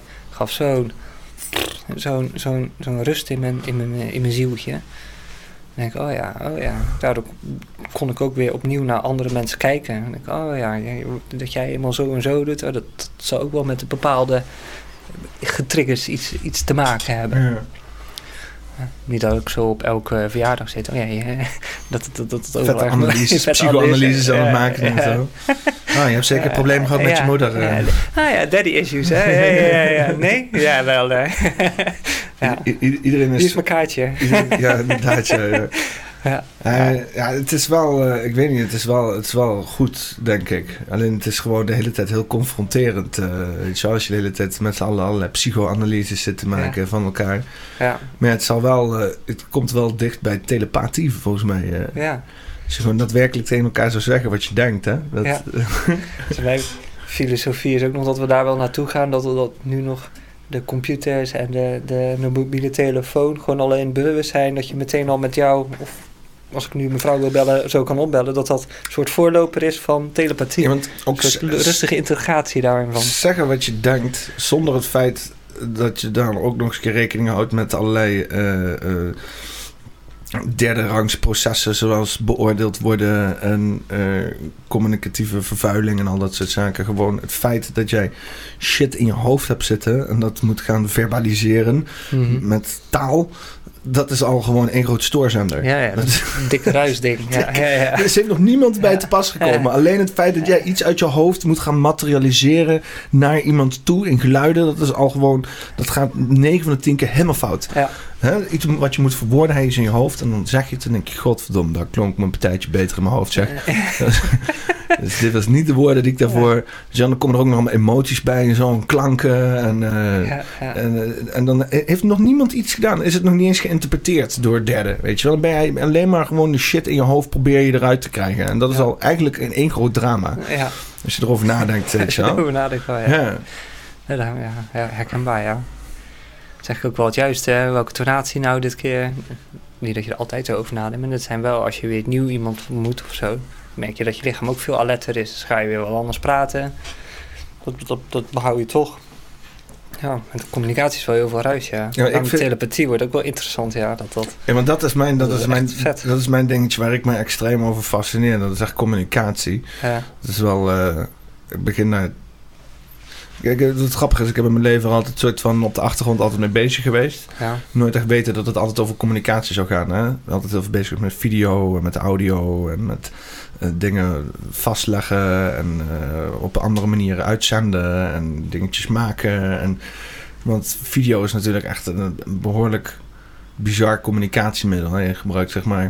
zo'n rust in mijn zieltje. Dan denk ik, oh ja. Daardoor kon ik ook weer opnieuw naar andere mensen kijken. Dan denk ik, dat jij helemaal zo en zo doet. Dat zou ook wel met een bepaalde getriggers iets te maken hebben. Ja. Niet dat ik zo op elke verjaardag zit. Dat psychoanalyses aan het maken en zo. Je hebt zeker problemen gehad met je moeder. Daddy issues, hè? Ja. Nee? Ja, wel. Iedereen is... Hier is mijn kaartje. Ja, inderdaad, ja. Het is wel, ik weet niet, het is wel goed, denk ik. Alleen het is gewoon de hele tijd heel confronterend. Weet je, als je de hele tijd met z'n allen allerlei psychoanalyses zit te maken van elkaar. Ja. Maar het komt wel dicht bij telepathie, volgens mij. Als je gewoon daadwerkelijk tegen elkaar zou zeggen wat je denkt, hè. Dus mijn filosofie is ook nog dat we daar wel naartoe gaan, dat nu nog de computers en de mobiele telefoon gewoon al in bewustzijn, dat je meteen al met jou, of als ik nu mijn vrouw wil bellen, zo kan opbellen, dat een soort voorloper is van telepathie. Ja, want ook een soort rustige integratie daarin van. Zeggen wat je denkt, zonder het feit dat je dan ook nog eens een keer rekening houdt met allerlei derde rangs processen, zoals beoordeeld worden en communicatieve vervuiling en al dat soort zaken. Gewoon het feit dat jij shit in je hoofd hebt zitten en dat moet gaan verbaliseren met taal. Dat is al gewoon één groot stoorzender. Ja, dat is een dikke ruisding. Ja. Er is nog niemand bij te pas gekomen. Ja. Alleen het feit dat jij iets uit je hoofd moet gaan materialiseren naar iemand toe in geluiden, dat is al gewoon, dat gaat 9 van de 10 keer helemaal fout. Ja. Iets wat je moet verwoorden, hij is in je hoofd. En dan zeg je het en denk je, godverdomme, daar klonk me een partijtje beter in mijn hoofd, zeg. Dus dit was niet de woorden die ik daarvoor... Dus dan komen er ook nog allemaal emoties bij en zo'n klanken. En dan heeft nog niemand iets gedaan. Is het nog niet eens geïnterpreteerd door derden, weet je wel. Dan ben je alleen maar gewoon de shit in je hoofd probeer je eruit te krijgen. En dat is al eigenlijk in één groot drama. Ja. Als je erover nadenkt, weet je wel. Erover nadenkt wel, ja. Herkenbaar, ja. Zeg ik ook wel het juiste, hè? Welke tonatie nou dit keer? Niet dat je er altijd zo over nadenkt, maar dat zijn wel als je weer nieuw iemand ontmoet of zo, merk je dat je lichaam ook veel alerter is. Dus ga je weer wel anders praten. Dat behoud je toch. Ja, en de communicatie is wel heel veel ruis, ja. Telepathie wordt ook wel interessant, ja. Ja, maar dat is mijn dingetje waar ik me extreem over fascineer. Dat is echt communicatie. Ja. Dat is wel... ik begin naar... Kijk, het grappige is, ik heb in mijn leven er altijd soort van op de achtergrond altijd mee bezig geweest. Ja. Nooit echt weten dat het altijd over communicatie zou gaan. Hè? Altijd heel veel bezig met video en met audio en met dingen vastleggen en op andere manieren uitzenden en dingetjes maken. Want video is natuurlijk echt een behoorlijk bizar communicatiemiddel. Hè? Je gebruikt zeg maar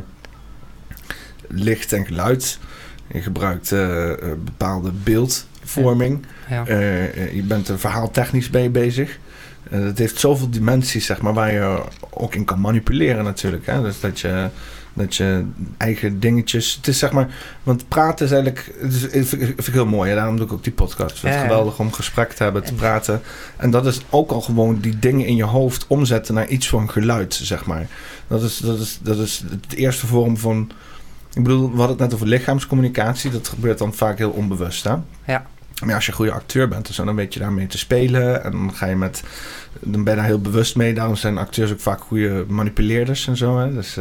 licht en geluid. Je gebruikt bepaalde beeldvorming. Ja. Je bent er verhaaltechnisch mee bezig. Het heeft zoveel dimensies, zeg maar, waar je ook in kan manipuleren natuurlijk. Hè? Dus dat je eigen dingetjes... Het is zeg maar... Want praten is eigenlijk... vind ik heel mooi. Hè? Daarom doe ik ook die podcast. Ik vind het geweldig om gesprek te hebben, te praten. En dat is ook al gewoon die dingen in je hoofd omzetten naar iets van geluid, zeg maar. Dat is het eerste vorm van... Ik bedoel, we hadden het net over lichaamscommunicatie. Dat gebeurt dan vaak heel onbewust, hè? Ja. Maar als je een goede acteur bent, dan weet je daarmee te spelen. En dan ben je daar heel bewust mee. Daarom zijn acteurs ook vaak goede manipuleerders en zo. Hè? Dus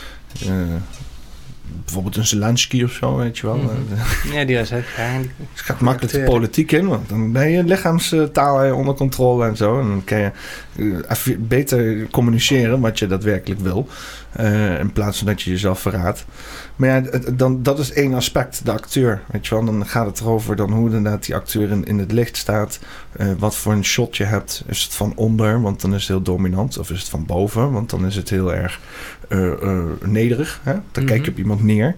bijvoorbeeld een Zelensky of zo, weet je wel. Mm-hmm. Ja, die was ook. Het gaat makkelijk de politiek in, want dan ben je lichaamstaal onder controle en zo. En dan kan je beter communiceren wat je daadwerkelijk wil. In plaats van dat je jezelf verraadt. Maar ja, dat is één aspect, de acteur. Weet je wel, dan gaat het erover dan hoe inderdaad die acteur in het licht staat. Wat voor een shot je hebt. Is het van onder, want dan is het heel dominant. Of is het van boven, want dan is het heel erg nederig. Hè? Dan kijk je op iemand neer.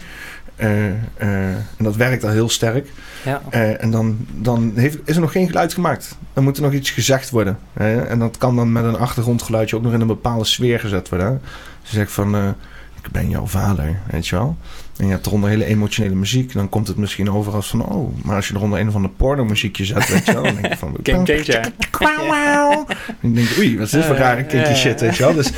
En dat werkt al heel sterk. Ja. En dan is er nog geen geluid gemaakt. Dan moet er nog iets gezegd worden. En dat kan dan met een achtergrondgeluidje ook nog in een bepaalde sfeer gezet worden. Hè? Dus je zegt van... ik ben jouw vader, weet je wel. En je hebt eronder hele emotionele muziek. Dan komt het misschien over als van... Oh, maar als je eronder een of ander pornomuziekje zet, weet je wel. Dan denk je van... Game changer. En ik denk, oei, wat is dit voor rare kinky shit, weet je wel. Dus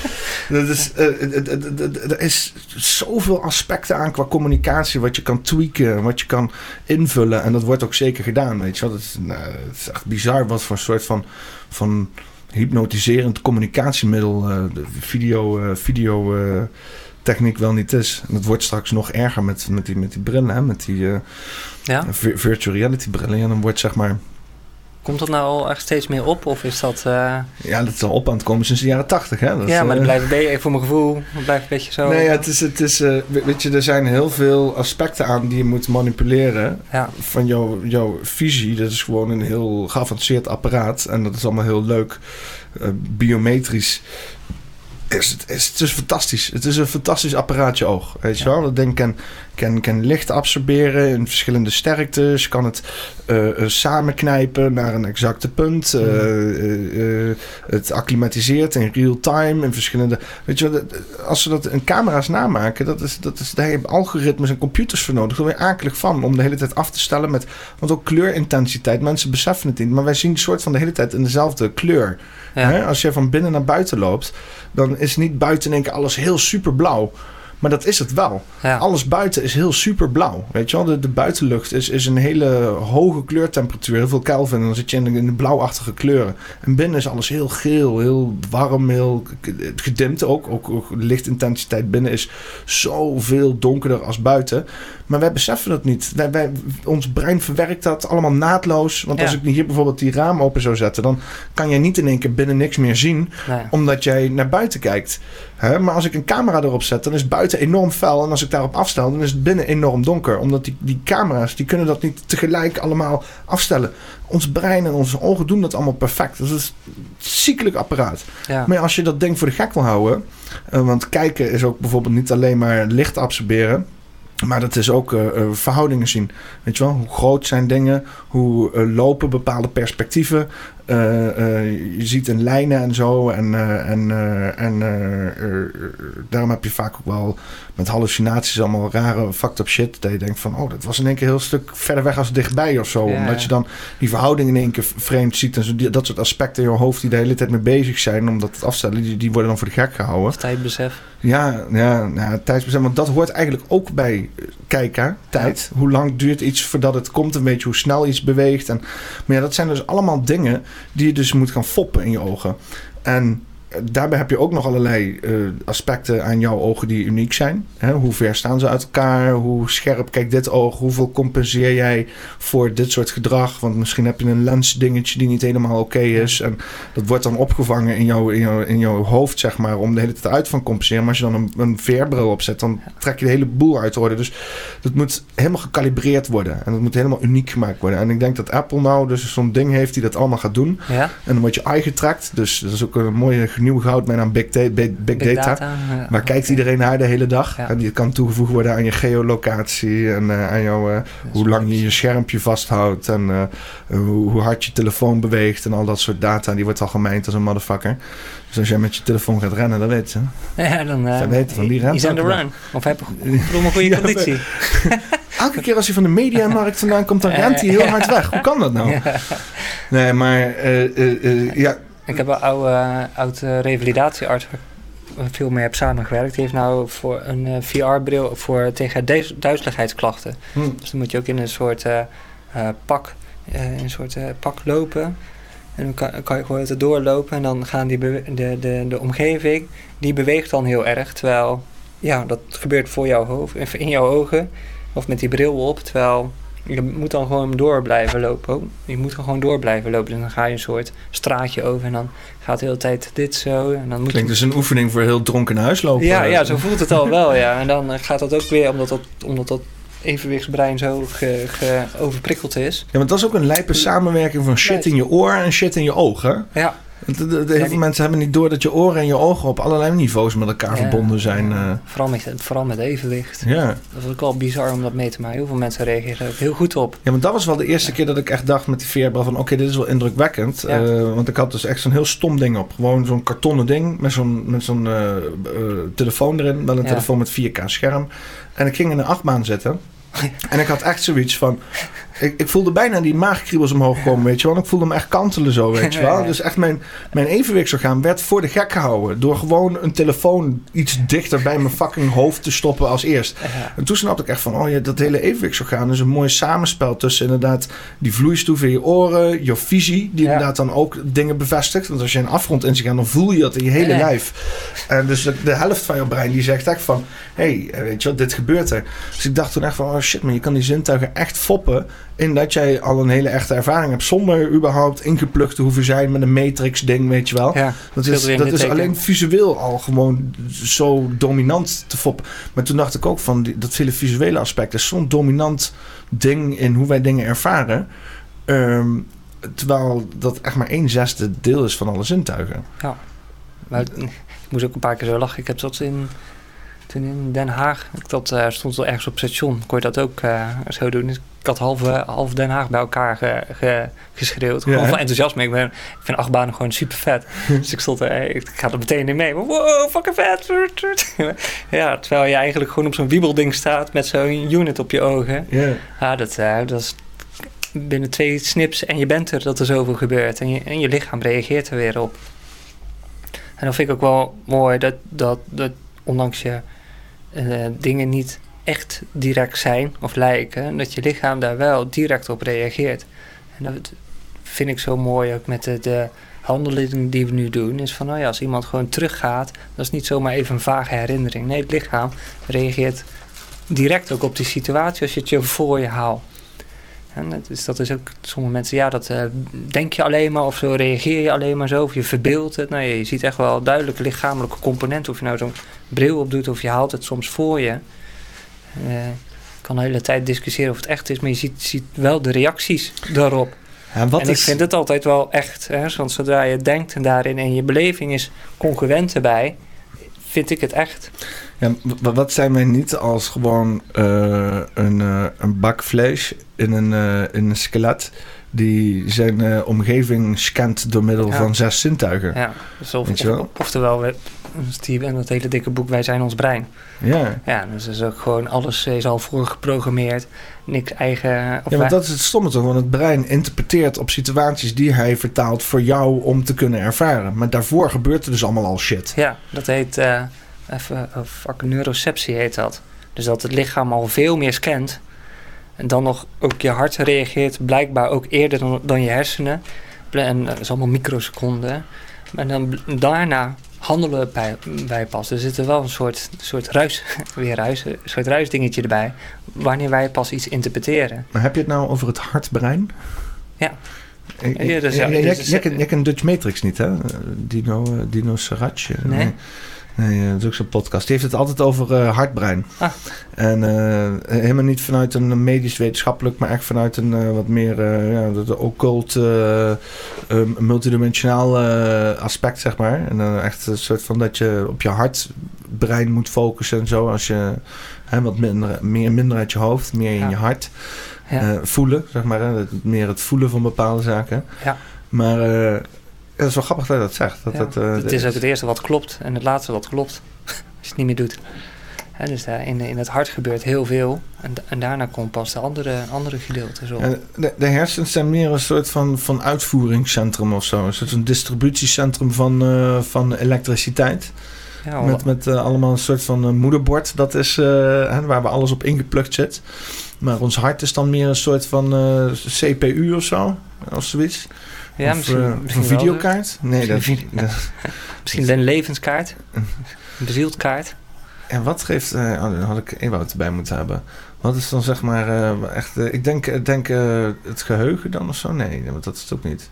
er is zoveel aspecten aan qua communicatie... wat je kan tweaken, wat je kan invullen. En dat wordt ook zeker gedaan, weet je wel. Het is echt bizar wat voor een soort van hypnotiserend communicatiemiddel... video techniek wel niet is. En dat wordt straks nog erger met die brillen, hè? Met die virtual reality brillen. En dan wordt zeg maar... Komt dat nou al echt steeds meer op? Of is dat... Ja, dat is al op aan het komen sinds de jaren 80. Hè? Maar dat blijft even voor mijn gevoel. Dat blijft een beetje zo... Nee, het is weet je, er zijn heel veel aspecten aan die je moet manipuleren. Ja. Van jouw visie. Dat is gewoon een heel geavanceerd apparaat. En dat is allemaal heel leuk. Biometrisch. Het is fantastisch. Het is een fantastisch apparaatje oog. Weet je wel? Dat ding kan licht absorberen in verschillende sterktes. Kan het samenknijpen naar een exacte punt. Het acclimatiseert in real time. In verschillende... Weet je wel, als ze dat in camera's namaken, daar heb je algoritmes en computers voor nodig. Daar ben je akelig van om de hele tijd af te stellen met... Want ook kleurintensiteit. Mensen beseffen het niet. Maar wij zien een soort van de hele tijd in dezelfde kleur. Ja. Als je van binnen naar buiten loopt, dan is niet buiten in één keer alles heel super blauw. Maar dat is het wel. Ja. Alles buiten is heel super blauw. Weet je wel, de buitenlucht is een hele hoge kleurtemperatuur. Heel veel Kelvin. En dan zit je in de blauwachtige kleuren. En binnen is alles heel geel, heel warm, heel gedimd ook. Ook de lichtintensiteit binnen is zoveel donkerder als buiten. Maar wij beseffen dat niet. Ons brein verwerkt dat allemaal naadloos. Want als ik hier bijvoorbeeld die raam open zou zetten, dan kan jij niet in één keer binnen niks meer zien. Nee. Omdat jij naar buiten kijkt. Maar als ik een camera erop zet, dan is buiten buiten enorm fel en als ik daarop afstel, dan is het binnen enorm donker. Omdat die camera's, die kunnen dat niet tegelijk allemaal afstellen. Ons brein en onze ogen doen dat allemaal perfect. Dus dat is een ziekelijk apparaat. Ja. Maar als je dat ding voor de gek wil houden, want kijken is ook bijvoorbeeld niet alleen maar licht absorberen, maar dat is ook verhoudingen zien. Weet je wel, hoe groot zijn dingen, hoe lopen bepaalde perspectieven. Je ziet in lijnen en zo. En daarom heb je vaak ook wel met hallucinaties allemaal rare fucked up shit. Dat je denkt van, oh, dat was in één keer heel stuk verder weg als dichtbij of zo. Ja. Omdat je dan die verhoudingen in één keer vreemd ziet. En zo, dat soort aspecten in je hoofd die de hele tijd mee bezig zijn. Omdat het afstellen, die worden dan voor de gek gehouden. Of tijdbesef. Ja, tijdsbesef. Want dat hoort eigenlijk ook bij kijken. Tijd. Ja. Hoe lang duurt iets voordat het komt? Een beetje hoe snel iets beweegt. Maar ja, dat zijn dus allemaal dingen die je dus moet gaan foppen in je ogen. En daarbij heb je ook nog allerlei aspecten aan jouw ogen die uniek zijn. Hè? Hoe ver staan ze uit elkaar? Hoe scherp kijkt dit oog? Hoeveel compenseer jij voor dit soort gedrag? Want misschien heb je een lensdingetje die niet helemaal oké is. En dat wordt dan opgevangen in jouw hoofd, zeg maar, om de hele tijd uit van compenseren. Maar als je dan een VR-bril opzet, dan trek je de hele boel uit orde. Dus dat moet helemaal gecalibreerd worden. En dat moet helemaal uniek gemaakt worden. En ik denk dat Apple nou dus zo'n ding heeft die dat allemaal gaat doen. Ja. En dan wordt je eye getrakt. Dus dat is ook een mooie nieuwe goudmijn aan big data. Ja. Waar kijkt iedereen naar de hele dag? Ja. En die kan toegevoegd worden aan je geolocatie en aan jouw hoe lang je schermpje vasthoudt en hoe hard je telefoon beweegt en al dat soort data. Die wordt al gemijnd als een motherfucker. Dus als jij met je telefoon gaat rennen, dan weet ze. Ja, dan weten van die rent. is aan de run. Of heb je een goede conditie. Elke keer als hij van de mediamarkt vandaan komt, dan rent hij heel hard weg. Hoe kan dat nou? Ja. Nee, maar ja. Ik heb een oud revalidatiearts waar ik veel mee heb samengewerkt. Die heeft nou voor een VR-bril tegen duizeligheidsklachten. Dus dan moet je ook in een soort pak lopen. En dan kan je gewoon het doorlopen en dan gaan de omgeving, die beweegt dan heel erg. Terwijl, ja, dat gebeurt voor jouw hoofd, in jouw ogen of met die bril op. Terwijl je moet dan gewoon door blijven lopen. Je moet gewoon door blijven lopen. Dus dan ga je een soort straatje over en dan gaat de hele tijd dit zo. En dan klinkt dus een oefening voor heel dronken huislopen. Ja, zo voelt het al wel, ja. En dan gaat dat ook weer, omdat dat evenwichtsbrein zo overprikkeld is. Ja, want dat is ook een lijpe samenwerking van shit in je oor en shit in je ogen. Ja. Heel veel mensen hebben niet door dat je oren en je ogen op allerlei niveaus met elkaar verbonden zijn. Vooral met evenwicht. Ja. Dat is ook wel bizar om dat mee te maken. Heel veel mensen reageren er ook heel goed op. Ja, maar dat was wel de eerste keer dat ik echt dacht met die VR-bril van oké, dit is wel indrukwekkend. Ja. Want ik had dus echt zo'n heel stom ding op. Gewoon zo'n kartonnen ding met zo'n telefoon erin. Wel een telefoon met 4K scherm. En ik ging in een achtbaan zitten. En ik had echt zoiets van... Ik voelde bijna die maagkriebels omhoog komen, weet je wel. Ik voelde hem echt kantelen zo, weet je wel. Dus echt mijn evenwichtsorgaan werd voor de gek gehouden. Door gewoon een telefoon iets dichter bij mijn fucking hoofd te stoppen als eerst. En toen snapte ik echt van... Oh ja, dat hele evenwichtsorgaan is een mooi samenspel tussen inderdaad die vloeistof in je oren, je visie, die inderdaad dan ook dingen bevestigt. Want als je een afgrond in zich gaat, dan voel je dat in je hele lijf. En dus de helft van je brein die zegt echt van... Hey, weet je wat, dit gebeurt er. Dus ik dacht toen echt van... Oh shit, maar je kan die zintuigen echt foppen... in dat jij al een hele echte ervaring hebt... zonder überhaupt ingeplukt te hoeven zijn... met een matrix-ding, weet je wel. Ja, dat is alleen visueel al gewoon zo dominant te foppen. Maar toen dacht ik ook van... dat hele visuele aspect is zo'n dominant ding... in hoe wij dingen ervaren... terwijl dat echt maar 1/6 deel is van alle zintuigen. Ja, maar ik moest ook een paar keer zo lachen. Ik heb dat toen in Den Haag, dat stond wel ergens op station, kon je dat ook zo doen. Dus ik had half Den Haag bij elkaar geschreeuwd. Gewoon van enthousiasme. Ik vind achtbanen gewoon super vet. Dus ik stond ik ga er meteen in mee. Wow, fucking vet. Ja, terwijl je eigenlijk gewoon op zo'n wiebelding staat met zo'n unit op je ogen. Ja, dat is binnen 2 snips en je bent er dat er zoveel gebeurt. En je lichaam reageert er weer op. En dan vind ik ook wel mooi dat ondanks je dingen niet echt direct zijn of lijken, dat je lichaam daar wel direct op reageert. En dat vind ik zo mooi ook met de handeling die we nu doen, is van, als iemand gewoon teruggaat, dat is niet zomaar even een vage herinnering. Nee, het lichaam reageert direct ook op die situatie als je het je voor je haalt. En dat is ook, sommige mensen, dat denk je alleen maar of zo reageer je alleen maar zo of je verbeeldt het. Nou, je ziet echt wel duidelijke lichamelijke componenten, of je nou zo'n bril op doet of je haalt het soms voor je. Je kan de hele tijd discussiëren of het echt is, maar je ziet wel de reacties daarop. Ja, ik vind het altijd wel echt, hè, want zodra je denkt en daarin en je beleving is congruent erbij, vind ik het echt. Ja, wat zijn wij niet als gewoon een bak vlees in een skelet die zijn omgeving scant door middel van 6 zintuigen. Ja, dus oftewel, en dat hele dikke boek, wij zijn ons brein. Ja. Ja, dus is ook gewoon, alles is al voorgeprogrammeerd, niks eigen. Ja, maar dat is het stomme toch, want het brein interpreteert op situaties die hij vertaalt voor jou om te kunnen ervaren. Maar daarvoor gebeurt er dus allemaal al shit. Ja, dat heet... neuroceptie heet dat. Dus dat het lichaam al veel meer scant. En dan nog ook je hart reageert blijkbaar ook eerder dan je hersenen. En dat is allemaal microseconden. En dan daarna handelen wij pas. Er zit er wel een soort ruisdingetje erbij. Wanneer wij pas iets interpreteren. Maar heb je het nou over het hartbrein? Ja. Jij kent Dutch Matrix niet, hè? Dino Sarac. Nee, dat is ook zo'n podcast. Die heeft het altijd over hartbrein. Ah. En helemaal niet vanuit een medisch wetenschappelijk, maar echt vanuit een wat meer de occult, multidimensionaal aspect, zeg maar. En echt een soort van dat je op je hartbrein moet focussen en zo. Als je wat minder uit je hoofd, meer in je hart. Voelen, zeg maar. Meer het voelen van bepaalde zaken. Ja. Maar... dat is wel grappig dat je dat zegt. Het is ook het eerste wat klopt en het laatste wat klopt. Als je het niet meer doet. Dus in het hart gebeurt heel veel. En daarna komt pas de andere gedeeltes op. Ja, de hersens zijn meer een soort van uitvoeringscentrum of zo. Een soort van distributiecentrum van elektriciteit. Ja, met allemaal een soort van moederbord. Dat is waar we alles op ingeplukt zit. Maar ons hart is dan meer een soort van CPU of zo. Of zoiets. Ja, of misschien een videokaart? Nee, misschien een levenskaart. Een bezieldkaart. En wat geeft... dan had ik Ewout erbij moeten hebben. Wat is dan zeg maar echt... ik denk het geheugen dan of zo? Nee, want dat is het ook niet.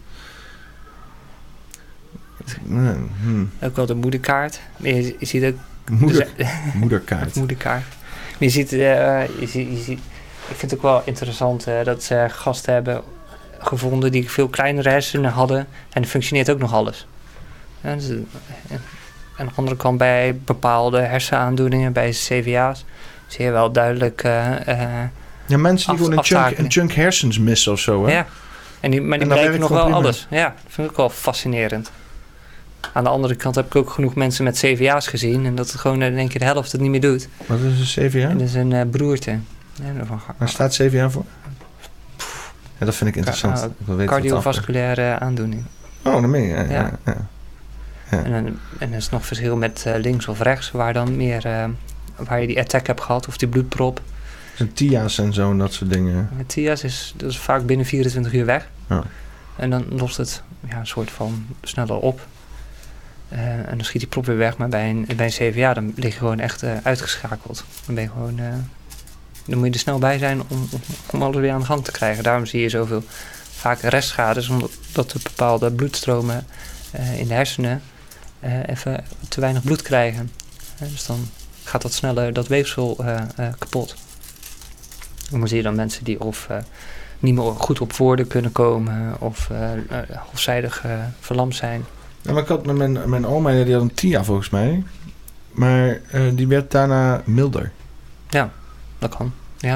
Ook wel de moederkaart. Maar je ziet ook... Moederkaart. Moederkaart. Maar je ziet... ik vind het ook wel interessant dat ze gasten hebben... gevonden die veel kleinere hersenen hadden. En functioneert ook nog alles. Ja, dus, aan de andere kant bij bepaalde hersenaandoeningen, bij CVA's, zie je wel duidelijk mensen die gewoon een chunk hersens missen of zo, hè? Ja, maar die blijken nog wel alles. Ja, dat vind ik ook wel fascinerend. Aan de andere kant heb ik ook genoeg mensen met CVA's gezien en dat het gewoon in één keer de helft het niet meer doet. Wat is een CVA? Dat is een broerte. Waar staat CVA voor? Ja, dat vind ik interessant. Cardiovasculaire aandoening. Oh, dat meen je. Ja. En er is nog verschil met links of rechts, waar dan meer waar je die attack hebt gehad of die bloedprop. Dus TIA's en zo en dat soort dingen. TIA's is vaak binnen 24 uur weg. Ja. En dan lost het een soort van sneller op. En dan schiet die prop weer weg. Maar bij een CVA dan lig je gewoon echt uitgeschakeld. Dan ben je gewoon... dan moet je er snel bij zijn om alles weer aan de gang te krijgen. Daarom zie je zoveel vaak restschades, omdat er bepaalde bloedstromen in de hersenen even te weinig bloed krijgen. Dus dan gaat dat sneller, dat weefsel kapot. Dan zie je dan mensen die of niet meer goed op woorden kunnen komen of halfzijdig verlamd zijn. Ja, maar ik had met mijn oma, die had een TIA volgens mij. Maar die werd daarna milder. Ja, dat kan. Ja,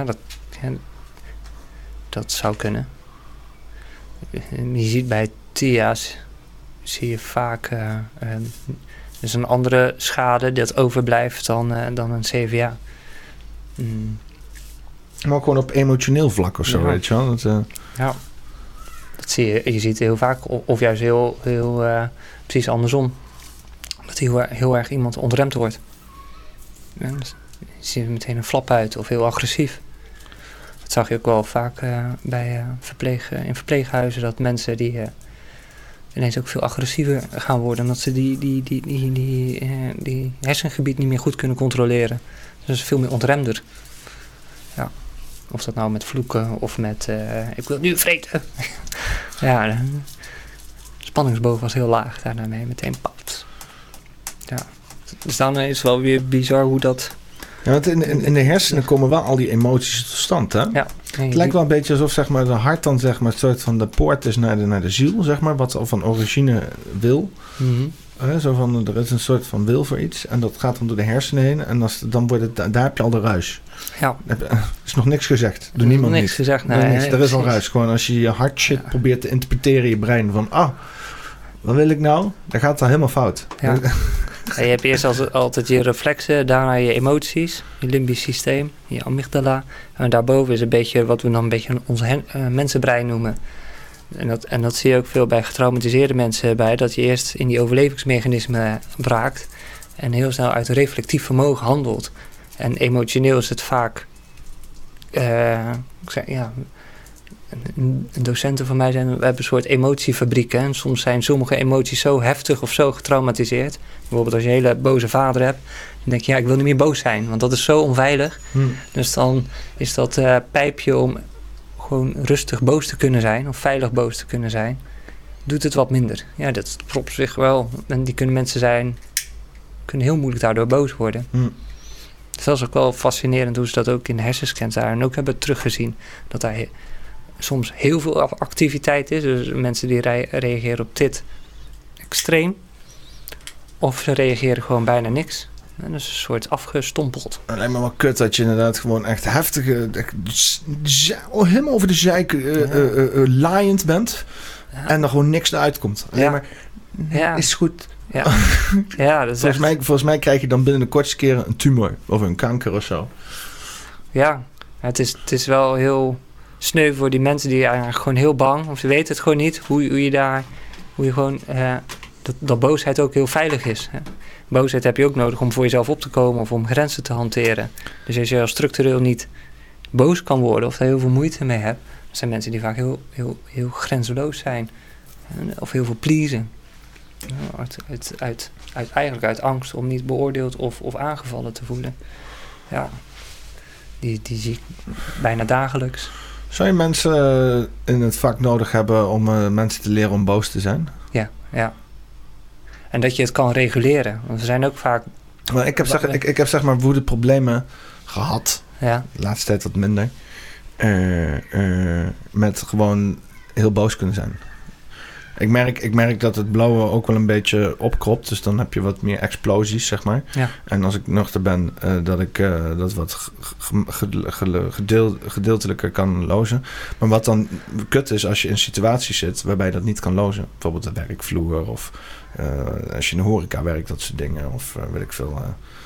dat zou kunnen. Je ziet bij TIA's zie je vaak dus een andere schade dat overblijft dan een CVA. Maar ook gewoon op emotioneel vlak of zo, weet je wel? Ja, dat zie je. Je ziet heel vaak, of juist heel precies andersom. Dat heel erg iemand ontremd wordt. Ja, dus je ziet meteen een flap uit of heel agressief. Dat zag je ook wel vaak bij in verpleeghuizen, dat mensen die ineens ook veel agressiever gaan worden, omdat ze die hersengebied niet meer goed kunnen controleren. Dus veel meer ontremder. Ja. Of dat nou met vloeken of met ik wil nu vreten. Ja, de spanningsboog was heel laag daarmee, meteen papt. Ja. Dus dan is het wel weer bizar hoe dat... Ja, want in de hersenen komen wel al die emoties tot stand, hè? Ja. Het lijkt wel een beetje alsof zeg maar, de hart dan zeg maar, een soort van de poort is naar de ziel, zeg maar, wat al van origine wil. Mm-hmm. Zo van, er is een soort van wil voor iets en dat gaat dan door de hersenen heen en dan wordt het, daar heb je al de ruis. Ja. Er is nog niks gezegd door niemand. Niks niet. gezegd. Nee, niks. Er is al ruis. Gewoon als je je hart shit probeert te interpreteren in je brein van, wat wil ik nou? Dan gaat het al helemaal fout. Ja. Ja, je hebt eerst altijd je reflexen, daarna je emoties, je limbisch systeem, je amygdala. En daarboven is een beetje wat we dan een beetje ons mensenbrein noemen. En dat zie je ook veel bij getraumatiseerde mensen bij, dat je eerst in die overlevingsmechanismen raakt en heel snel uit reflectief vermogen handelt. En emotioneel is het vaak, docenten van mij we hebben een soort emotiefabrieken. En soms zijn sommige emoties zo heftig of zo getraumatiseerd. Bijvoorbeeld als je een hele boze vader hebt, dan denk je, ik wil niet meer boos zijn, want dat is zo onveilig. Dus dan is dat pijpje om gewoon rustig boos te kunnen zijn, of veilig boos te kunnen zijn, doet het wat minder. Ja, dat propt zich wel. En die kunnen heel moeilijk daardoor boos worden. Dus dat is ook wel fascinerend hoe ze dat ook in de hersenscans daar en ook hebben teruggezien. Dat daar soms heel veel activiteit is. Dus mensen die reageren op dit extreem. Of ze reageren gewoon bijna niks. En dat is een soort afgestompeld. Het lijkt me wel kut dat je inderdaad gewoon echt heftige... helemaal over de zeik laaiend bent. Ja. En er gewoon niks eruit komt. Alleen maar, is goed. Ja. Ja, dat is volgens mij krijg je dan binnen de kortste keren een tumor. Of een kanker of zo. Ja, het is wel heel sneu voor die mensen die eigenlijk gewoon heel bang. Of ze weten het gewoon niet. Hoe je gewoon... dat boosheid ook heel veilig is. Hè. Boosheid heb je ook nodig om voor jezelf op te komen of om grenzen te hanteren. Dus als je al structureel niet boos kan worden of daar heel veel moeite mee hebt, dan zijn mensen die vaak heel, heel, heel grenzeloos zijn. Of heel veel pleasen. Eigenlijk uit angst om niet beoordeeld of aangevallen te voelen. Ja, die zie ik bijna dagelijks. Zou je mensen in het vak nodig hebben om mensen te leren om boos te zijn? Ja. En dat je het kan reguleren. Want we zijn ook vaak... Maar ik heb zeg maar woedeproblemen gehad. Ja. De laatste tijd wat minder. Met gewoon heel boos kunnen zijn. Ik merk dat het blauwe ook wel een beetje opkropt. Dus dan heb je wat meer explosies, zeg maar. Ja. En als ik nog er ben, dat ik dat wat gedeeltelijker kan lozen. Maar wat dan kut is als je in situaties zit waarbij je dat niet kan lozen. Bijvoorbeeld de werkvloer of als je in de horeca werkt, dat soort dingen. Of weet ik veel...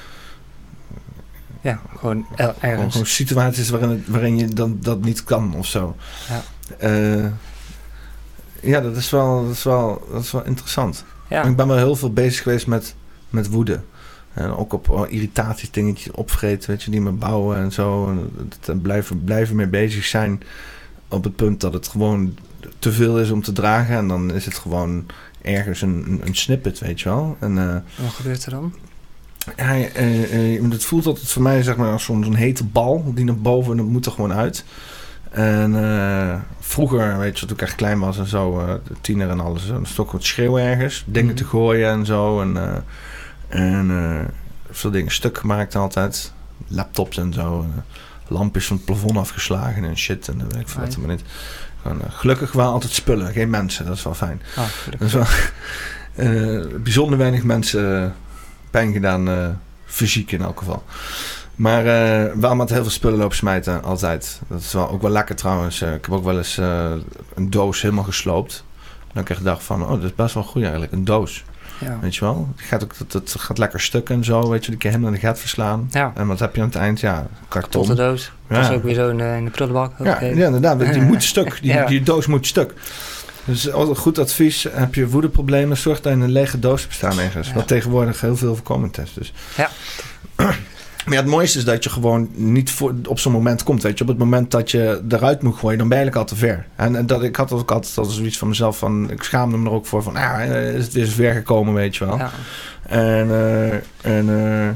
ja, gewoon ergens. Gewoon situaties waarin je dan dat niet kan of zo. Ja. Ja, dat is wel interessant. Ja. Ik ben wel heel veel bezig geweest met woede. En ook op irritaties, dingetjes opvreten, weet je, die me bouwen en zo. En blijven mee bezig zijn op het punt dat het gewoon te veel is om te dragen. En dan is het gewoon ergens een snippet, weet je wel. En, wat gebeurt er dan? Ja, het voelt altijd voor mij zeg maar als zo'n hete bal die naar boven en dat moet er gewoon uit. En vroeger, weet je, toen ik echt klein was en zo, tiener en alles, dan stond ik wat schreeuwen ergens, dingen te gooien en zo. En veel dingen stuk gemaakt altijd, laptops en zo, lampjes van het plafond afgeslagen en shit en weet ik veel wat, maar niet. Gewoon, gelukkig wel altijd spullen, geen mensen, dat is wel fijn. Dat is wel, bijzonder weinig mensen pijn gedaan, fysiek in elk geval. Maar wel met heel veel spullen lopen smijten, altijd. Dat is ook wel lekker trouwens. Ik heb ook wel eens een doos helemaal gesloopt. Dan heb ik gedacht van, dat is best wel goed eigenlijk, een doos. Ja. Weet je wel? Het gaat lekker stuk en zo, weet je. Die kan je helemaal in de gat verslaan. Ja. En wat heb je aan het eind? Ja, karton. Kapotte doos. Dat is ook weer zo in de prullenbak. Ja, inderdaad. Die moet stuk. Die doos moet stuk. Dus altijd goed advies. Heb je woedeproblemen, zorg dat je een lege doos hebt staan ergens. Ja. Wat tegenwoordig heel veel voorkomend is. Dus. Ja. Maar ja, het mooiste is dat je gewoon niet op zo'n moment komt. Weet je, op het moment dat je eruit moet gooien, dan ben je eigenlijk al te ver. En dat, ik had ook altijd zoiets van mezelf van, ik schaamde me er ook voor van, is het weer zo ver gekomen, weet je wel. Ja.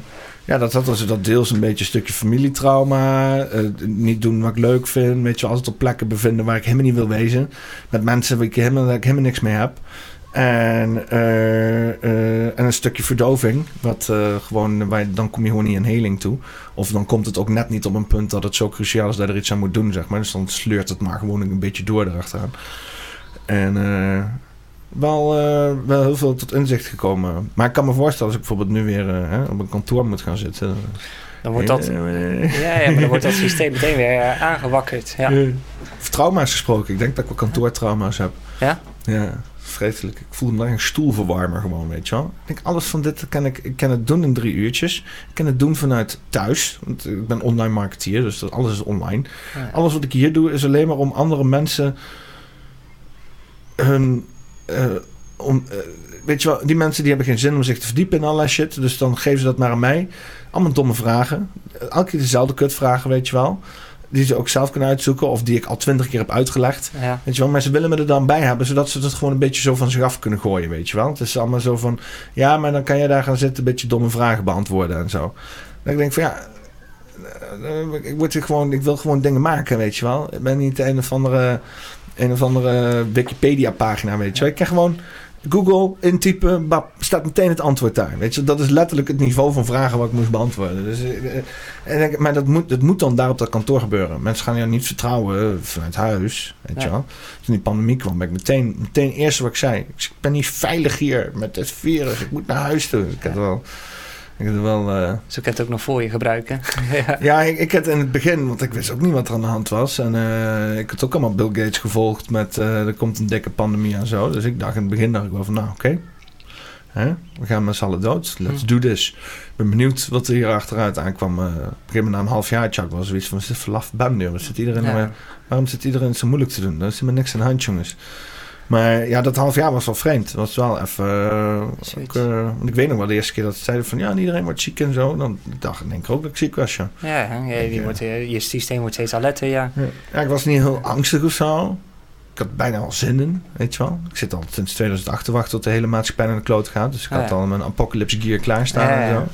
Ja, dat had dus dat deels een beetje een stukje familietrauma. Niet doen wat ik leuk vind. Weet je, altijd op plekken bevinden waar ik helemaal niet wil wezen. Met mensen waar ik helemaal niks mee heb. En een stukje verdoving. Dan kom je gewoon niet in heling toe. Of dan komt het ook net niet op een punt dat het zo cruciaal is dat er iets aan moet doen, zeg maar. Dus dan sleurt het maar gewoon een beetje door erachteraan. En wel heel veel tot inzicht gekomen. Maar ik kan me voorstellen als ik bijvoorbeeld nu weer op een kantoor moet gaan zitten. Dan wordt dat, maar dan wordt dat systeem meteen weer aangewakkerd. Ja. Of trauma's gesproken. Ik denk dat ik wel kantoortrauma's heb. Ja? Ja, vreselijk. Ik voelde me daar een stoelverwarmer gewoon, weet je wel. Ik denk, alles van dit ik kan het doen in 3 uurtjes. Ik kan het doen vanuit thuis. Want ik ben online marketeer, dus alles is online. Ja. Alles wat ik hier doe is alleen maar om andere mensen weet je wel, die mensen die hebben geen zin om zich te verdiepen in allerlei shit. Dus dan geven ze dat maar aan mij. Allemaal domme vragen. Elke keer dezelfde kutvragen, weet je wel. Die ze ook zelf kunnen uitzoeken. Of die ik al 20 keer heb uitgelegd. Ja. Weet je wel, maar ze willen me er dan bij hebben. Zodat ze het gewoon een beetje zo van zich af kunnen gooien, weet je wel. Het is allemaal zo van, ja, maar dan kan je daar gaan zitten een beetje domme vragen beantwoorden en zo. Dan ik denk van, ja, ik wil gewoon dingen maken, weet je wel. Ik ben niet een of andere Wikipedia-pagina, weet je wel. Ik kan gewoon Google intypen, staat meteen het antwoord daar. Weet je, dat is letterlijk het niveau van vragen wat ik moest beantwoorden. Dus, maar dat moet dan daar op dat kantoor gebeuren. Mensen gaan jou niet vertrouwen vanuit huis, weet je wel. Toen die pandemie kwam, ben ik meteen eerst wat ik zei. Ik ben niet veilig hier met het virus. Ik moet naar huis toe. Ik had wel. Zo kan het ook nog voor je gebruiken. Ja, ik had in het begin, want ik wist ook niet wat er aan de hand was. En ik had ook allemaal Bill Gates gevolgd met er komt een dikke pandemie en zo. Dus ik dacht in het begin wel van, nou oké. We gaan met z'n allen dood. Let's do this. Ik ben benieuwd wat er hier achteruit aankwam. Op een gegeven moment na een half jaar was zoiets van, zit verlaf band. Waarom zit iedereen zo moeilijk te doen? Er is helemaal niks aan de hand, jongens. Maar ja, dat half jaar was wel vreemd. Het was wel even. Want ik weet nog wel de eerste keer dat ze zeiden van ja, iedereen wordt ziek en zo. Dan denk ik ook dat ik ziek was. Je systeem wordt steeds alerter, ja. Ja, ik was niet heel angstig of zo. Ik had bijna al zin in, weet je wel. Ik zit al sinds 2008 te wachten tot de hele maatschappij naar de kloot gaat. Dus ik had al mijn apocalypse gear klaarstaan en zo.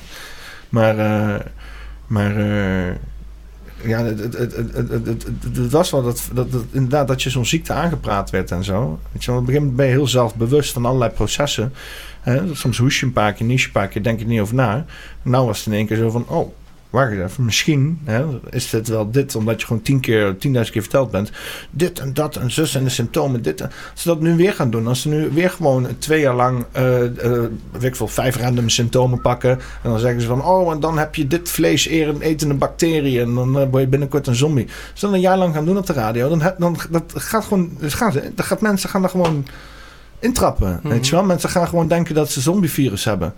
Maar ja, het was wel dat inderdaad dat je zo'n ziekte aangepraat werd en zo. Weet je wel, op een gegeven moment ben je heel zelfbewust van allerlei processen. Soms hoes je een paar keer, nies je een paar keer, denk je er niet over na. Nou was het in één keer zo van, oh, wacht even, misschien is dit wel dit, omdat je gewoon 10.000 keer verteld bent. Dit en dat en zus en de symptomen, dit. Als ze dat nu weer gaan doen, als ze nu weer gewoon 2 jaar lang 5 random symptomen pakken. En dan zeggen ze van, oh, en dan heb je dit vlees etende bacterie en dan word je binnenkort een zombie. Als ze dat een jaar lang gaan doen op de radio, dan gaat gewoon, mensen gaan er gewoon intrappen. Weet je wel? Mensen gaan gewoon denken dat ze zombievirus hebben.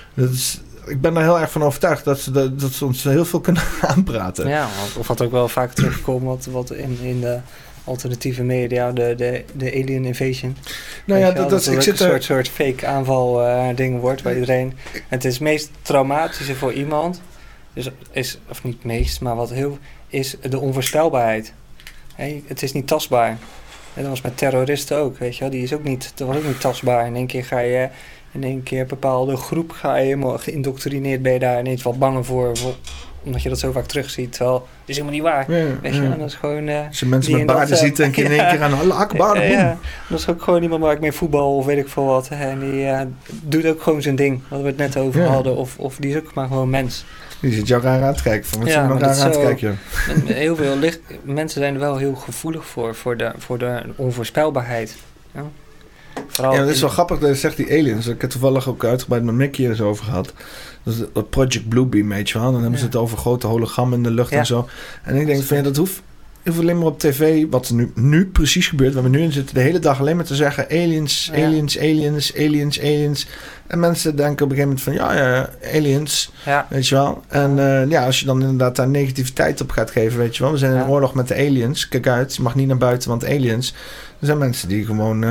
Ik ben er heel erg van overtuigd dat ze ons heel veel kunnen aanpraten. Ja, of wat ook wel vaak teruggekomen wat in de alternatieve media, de alien invasion. Nou ja, dat een soort fake aanval ding wordt bij iedereen. Het is het meest traumatische voor iemand, dus of niet het meest, maar wat heel is de onvoorspelbaarheid. Het is niet tastbaar. En dat was met terroristen ook, weet je wel. Dat was ook niet tastbaar. In één keer ga je in één keer een bepaalde groep helemaal geïndoctrineerd, ben je daar ineens wat banger voor omdat je dat zo vaak terugziet. Terwijl, dat is helemaal niet waar. Weet je, dat is gewoon... Als je mensen met baarden ziet, denk je in één keer aan Allah Akbar. Dat is ook gewoon iemand waar ik mee voetbal of weet ik veel wat. En die doet ook gewoon zijn ding, wat we het net over hadden. Of die is ook maar gewoon mens. Die zit jou raar aan te kijken. Van, wat zit je nou raar aan te kijken? Heel veel mensen zijn er wel heel gevoelig voor de onvoorspelbaarheid. Ja. Ja, dat is wel grappig dat je zegt die aliens. Ik heb toevallig ook uitgebreid met Mickey eens over gehad. Dat Project Bluebeam, weet je wel. Dan hebben ze het over grote hologrammen in de lucht en zo. En ik denk van dat hoeft alleen maar op tv. Wat er nu precies gebeurt, waar we nu in zitten, de hele dag alleen maar te zeggen aliens, aliens, aliens, aliens, aliens. En mensen denken op een gegeven moment van ja, aliens, weet je wel. En als je dan inderdaad daar negativiteit op gaat geven, weet je wel. We zijn in een oorlog met de aliens. Kijk uit, je mag niet naar buiten, want aliens. Er zijn mensen die gewoon,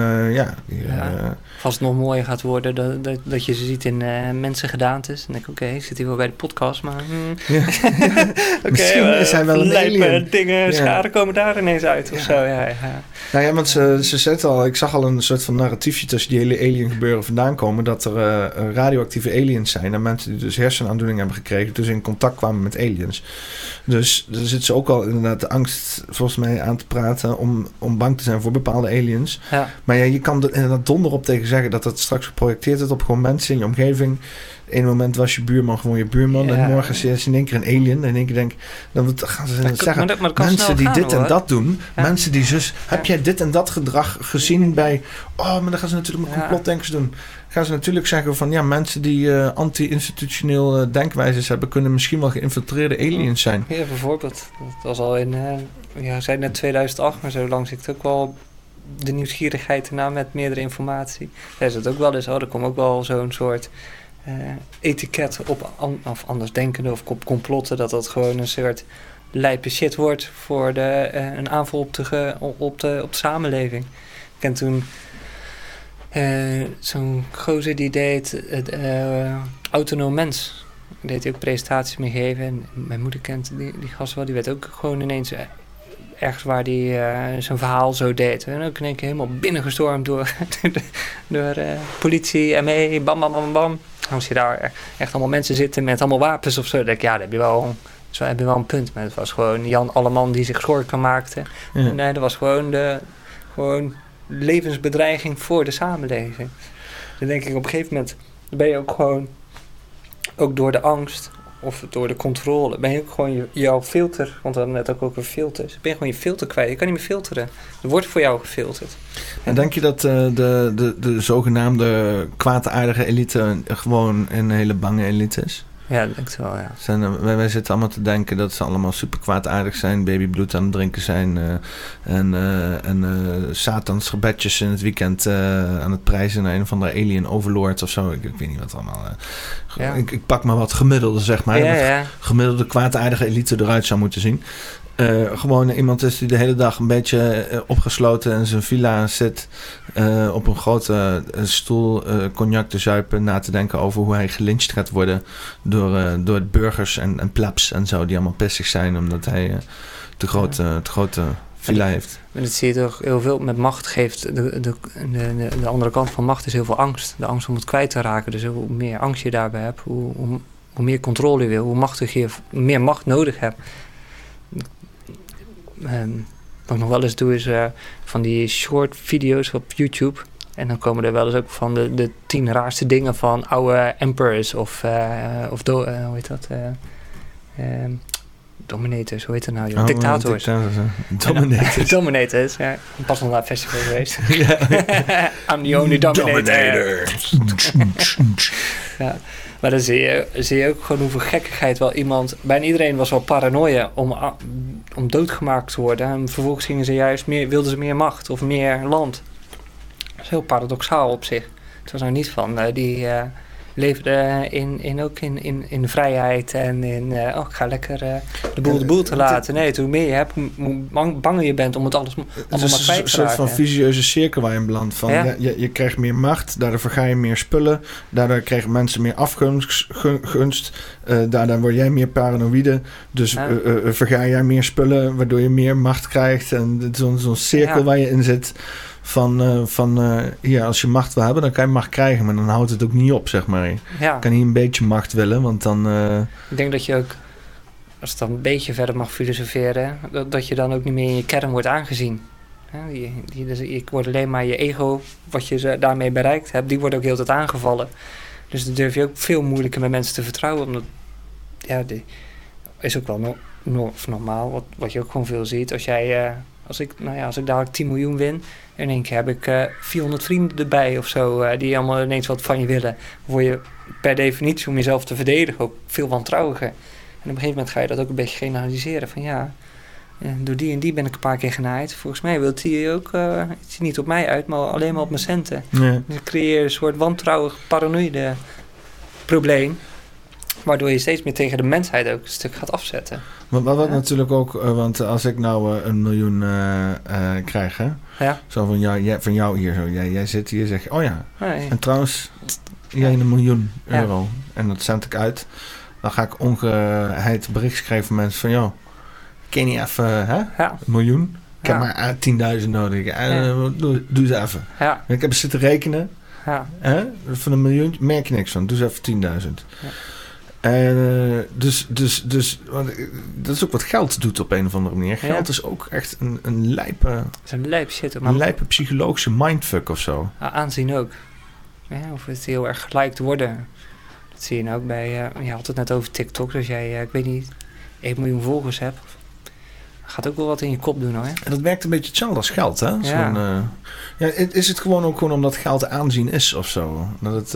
Als het nog mooier gaat worden, dat je ze ziet in mensengedaantes. Dan denk ik, oké, zit hier wel bij de podcast, maar... Misschien is hij wel een alien. Dingen, schade komen daar ineens uit of zo, Nou ja, want ze zetten al, ik zag al een soort van narratiefje tussen die hele alien gebeuren vandaan komen, dat er radioactieve aliens zijn. En mensen die dus hersenaandoening hebben gekregen. Dus in contact kwamen met aliens. Dus er zit ze ook al inderdaad de angst volgens mij aan te praten om bang te zijn voor bepaalde aliens. Ja. Maar ja, je kan er inderdaad donder op tegen zeggen dat het straks geprojecteerd is op gewoon mensen in je omgeving. Eén moment was je buurman gewoon je buurman. En morgen zie je in één keer een alien. En in één keer dan gaan ze zeggen, maar dat kan mensen die gaan, dit hoor. en dat doen. Ja. Mensen die heb jij dit en dat gedrag gezien bij... Oh, maar dan gaan ze natuurlijk met complotdenkers doen. Gaan ze natuurlijk zeggen van... Ja, mensen die anti-institutioneel denkwijzes hebben... kunnen misschien wel geïnfiltreerde aliens zijn. Ja, bijvoorbeeld. Dat was al in... je zei net 2008, maar zo lang zit het ook wel... De nieuwsgierigheid erna met meerdere informatie. Daar is het ook wel eens... er komt ook wel zo'n soort... etiket op of anders denkende of op complotten, dat gewoon een soort lijpe shit wordt voor een aanval op de samenleving. Ik ken toen zo'n gozer die deed het autonoom mens. Die deed hij ook presentaties mee geven. En mijn moeder kent die gast wel, die werd ook gewoon ineens ergens waar die zijn verhaal zo deed. En ook in één keer helemaal binnengestormd door politie, ME, bam, bam, bam, bam. Als je daar echt allemaal mensen zitten met allemaal wapens of zo, dan denk ik, ja, dan heb je wel een punt. Maar het was gewoon Jan Alleman die zich schorken maakte. Ja. En dat was gewoon levensbedreiging voor de samenleving. Dan denk ik, op een gegeven moment ben je ook gewoon, ook door de angst of door de controle, ben je ook gewoon jouw filter, want we hadden net ook over filters, ben je gewoon je filter kwijt. Je kan niet meer filteren. Er wordt voor jou gefilterd. En denk je dat de zogenaamde kwaadaardige elite gewoon een hele bange elite is? Ja, dat denk ik wel, ja. Wij zitten allemaal te denken dat ze allemaal super kwaadaardig zijn, babybloed aan het drinken zijn en Satans gebedjes in het weekend aan het prijzen naar een of andere alien overlord of zo. Ik weet niet wat allemaal. Ja. Ik pak maar wat gemiddelde, zeg maar. Ja. Gemiddelde kwaadaardige elite eruit zou moeten zien. Gewoon iemand is die de hele dag een beetje opgesloten in zijn villa zit, op een grote stoel cognac te zuipen, na te denken over hoe hij gelyncht gaat worden door burgers en plebs en zo, die allemaal pissig zijn omdat hij te grote villa heeft. Maar dat zie je toch heel veel met macht geeft. De andere kant van macht is heel veel angst. De angst om het kwijt te raken. Dus hoe meer angst je daarbij hebt, hoe meer controle je wil, hoe machtig je meer macht nodig hebt. Wat ik nog wel eens doe is van die short video's op YouTube. En dan komen er wel eens ook van de 10 raarste dingen van oude emperors of hoe heet dat? Dominators, hoe heet dat nou? Joh? Dictators. Dominators. Dominators, ja. Ik pas nog naar het festival geweest. I'm the only dominator. Ja. Maar dan zie je ook gewoon hoeveel gekkigheid wel iemand... Bijna iedereen was wel paranoia om doodgemaakt te worden. En vervolgens gingen ze juist wilden ze meer macht of meer land. Dat is heel paradoxaal op zich. Het was nou niet van die leefde ook in vrijheid en in... ik ga lekker de boel te laten. Nee, hoe meer je hebt, hoe banger je bent om het allemaal maar kwijt te raken. Het is een soort van visieuze cirkel waar je in belandt. Van, ja? Je krijgt meer macht, daardoor verga je meer spullen. Daardoor krijgen mensen meer afgunst. Daardoor word jij meer paranoïde. Dus verga jij meer spullen, waardoor je meer macht krijgt. En zo'n cirkel waar je in zit... als je macht wil hebben, dan kan je macht krijgen, maar dan houdt het ook niet op, zeg maar. Je kan niet een beetje macht willen, want dan... Ik denk dat je ook, als het dan een beetje verder mag filosoferen, dat je dan ook niet meer in je kern wordt aangezien. Dus ik word alleen maar je ego, wat je daarmee bereikt hebt, die wordt ook heel de tijd aangevallen. Dus dan durf je ook veel moeilijker met mensen te vertrouwen, omdat, is ook wel normaal, wat je ook gewoon veel ziet. Als ik dadelijk 10 miljoen win, in één keer heb ik 400 vrienden erbij of zo, die allemaal ineens wat van je willen. Word je per definitie om jezelf te verdedigen ook veel wantrouwiger. En op een gegeven moment ga je dat ook een beetje generaliseren. Van door die en die ben ik een paar keer genaaid. Volgens mij wil hij ook niet op mij uit, maar alleen maar op mijn centen. Ja. Dus dan creëer je een soort wantrouwig, paranoïde probleem. Waardoor je steeds meer tegen de mensheid ook een stuk gaat afzetten. Maar wat natuurlijk ook, want als ik nou 1 miljoen krijg, hè? Ja. Zo van jou hier zo. Jij zit hier en zeg je, oh ja. Nee. En trouwens, jij 1 miljoen euro. Ja. En dat zend ik uit. Dan ga ik ongeheid bericht schrijven van mensen van, joh, ken je even, hè? Ja. 1 miljoen? Ik heb maar 10.000 nodig. Doe ze even. Ja. Ik heb zitten rekenen. Ja. Van $1 miljoen merk je niks van. Doe eens even 10.000. Ja. En dus want dat is ook wat geld doet op een of andere manier. Geld is ook echt een lijpe... Dat is een lijp shit. Een lijpe psychologische mindfuck of zo. Aanzien ook. Ja, of het heel erg geliked worden. Dat zie je nou ook bij... je had het net over TikTok. Dus jij, ik weet niet, 1 miljoen volgers hebt. Gaat ook wel wat in je kop doen hoor. En dat werkt een beetje hetzelfde als geld, hè? Ja. Is het gewoon ook gewoon omdat geld aanzien is of zo? Dat het...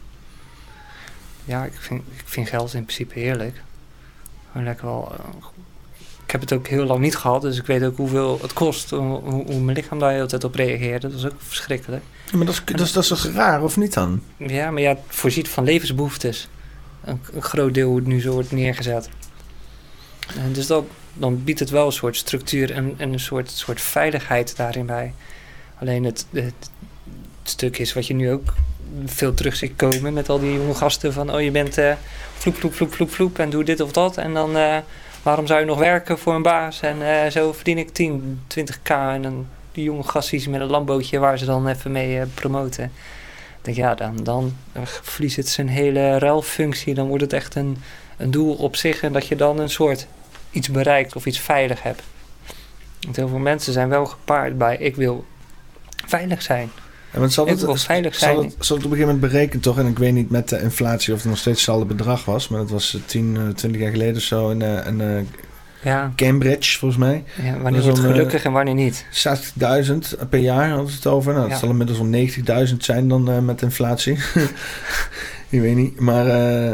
Ja, ik vind geld in principe heerlijk. Gewoon lekker wel... ik heb het ook heel lang niet gehad, dus ik weet ook hoeveel het kost. Hoe mijn lichaam daar de hele tijd op reageerde. Dat is ook verschrikkelijk. Ja, maar dat is toch raar, of niet dan? Ja, maar ja, het voorziet van levensbehoeftes. Een groot deel hoe het nu zo wordt neergezet. En dus dan biedt het wel een soort structuur en een soort veiligheid daarin bij. Alleen het stuk is wat je nu ook veel terug ziet komen met al die jonge gasten van je bent vloep en doe dit of dat en dan waarom zou je nog werken voor een baas en zo verdien ik 10, 20k en dan die jonge gasties met een lambootje waar ze dan even mee promoten. Ik denk dan verliest het zijn hele ruilfunctie, dan wordt het echt een doel op zich en dat je dan een soort iets bereikt of iets veilig hebt. Want heel veel mensen zijn wel gepaard bij ik wil veilig zijn. Ja, maar zal het op een gegeven moment berekend toch? En ik weet niet met de inflatie of het nog steeds hetzelfde bedrag was. Maar dat was 10, 20 jaar geleden of zo in Cambridge volgens mij. Ja, wanneer is het gelukkig en wanneer niet? 60.000 per jaar hadden ze het over. Nou, dat zal inmiddels al 90.000 zijn dan met inflatie. Ik weet niet. Maar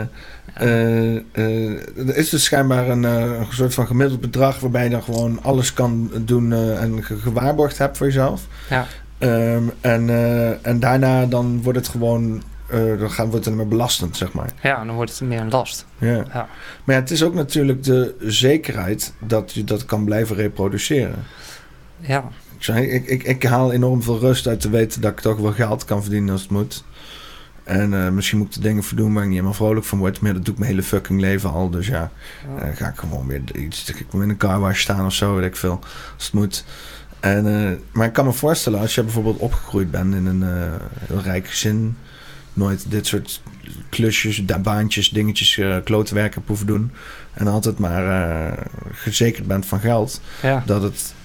er is dus schijnbaar een soort van gemiddeld bedrag waarbij je dan gewoon alles kan doen en gewaarborgd hebt voor jezelf. Ja. En daarna dan wordt het gewoon wordt het meer belastend, zeg maar. Ja, dan wordt het meer een last. Ja. Maar ja, het is ook natuurlijk de zekerheid dat je dat kan blijven reproduceren. Ja. Ik haal enorm veel rust uit te weten dat ik toch wel geld kan verdienen als het moet. En misschien moet ik de dingen voor doen waar ik niet helemaal vrolijk van word. Maar dat doe ik mijn hele fucking leven al. Dus ja, ga ik gewoon weer in een carwash staan of zo, weet ik veel. Als het moet. Maar ik kan me voorstellen, als je bijvoorbeeld opgegroeid bent in een heel rijk gezin, nooit dit soort klusjes, baantjes, dingetjes, klotenwerk hebt hoeven doen en altijd maar gezekerd bent van geld, dat het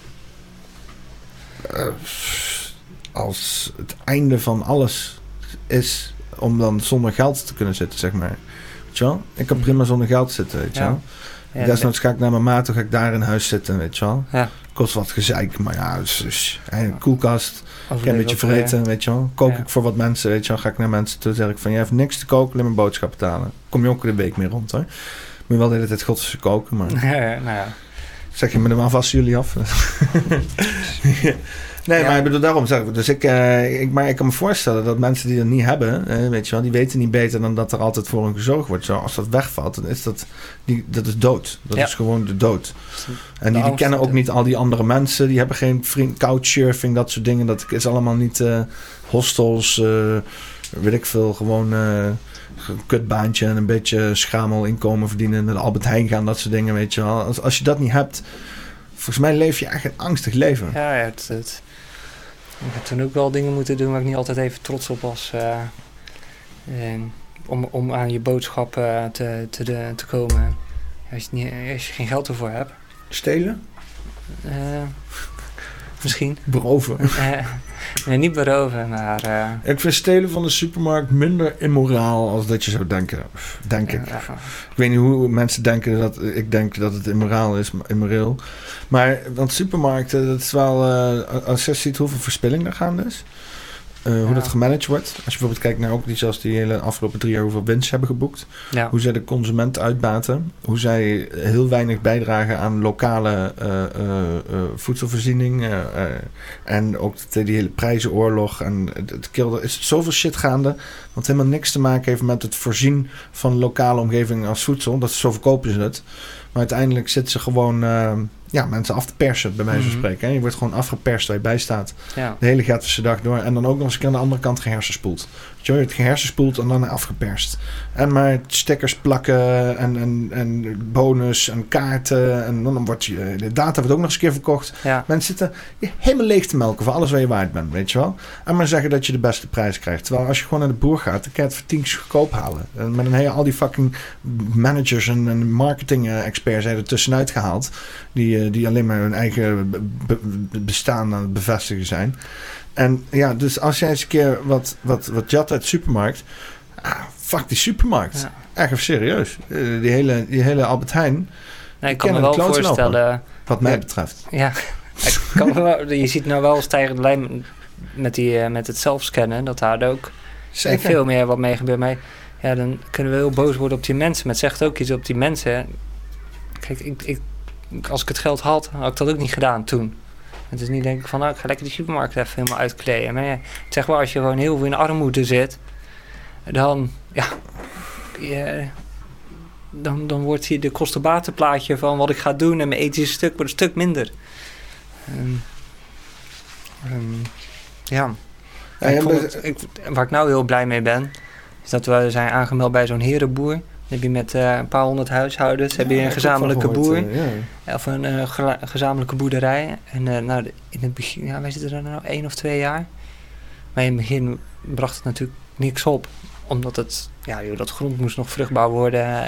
als het einde van alles is om dan zonder geld te kunnen zitten, zeg maar. Weet je wel? Ik kan prima zonder geld zitten, weet je wel. Ja, desnoods ga ik naar mijn maat, dan ga ik daar in huis zitten, weet je wel. Ja. Kost wat gezeik, maar ja, dus een koelkast, ik heb een beetje vreten, weet je wel. Kook ik voor wat mensen, weet je wel. Ga ik naar mensen toe, zeg ik van, je hebt niks te koken, alleen mijn boodschap betalen. Kom je ook de week mee rond, hoor. Moet je wel de hele tijd godse koken, maar... Zeg je me er maar vast jullie af. Nee, maar ik bedoel, daarom zeg ik. Dus ik kan me voorstellen dat mensen die dat niet hebben, weet je wel, die weten niet beter dan dat er altijd voor hen gezorgd wordt. Zo, als dat wegvalt, dan is dat is dood. Dat is gewoon de dood. En die kennen ook niet al die andere mensen. Die hebben geen couchsurfing, dat soort dingen. Dat is allemaal niet hostels, weet ik veel, gewoon een kutbaantje en een beetje schamel inkomen verdienen. Naar de Albert Heijn gaan, dat soort dingen, weet je wel. Als je dat niet hebt, volgens mij leef je echt een angstig leven. Ja, ik heb toen ook wel dingen moeten doen waar ik niet altijd even trots op was. Om aan je boodschap te komen. Als je geen geld ervoor hebt. Stelen? Misschien. Beroven? Nee, niet beroven, maar... Ik vind stelen van de supermarkt minder immoraal als dat je zou denken. Denk ik. Ik weet niet hoe mensen denken dat... Ik denk dat het immoraal is, immoreel. Maar, want supermarkten, dat is wel... als je ziet hoeveel verspilling er gaande is. Hoe dat gemanaged wordt. Als je bijvoorbeeld kijkt naar ook zelfs die hele afgelopen 3 jaar hoeveel winst hebben geboekt. Ja. Hoe zij de consument uitbaten. Hoe zij heel weinig bijdragen aan lokale voedselvoorziening. En ook die hele prijzenoorlog. En er is zoveel shit gaande. Wat helemaal niks te maken heeft met het voorzien van lokale omgeving als voedsel. Zo verkopen ze het. Maar uiteindelijk zitten ze gewoon mensen af te persen, bij wijze van spreken. Hè? Je wordt gewoon afgeperst waar je bij staat. Ja. De hele Gatse dag door. En dan ook nog eens aan de andere kant gehersenspoeld. Je hebt gehersenspoeld en dan afgeperst. En maar stickers plakken en bonus en kaarten. En dan wordt de data wordt ook nog eens een keer verkocht. Ja. Mensen zitten je helemaal leeg te melken voor alles waar je waard bent, weet je wel. En maar zeggen dat je de beste prijs krijgt. Terwijl als je gewoon naar de boer gaat, dan kan je het voor 10 goedkoop halen. En met al die fucking managers en marketing experts zijn er tussenuit gehaald. Die alleen maar hun eigen bestaan aan het bevestigen zijn. En ja, dus als jij eens een keer wat jat uit de supermarkt. Fuck die supermarkt. Ja. Echt even serieus. Die hele Albert Heijn. Nee, ik kan me wel voorstellen. Lopen, wat mij betreft. Ja, je ziet nou wel stijgende lijn met het zelfscannen. Dat daar ook veel meer wat mee gebeurt. Maar ja, dan kunnen we heel boos worden op die mensen. Maar het zegt ook iets op die mensen. Kijk, als ik het geld had ik dat ook niet gedaan toen. Het is niet denk ik van, ik ga lekker die supermarkt even helemaal uitkleden. Maar ja, ik zeg wel, als je gewoon heel veel in armoede zit, dan, dan wordt hier de kostenbatenplaatje van wat ik ga doen en mijn ethische stuk wordt een stuk minder. Waar ik nou heel blij mee ben, is dat we zijn aangemeld bij zo'n herenboer. Dan heb je met een paar 100 huishoudens heb je een gezamenlijke boer. Of een gezamenlijke boerderij. En in het begin, wij zitten er nou 1 of 2 jaar. Maar in het begin bracht het natuurlijk niks op. Omdat dat grond moest nog vruchtbaar worden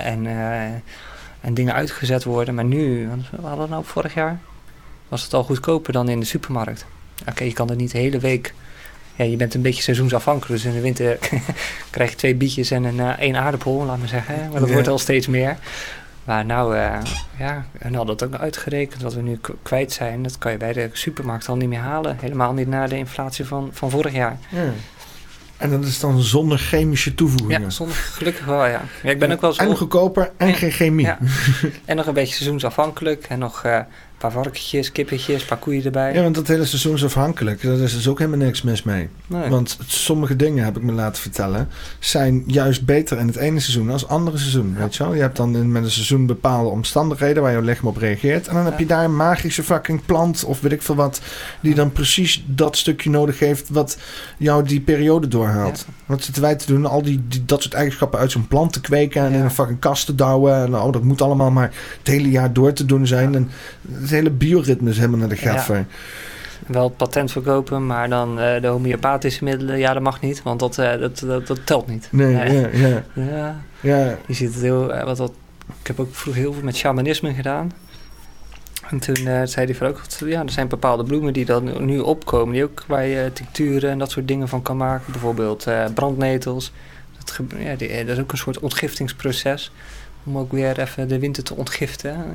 en dingen uitgezet worden. Maar nu, wat hadden we nou vorig jaar? Was het al goedkoper dan in de supermarkt. Oké, je kan er niet de hele week. Ja, je bent een beetje seizoensafhankelijk. Dus in de winter krijg je 2 bietjes en 1 aardappel, laat maar zeggen. Maar dat wordt al steeds meer. Maar nou, en hadden dat ook uitgerekend. Wat we nu kwijt zijn, dat kan je bij de supermarkt al niet meer halen. Helemaal niet na de inflatie van vorig jaar. Ja. En dat is dan zonder chemische toevoegingen? Ja, zonder gelukkig wel, ja. Ik ben ook wel zo. En goedkoper en geen chemie. Ja. En nog een beetje seizoensafhankelijk. En nog een paar varkentjes, kippetjes, een paar koeien erbij. Ja, want dat hele seizoensafhankelijk, daar is dus ook helemaal niks mis mee. Nee. Want sommige dingen, heb ik me laten vertellen, zijn juist beter in het ene seizoen als het andere seizoen. Ja. Weet je wel? Je hebt dan met een seizoen bepaalde omstandigheden waar je lichaam op reageert. En dan heb je daar een magische fucking plant of weet ik veel wat, die dan precies dat stukje nodig heeft wat jou die periode doorhaalt. Ja. Wat zitten wij te doen? Al dat soort eigenschappen uit zo'n plant te kweken en in een fucking kast te douwen. En dat moet allemaal maar het hele jaar door te doen zijn. Ja. En het hele bioritme is helemaal naar de gaffer. Ja. Wel het patent verkopen, maar dan de homeopathische middelen, dat mag niet, want dat telt niet. Nee. Ja. Je ziet het heel, ik heb ook vroeger heel veel met shamanisme gedaan. En toen zei hij van ook, er zijn bepaalde bloemen die dan nu opkomen, die ook waar je tincturen en dat soort dingen van kan maken. Bijvoorbeeld brandnetels. Dat is ook een soort ontgiftingsproces, om ook weer even de winter te ontgiften.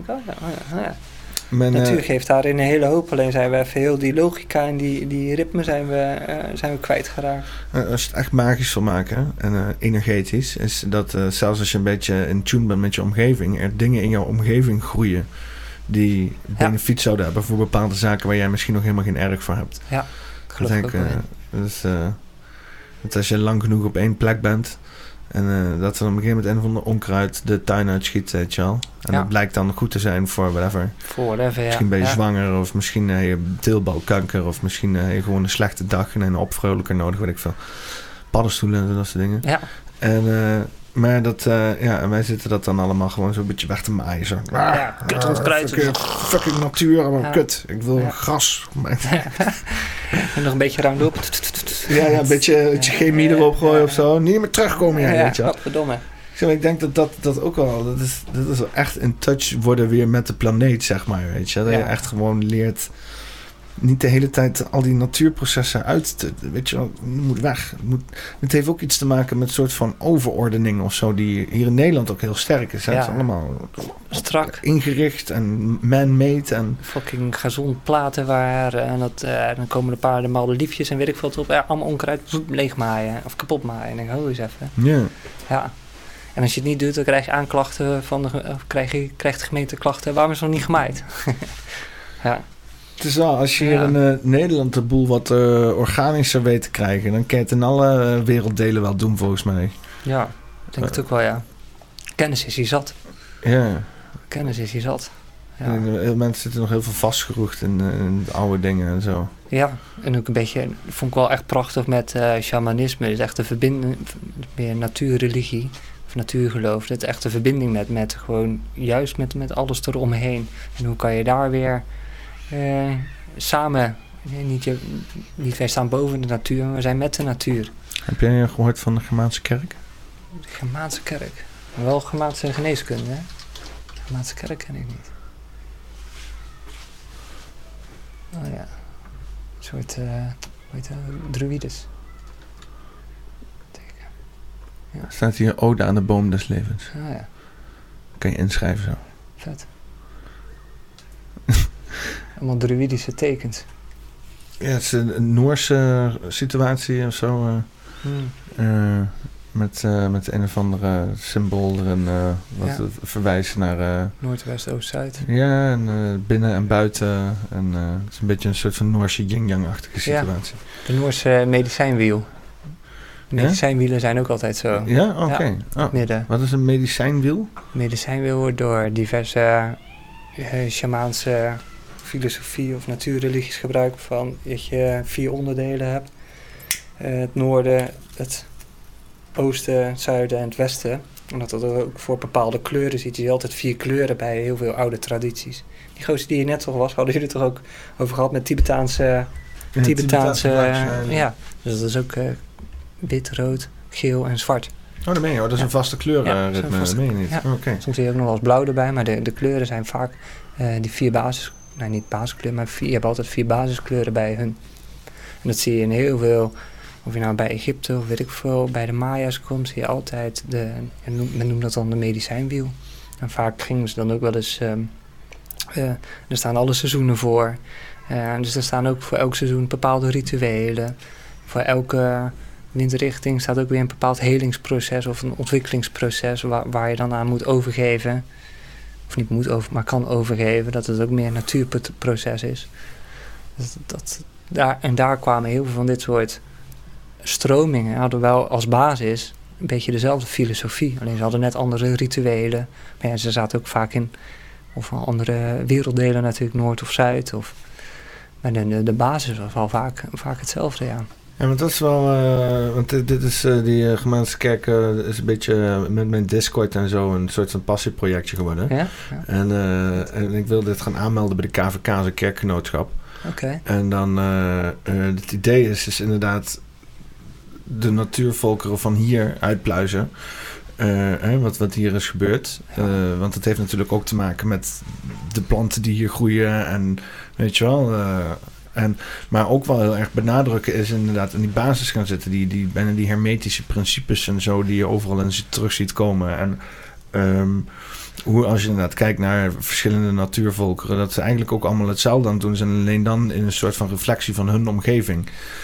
Natuur geeft daarin een hele hoop. Alleen zijn we even heel die logica en die ritme zijn we kwijtgeraakt. Als je het echt magisch wil maken en energetisch, is dat zelfs als je een beetje in tune bent met je omgeving, er dingen in jouw omgeving groeien die benefiet zouden hebben voor bepaalde zaken waar jij misschien nog helemaal geen erg voor hebt. Ja, dat denk ik. Dat als je lang genoeg op één plek bent, en dat er op een gegeven moment een of ander onkruid de tuin uitschiet, weet je wel. En dat blijkt dan goed te zijn voor whatever. Misschien ben je zwanger, of misschien heb je teelbalkanker, of misschien heb je gewoon een slechte dag en een opvrolijker nodig, weet ik veel. Paddenstoelen en dat soort dingen. Ja. Maar en wij zitten dat dan allemaal gewoon zo'n beetje weg te maaien. Zo. Kut ontkruid. Fucking natuur, allemaal kut. Ik wil gras. En nog een beetje Roundup. Ja, een beetje chemie erop gooien of zo. Niet meer terugkomen, weet je wel. Verdomme. Ik denk dat ook wel, dat is wel echt in touch worden weer met de planeet, zeg maar, weet je. Dat je echt gewoon leert niet de hele tijd al die natuurprocessen weet je wel, moet weg. Het heeft ook iets te maken met een soort van overordening of zo, die hier in Nederland ook heel sterk is. Hè? Het is allemaal strak ingericht en man-made en fucking gazonplaten waar en dan komen een paar de malde en weet ik veel op. Allemaal onkruid leegmaaien of kapotmaaien. En denk ik, eens even. Ja. En als je het niet doet, dan krijg je aanklachten krijgt de gemeente klachten. Waarom is het nog niet gemaaid? Ja. Het is wel, als je hier in Nederland de boel wat organischer weet te krijgen, dan kan je het in alle werelddelen wel doen, volgens mij. Ja, ik denk het ook wel, ja. Kennis is hier zat. Ja. Kennis is hier zat. Ja. En mensen zitten nog heel veel vastgeroegd in de oude dingen en zo. Ja, en ook een beetje, vond ik wel echt prachtig met shamanisme. Dus echt de verbinding, meer natuurreligie of natuurgeloof. Dat is echt de verbinding met gewoon, juist met alles eromheen. En hoe kan je daar weer samen, niet wij staan boven de natuur, maar we zijn met de natuur. Heb jij gehoord van de Germaanse kerk? De Germaanse kerk. Wel Germaanse geneeskunde, hè? De Germaanse kerk ken ik niet. Oh ja. Een soort, hoe heet dat? Druides. Ja. Staat hier Ode aan de boom des levens. Ah ja, Kan je inschrijven zo. vet. Allemaal druidische tekens. Ja, het is een Noorse situatie of zo. Met een of andere symbool erin. Wat verwijst naar... Noordwest, Oost, Zuid. Ja, en binnen en buiten. En het is een beetje een soort van Noorse yin-yang-achtige situatie. Ja, de Noorse medicijnwiel. De medicijnwielen zijn ook altijd zo. Ja, oké. Ja, midden. Wat is een medicijnwiel? Medicijnwiel wordt door diverse shamaanse filosofie of natuurreligies gebruikt van dat je 4 onderdelen hebt. Het noorden, het oosten, het zuiden en het westen. En dat er ook voor bepaalde kleuren ziet. Je ziet altijd 4 kleuren bij heel veel oude tradities. Die gozer die je net toch was, hadden jullie het toch ook over gehad met Tibetaanse ja, dus dat is ook wit, rood, geel en zwart. Oh, dat meen je. Dat is een vaste kleurenritme. Dat meen je niet. Ja. Okay. Soms zie je ook nog wel eens blauw erbij, maar de kleuren zijn vaak die 4 basis... Nee, niet basiskleuren, maar je hebt altijd 4 basiskleuren bij hun. En dat zie je in heel veel... Of je nou bij Egypte of weet ik veel, bij de Maya's komt, zie je altijd men noemt dat dan de medicijnwiel. En vaak gingen ze dan ook wel eens... er staan alle seizoenen voor. Dus er staan ook voor elk seizoen bepaalde rituelen. Voor elke windrichting staat ook weer een bepaald helingsproces of een ontwikkelingsproces waar je dan aan moet overgeven. Of niet moet over, maar kan overgeven, dat het ook meer een natuurproces is. Daar kwamen heel veel van dit soort stromingen, hadden wel als basis een beetje dezelfde filosofie. Alleen ze hadden net andere rituelen. Maar ja, ze zaten ook vaak in of andere werelddelen natuurlijk, Noord of Zuid. Maar de basis was wel vaak hetzelfde, ja. Ja, want dat is wel... want dit is die Germaanse kerk is een beetje met mijn Discord en zo een soort van passieprojectje geworden. Ja? Ja. En ik wilde dit gaan aanmelden bij de KVK als een kerkgenootschap. Oké. En dan het idee is inderdaad de natuurvolkeren van hier uitpluizen. Wat hier is gebeurd. Want het heeft natuurlijk ook te maken met de planten die hier groeien en weet je wel... maar ook wel heel erg benadrukken is inderdaad in die basis gaan zitten. Die bijna die hermetische principes en zo die je overal in terug ziet komen. En hoe als je inderdaad kijkt naar verschillende natuurvolkeren, dat ze eigenlijk ook allemaal hetzelfde aan het doen zijn. Alleen dan in een soort van reflectie van hun omgeving.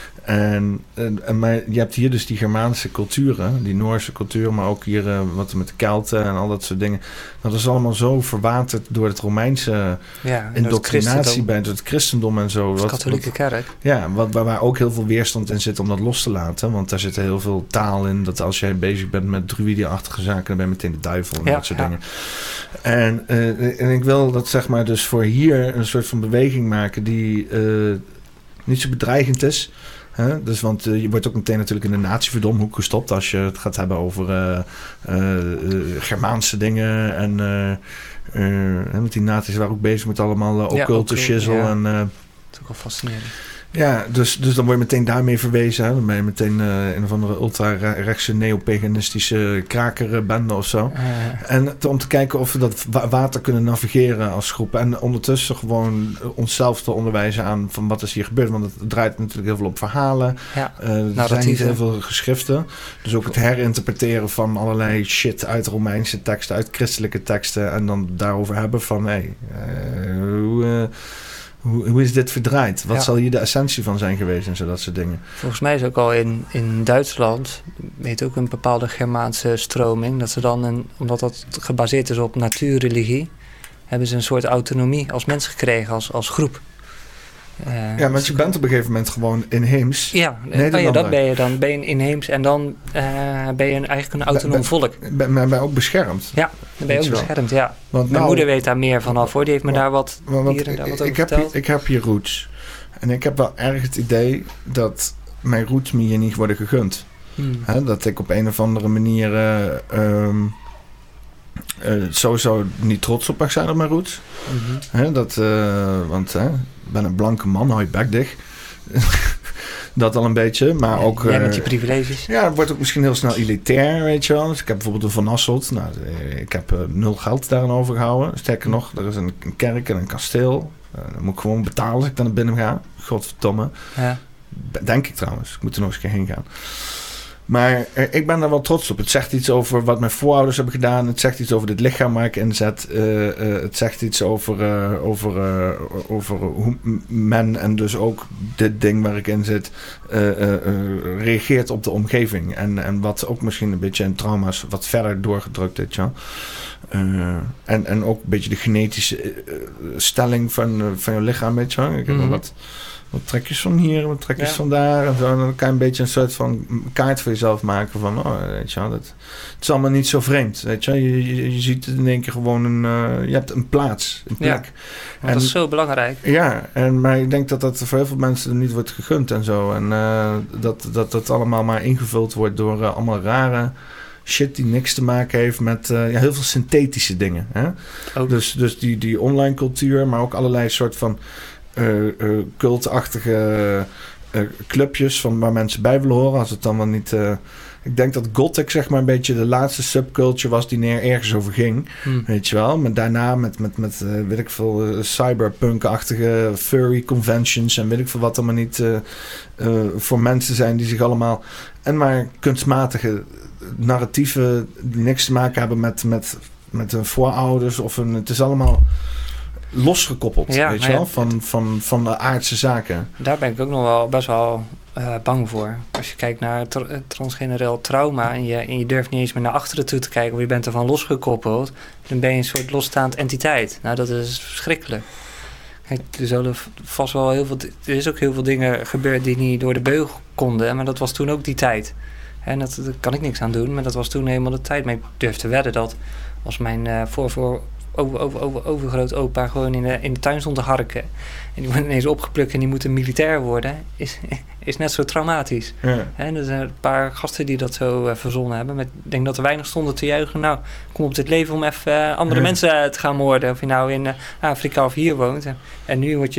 Maar je hebt hier dus die Germaanse culturen, die Noorse cultuur, maar ook hier wat met de Kelten en al dat soort dingen. Dat is allemaal zo verwaterd door het Romeinse indoctrinatie bij het christendom en zo. De katholieke kerk. Ja, waar ook heel veel weerstand in zit om dat los te laten. Want daar zit heel veel taal in. Dat als jij bezig bent met druïde-achtige zaken, dan ben je meteen de duivel en dat soort dingen. En ik wil dat zeg maar dus voor hier een soort van beweging maken die niet zo bedreigend is. Dus, want je wordt ook meteen natuurlijk in de natieverdomhoek gestopt als je het gaat hebben over Germaanse dingen. En met die naties waren ook bezig met allemaal occulte shizzle. Ja. En, dat is ook wel fascinerend. Ja, dus dan word je meteen daarmee verwezen. Hè? Dan ben je meteen een of andere ultra-rechtse neopaganistische krakerbende of zo. En om te kijken of we dat water kunnen navigeren als groep. En ondertussen gewoon onszelf te onderwijzen aan van wat is hier gebeurd. Want het draait natuurlijk heel veel op verhalen. Ja, er zijn niet heel veel geschriften. Dus ook het herinterpreteren van allerlei shit uit Romeinse teksten, uit christelijke teksten. En dan daarover hebben van hoe is dit verdraaid? Wat zal hier de essentie van zijn geweest en zo dat soort dingen? Volgens mij is ook al in Duitsland, weet ook een bepaalde Germaanse stroming, dat ze dan, omdat dat gebaseerd is op natuurreligie, hebben ze een soort autonomie als mens gekregen, als groep. Ja, want je bent op een gegeven moment gewoon inheems. Ja, dat ben je dan. Ben je inheems en dan ben je eigenlijk een autonoom volk. Ben je ook beschermd? Ja, dan ben je ook beschermd, ja. Want mijn moeder weet daar meer vanaf, hoor. Die heeft me daar wat hier en daar wat over verteld. Ik heb hier roots. En ik heb wel erg het idee dat mijn roots me hier niet worden gegund. Dat ik op een of andere manier sowieso niet trots op mag zijn op mijn roots. Want ik ben een blanke man, hou je bek dicht. Dat al een beetje, maar ook... Jij met je privileges. Ja, het wordt ook misschien heel snel elitair, weet je wel. Dus ik heb bijvoorbeeld een Van Hasselt. Nou, ik heb 0 geld daaraan overgehouden. Sterker nog, er is een kerk en een kasteel. Dan moet ik gewoon betalen als ik daar naar binnen ga. Godverdomme. Ja. Denk ik trouwens. Ik moet er nog eens een keer heen gaan. Maar ik ben daar wel trots op. Het zegt iets over wat mijn voorouders hebben gedaan. Het zegt iets over dit lichaam waar ik in zet. Het zegt iets over hoe men en dus ook dit ding waar ik in zit reageert op de omgeving. En wat ook misschien een beetje in trauma's wat verder doorgedrukt is. Ja. En ook een beetje de genetische stelling van je lichaam. Weet je wel. Ik heb wel wat trekjes van hier, wat trekjes van daar. En zo. En dan kan je een beetje een soort van kaart voor jezelf maken van, weet je wel, het is allemaal niet zo vreemd. Weet je, je ziet het in één keer gewoon je hebt een plaats, een plek. Ja, dat is zo belangrijk. Ja, maar ik denk dat voor heel veel mensen niet wordt gegund en zo. En dat allemaal maar ingevuld wordt door allemaal rare shit die niks te maken heeft met heel veel synthetische dingen. Hè? Dus die online cultuur, maar ook allerlei soort van cultachtige clubjes van waar mensen bij willen horen. Als het dan wel niet... ik denk dat gothic zeg maar een beetje de laatste subculture was die ergens over ging. Weet je wel. Maar daarna met weet ik veel cyberpunk-achtige furry conventions en weet ik veel wat allemaal niet voor mensen zijn die zich allemaal... En maar kunstmatige narratieven die niks te maken hebben met hun voorouders of het is allemaal losgekoppeld, weet je wel, van de aardse zaken. Daar ben ik ook nog wel best wel bang voor. Als je kijkt naar transgeneraal trauma en je durft niet eens meer naar achteren toe te kijken of je bent ervan losgekoppeld, dan ben je een soort losstaand entiteit. Nou, dat is verschrikkelijk. Kijk, er is ook heel veel dingen gebeurd die niet door de beugel konden, maar dat was toen ook die tijd. En daar kan ik niks aan doen, maar dat was toen helemaal de tijd. Maar ik durf te wedden dat als mijn overgrootopa gewoon in de tuin stond te harken en die wordt ineens opgeplukt en die moet een militair worden, is net zo traumatisch. Ja. En er zijn een paar gasten die dat zo verzonnen hebben. Ik denk dat er weinig stonden te juichen. Nou, kom op dit leven om even andere mensen te gaan moorden. Of je nou in Afrika of hier woont. En nu wordt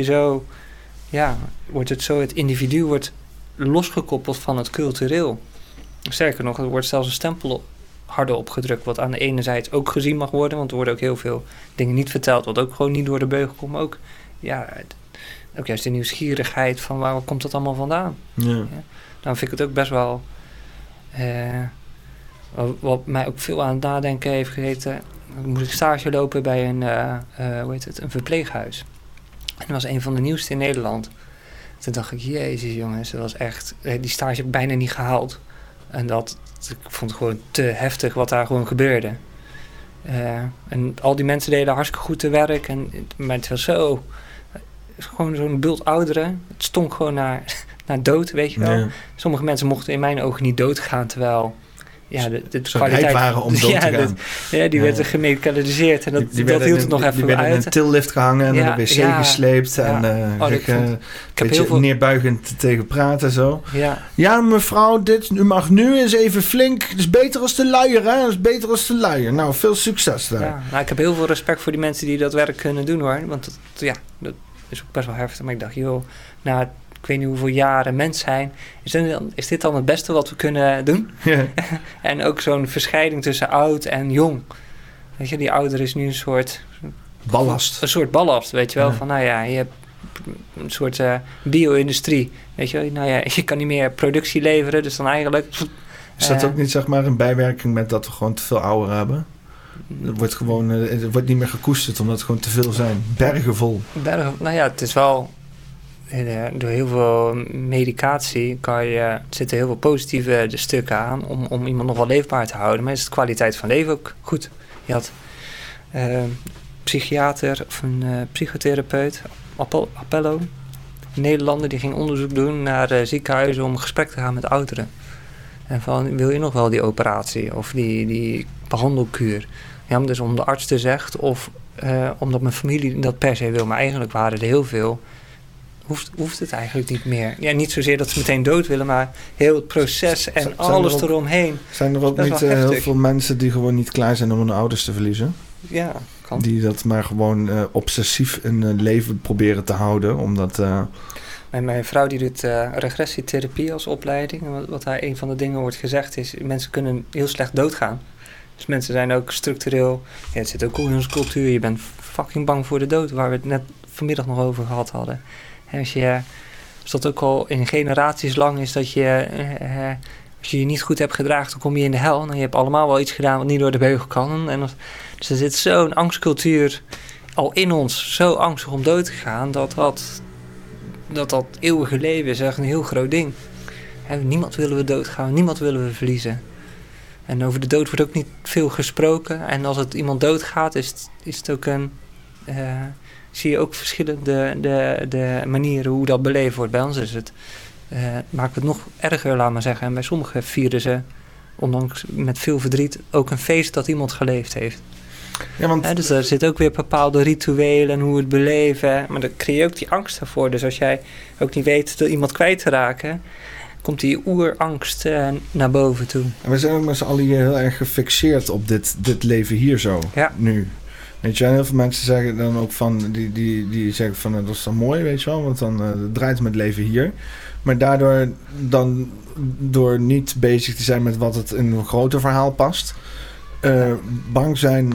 het individu wordt losgekoppeld van het cultureel. Sterker nog, er wordt zelfs een stempel harder opgedrukt, wat aan de ene zijde ook gezien mag worden, want er worden ook heel veel dingen niet verteld, wat ook gewoon niet door de beugel komt, maar ook juist de nieuwsgierigheid van waar komt dat allemaal vandaan. Ja. Dan vind ik het ook best wel wat mij ook veel aan het nadenken heeft gegeten. Dan moest ik stage lopen bij een verpleeghuis. En dat was een van de nieuwste in Nederland. Toen dacht ik, jezus jongens, dat was echt, die stage heb ik bijna niet gehaald. En ik vond het gewoon te heftig wat daar gewoon gebeurde. En al die mensen deden hartstikke goed te werk. Maar het was gewoon zo'n bult ouderen. Het stonk gewoon naar dood, weet je wel. Ja. Sommige mensen mochten in mijn ogen niet doodgaan, terwijl de kwaliteit waren om dood te gaan. Die werden gemedicaliseerd en dat hield het nog even uit. Die werden in een tillift gehangen en naar de wc gesleept. En ik heb heel veel neerbuigend tegen praten zo. Ja, mevrouw, u mag nu eens even flink. Het is beter als de luier, hè? Het is beter als de luier. Nou, veel succes daar. Ja, ik heb heel veel respect voor die mensen die dat werk kunnen doen, hoor. Want dat is ook best wel heftig. Maar ik dacht, joh, ik weet niet hoeveel jaren mens zijn. Is dit dan het beste wat we kunnen doen? Yeah. En ook zo'n verscheiding tussen oud en jong. Weet je, die ouder is nu een soort... ballast. Een soort ballast, weet je wel. Ja. Van, je hebt een soort bio-industrie. Weet je wel, je kan niet meer productie leveren. Dus dan eigenlijk... Is dat ook niet, zeg maar, een bijwerking met dat we gewoon te veel ouderen hebben? Het wordt niet meer gekoesterd omdat het gewoon te veel zijn. Bergen vol. Het is wel... Door heel veel medicatie zitten heel veel positieve stukken aan om iemand nog wel leefbaar te houden. Maar is de kwaliteit van leven ook goed. Je had een psychiater of een psychotherapeut, Appello. Nederlander die ging onderzoek doen naar ziekenhuizen om een gesprek te gaan met ouderen. En van, wil je nog wel die operatie of die behandelkuur? Ja, dus om de arts te zegt of omdat mijn familie dat per se wil. Maar eigenlijk waren er heel veel. Hoeft het eigenlijk niet meer. Ja, niet zozeer dat ze meteen dood willen, maar heel het proces en alles eromheen. Zijn er ook niet heel veel mensen die gewoon niet klaar zijn om hun ouders te verliezen? Ja, kan. Die dat maar gewoon obsessief in leven proberen te houden, omdat... Mijn vrouw die doet regressietherapie als opleiding. En wat daar een van de dingen wordt gezegd is, mensen kunnen heel slecht doodgaan. Dus mensen zijn ook structureel... Ja, het zit ook in onze cultuur. Je bent fucking bang voor de dood, waar we het net vanmiddag nog over gehad hadden. En als dat ook al in generaties lang is dat je... als je je niet goed hebt gedragen, dan kom je in de hel. En je hebt allemaal wel iets gedaan wat niet door de beugel kan. Dus er zit zo'n angstcultuur al in ons. Zo angstig om dood te gaan, dat eeuwige leven is echt een heel groot ding. Niemand willen we doodgaan, niemand willen we verliezen. En over de dood wordt ook niet veel gesproken. En als het iemand doodgaat, is het ook zie je ook verschillende de manieren hoe dat beleefd wordt. Bij ons is het, maakt het nog erger, laat maar zeggen. En bij sommigen vieren ze, ondanks met veel verdriet, ook een feest dat iemand geleefd heeft. Ja, want... dus er zit ook weer bepaalde rituelen en hoe we het beleven. Maar dan creëer je ook die angst daarvoor. Dus als jij ook niet weet dat iemand kwijt te raken, komt die oerangst naar boven toe. En we zijn ook met z'n allen hier heel erg gefixeerd op dit leven hier zo, nu. Weet je, heel veel mensen zeggen dan ook van, die zeggen van, dat is dan mooi, weet je wel, want dan draait het met het leven hier. Maar daardoor dan, door niet bezig te zijn met wat het in een groter verhaal past, bang zijn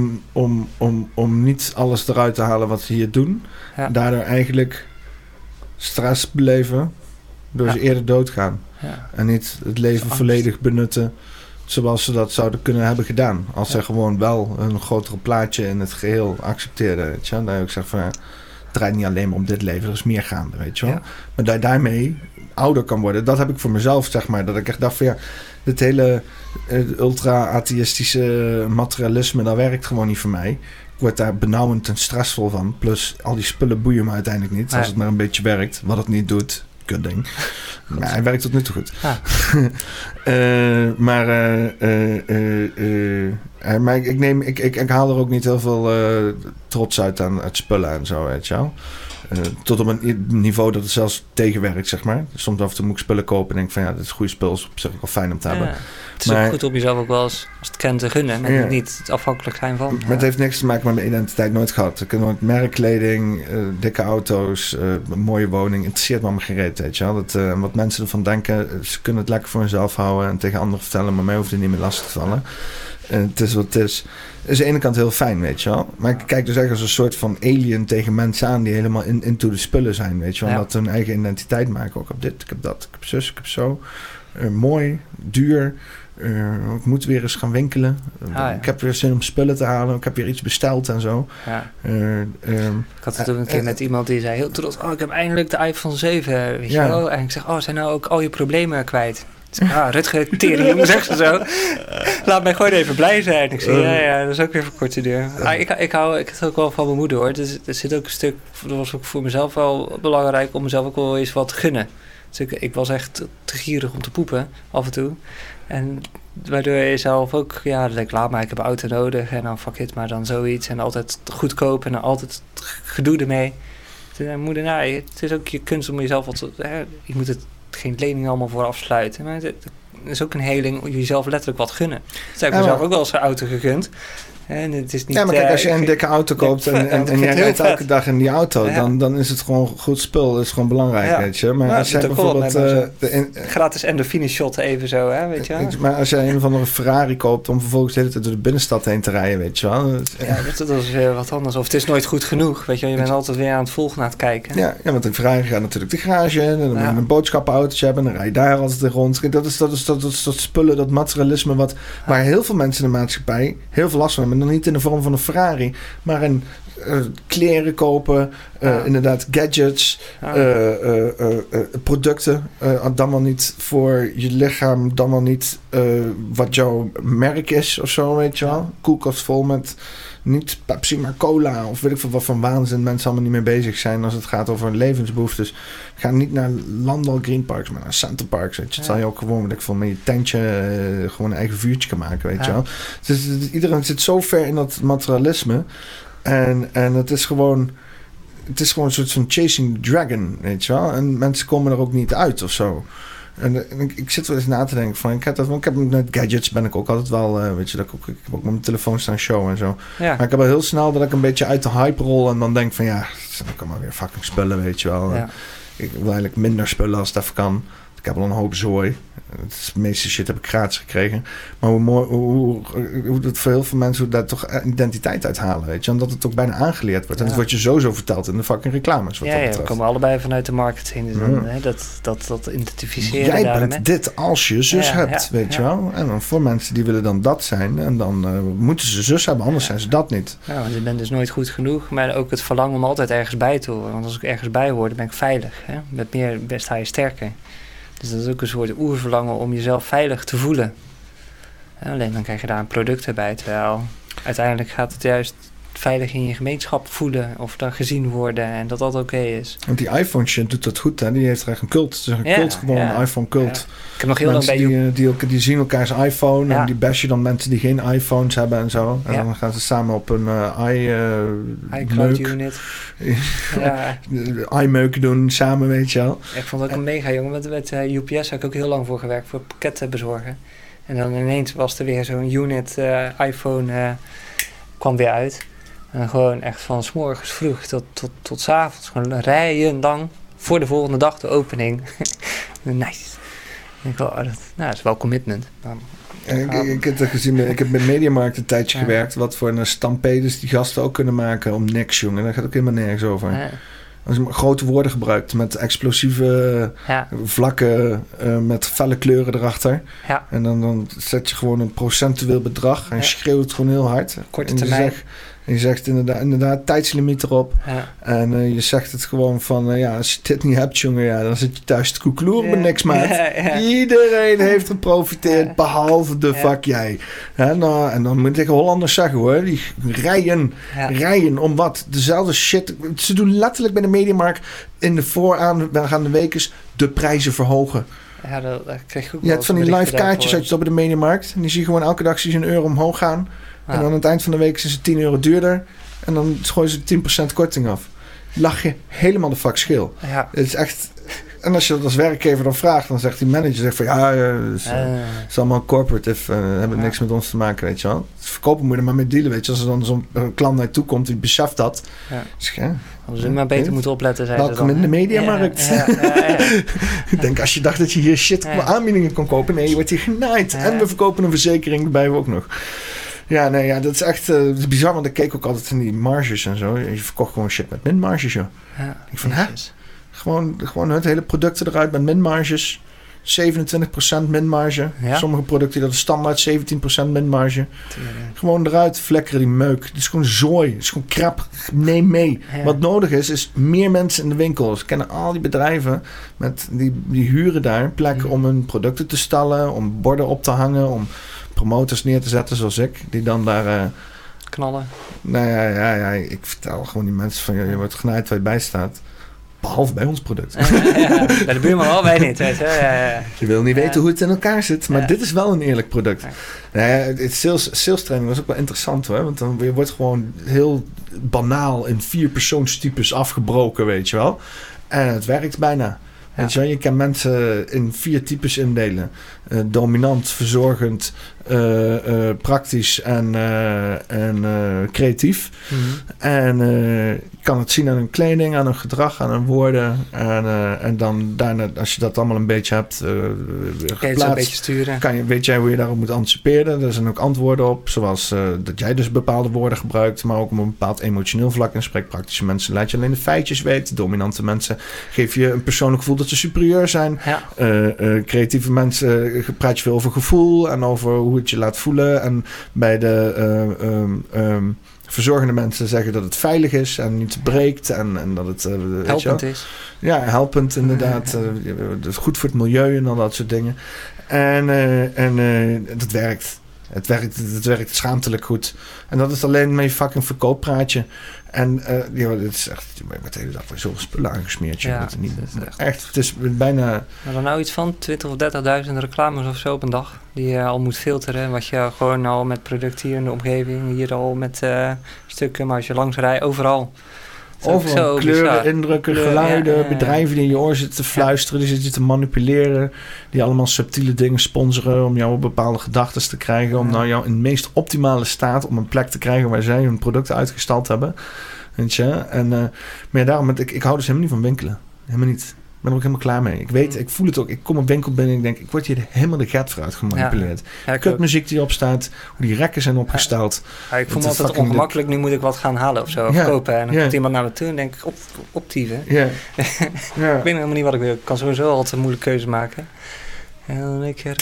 om niet alles eruit te halen wat ze hier doen. Ja. Daardoor eigenlijk stress beleven door ze eerder doodgaan. Ja. En niet het leven volledig benutten zoals ze dat zouden kunnen hebben gedaan. Als ze gewoon wel een grotere plaatje in het geheel accepteerden. Weet je? Dan ook zeg van, het draait niet alleen maar om dit leven, er is meer gaande, weet je wel. Ja. Maar dat je daarmee ouder kan worden, dat heb ik voor mezelf, zeg maar. Dat ik echt dacht van, dit hele ultra-atheïstische materialisme, dat werkt gewoon niet voor mij. Ik word daar benauwend en stressvol van. Plus, al die spullen boeien me uiteindelijk niet. Als het maar een beetje werkt, wat het niet doet. Kut ding. Maar hij werkt tot nu toe goed. Maar ik haal er ook niet heel veel trots uit aan het spullen en zo, weet je wel. Tot op een niveau dat het zelfs tegenwerkt, zeg maar. Soms af en toe moet ik spullen kopen en denk van, dit is een goede spul, is op zich ook wel fijn om te hebben. Het is ook goed om jezelf ook wel als het kent te gunnen en niet afhankelijk zijn van. Maar het heeft niks te maken met mijn identiteit, nooit gehad. Ik heb nooit merkkleding, dikke auto's, een mooie woning, interesseert me allemaal geen reet, weet je wel. Wat mensen ervan denken, ze kunnen het lekker voor hunzelf houden en tegen anderen vertellen, maar mij hoeft het niet meer lastig te vallen. Het is wat het is. Het is aan de ene kant heel fijn, weet je wel. Maar ik kijk dus echt als een soort van alien tegen mensen aan die helemaal into de spullen zijn, weet je wel. Omdat ze hun eigen identiteit maken. Ook op dit, ik heb dat, ik heb zus, ik heb zo. Mooi, duur. Ik moet weer eens gaan winkelen. Ik heb weer zin om spullen te halen. Ik heb weer iets besteld en zo. Ja. Ik had het ook een keer met iemand die zei heel trots, ik heb eindelijk de iPhone 7, weet je wel. En ik zeg, zijn nou ook al je problemen kwijt? Rutger, tering, zegt ze zo. Laat mij gewoon even blij zijn. Ik zeg, dat is ook weer voor korte duur. Ik het ook wel van mijn moeder, hoor. Dus er zit ook een stuk, dat was ook voor mezelf wel belangrijk, om mezelf ook wel eens wat te gunnen. Dus ik was echt te gierig om te poepen, af en toe. En waardoor je zelf ook, dan denk ik, laat maar, ik heb een auto nodig. En dan fuck it, maar dan zoiets. En altijd goedkoop en dan altijd gedoe ermee. Toen zei moeder, het is ook je kunst om jezelf wat je moet het geen lening allemaal voor afsluiten. Maar het is ook een heling om jezelf letterlijk wat gunnen. Dat heb ik mezelf ook wel eens een auto gegund. En het is niet, maar kijk, als je een dikke auto koopt en jij rijdt elke dag in die auto, dan is het gewoon goed spul. Dat is gewoon belangrijk, weet je. Maar als jij bijvoorbeeld gratis endorfine shot even zo, hè, weet je. Maar als jij een of andere Ferrari koopt om vervolgens de hele tijd door de binnenstad heen te rijden, weet je wel. Dat is weer wat anders. Of het is nooit goed genoeg, weet je. Je bent altijd weer aan het volgen, aan het kijken. Ja, want een Ferrari gaat natuurlijk de garage in, en dan moet je een boodschappenautootje hebben, en dan rij je daar altijd rond. Dat is dat spullen, dat materialisme waar heel veel mensen in de maatschappij heel veel last van hebben. Dan niet in de vorm van een Ferrari, maar kleren kopen, inderdaad gadgets, producten. Dan wel niet voor je lichaam, dan wel niet wat jouw merk is of zo, weet je wel. Koelkast vol met niet Pepsi, maar cola of weet ik veel wat van waanzin mensen allemaal niet mee bezig zijn als het gaat over levensbehoeftes. Ga niet naar Landal Green Parks, maar naar Center Parks. Weet je. Het zal je ook gewoon, weet ik veel, met je tentje gewoon een eigen vuurtje kan maken, weet je wel. Dus iedereen zit zo ver in dat materialisme en het is gewoon een soort van chasing the dragon, weet je wel. En mensen komen er ook niet uit of zo. En ik zit wel eens na te denken van... Ik heb met gadgets ben ik ook altijd wel... weet je, ik heb ook met mijn telefoon staan show en zo. Ja. Maar ik heb al heel snel dat ik een beetje uit de hype rol... en dan denk van ja, ik kan maar weer fucking spullen, weet je wel. Ja. Ik wil eigenlijk minder spullen als het even kan. Ik heb al een hoop zooi. De meeste shit heb ik gratis gekregen. Maar hoe dat voor heel veel mensen... hoe daar toch identiteit uithalen, weet je. Omdat het ook bijna aangeleerd wordt. En dat wordt je zo verteld in de fucking reclames. Wat we komen allebei vanuit de marketing. Dus dan, dat identificeren. Jij daarmee. Bent dit als je zus hebt, weet je wel. En dan voor mensen die willen dan dat zijn. En dan moeten ze zus hebben, anders zijn ze dat niet. Ja, want je bent dus nooit goed genoeg. Maar ook het verlangen om altijd ergens bij te horen. Want als ik ergens bij hoor, dan ben ik veilig. Hè? Met meer best ga je sterker. Dus dat is ook een soort oerverlangen om jezelf veilig te voelen. En alleen dan krijg je daar een product bij. Terwijl uiteindelijk gaat het juist veilig in je gemeenschap voelen. Of dan gezien worden en dat dat oké is. Want die iPhone shit doet dat goed. Hè? Die heeft er echt een cult. Het is een cult gewoon, een iPhone cult. Ja. Ik heb nog heel lang bij die zien elkaars iPhone. En die bashen dan mensen die geen iPhones hebben en zo. En dan gaan ze samen op een iCloud unit. iMeuk doen samen, weet je wel. Ik vond het ook een mega jongen. Met UPS heb ik ook heel lang voor gewerkt. Voor pakketten bezorgen. En dan ineens was er weer zo'n unit iPhone kwam weer uit. En dan gewoon echt van 's morgens vroeg tot 's avonds. Gewoon rijen lang voor de volgende dag de opening. Nice. Dat is wel commitment. Ik heb het gezien, ik heb met Mediamarkt een tijdje gewerkt. Wat voor een stampedes die gasten ook kunnen maken om niks, jongen. Daar gaat ook helemaal nergens over. Ja. Als je grote woorden gebruikt met explosieve vlakken met felle kleuren erachter. Ja. En dan zet je gewoon een procentueel bedrag en schreeuwt het gewoon heel hard. Korte termijn. En je zegt inderdaad tijdslimiet erop. Ja. En je zegt het gewoon van... als je dit niet hebt, jongen... dan zit je thuis te koekloeren met niks, maat. Ja. Iedereen heeft geprofiteerd... behalve de fuck jij. En dan moet ik tegen Hollanders zeggen, hoor. Die rijen om wat? Dezelfde shit. Ze doen letterlijk bij de Mediamarkt... in de vooraangaande weken... de prijzen verhogen. Ja, dat krijg je ook. Je hebt van die live kaartjes uit je op de Mediamarkt... en die zie je gewoon elke dag €1 omhoog gaan... En dan aan het eind van de week is het €10 duurder. En dan gooien ze 10% korting af. Lach je helemaal de fuck schil. Ja. Het is echt... En als je dat als werkgever dan vraagt, dan zegt die manager van het is allemaal corporate, hebben niks met ons te maken, weet je wel. Dus verkopen moet je er maar mee dealen, weet je. Als er dan zo'n klant naar je toe komt, die beseft dat. Ja. Dus, als we maar beter moeten opletten, zijn welkom in de mediamarkt. Ik denk, als je dacht dat je hier shit aanbiedingen kon kopen, nee, je wordt hier genaaid. Ja. En we verkopen een verzekering erbij ook nog. Ja, dat is echt bizar, want ik keek ook altijd in die marges en zo. Je verkocht gewoon shit met minmarges, joh. Ja, ik van, Gewoon het hele product eruit met minmarges. 27% minmarge. Ja? Sommige producten, dat is standaard 17% minmarge. Gewoon eruit flekkeren die meuk. Het is gewoon zooi. Het is gewoon krap. Neem mee. Ja. Wat nodig is meer mensen in de winkels. We kennen al die bedrijven met die huren daar plekken om hun producten te stallen, om borden op te hangen, om promotors neer te zetten zoals ik, die dan daar knallen. Nou ja, ik vertel gewoon die mensen van je wordt genaaid waar je bij staat. Behalve bij ons product. Bij de buurman al bij niet. Weet je. Ja. Je wil niet weten hoe het in elkaar zit. Maar dit is wel een eerlijk product. Het sales training was ook wel interessant, hoor. Want dan wordt gewoon heel banaal in 4 persoonstypes afgebroken, weet je wel. En het werkt bijna. Weet je wel, je kan mensen in 4 types indelen. Dominant, verzorgend, praktisch en creatief. Mm-hmm. En je kan het zien aan hun kleding, aan hun gedrag, aan hun woorden. En dan daarna, als je dat allemaal een beetje hebt geplaatst, een beetje sturen. Weet jij hoe je daarop moet anticiperen. Er zijn ook antwoorden op, zoals dat jij dus bepaalde woorden gebruikt, maar ook op een bepaald emotioneel vlak. En spreekpraktische mensen laat je alleen de feitjes weten. Dominante mensen geef je een persoonlijk gevoel dat dat ze superieur zijn. Ja. Creatieve mensen praat je veel over gevoel en over hoe het je laat voelen. En bij de verzorgende mensen zeggen dat het veilig is en niet breekt. En dat het helpend is. Ja, helpend inderdaad. Goed voor het milieu en al dat soort dingen. En dat werkt. Het werkt schaamtelijk goed. En dat is alleen mijn fucking verkooppraatje. En het is echt... Je wordt de hele dag bij zoveel spullen aangesmeerd. Ja, het niet, echt. Het is bijna... Maar dan nou iets van 20.000 of 30.000 reclames of zo op een dag. Die je al moet filteren. Wat je gewoon al met producten hier in de omgeving. Hier al met stukken. Maar als je langs rijdt, overal. Overal kleuren, indrukken, geluiden, bedrijven die in je oor zitten te fluisteren, die zitten te manipuleren, die allemaal subtiele dingen sponsoren om jou op bepaalde gedachten te krijgen, om nou jou in de meest optimale staat om een plek te krijgen waar zij hun producten uitgestald hebben. Weet je? En, maar daarom, ik hou dus helemaal niet van winkelen. Helemaal niet. Ik ben er ook helemaal klaar mee. Ik weet, ik voel het ook. Ik kom op winkel binnen en ik denk, ik word hier helemaal de gat vooruit gemanipuleerd. Kutmuziek die erop staat, hoe die rekken zijn opgesteld. Ja, ik voel me altijd ongemakkelijk. Nu moet ik wat gaan halen of zo. Of kopen. En dan komt iemand naar me toe en denk ik, optieven. Ja. Ik weet helemaal niet wat ik wil. Ik kan sowieso altijd een moeilijke keuze maken. En dan denk ik,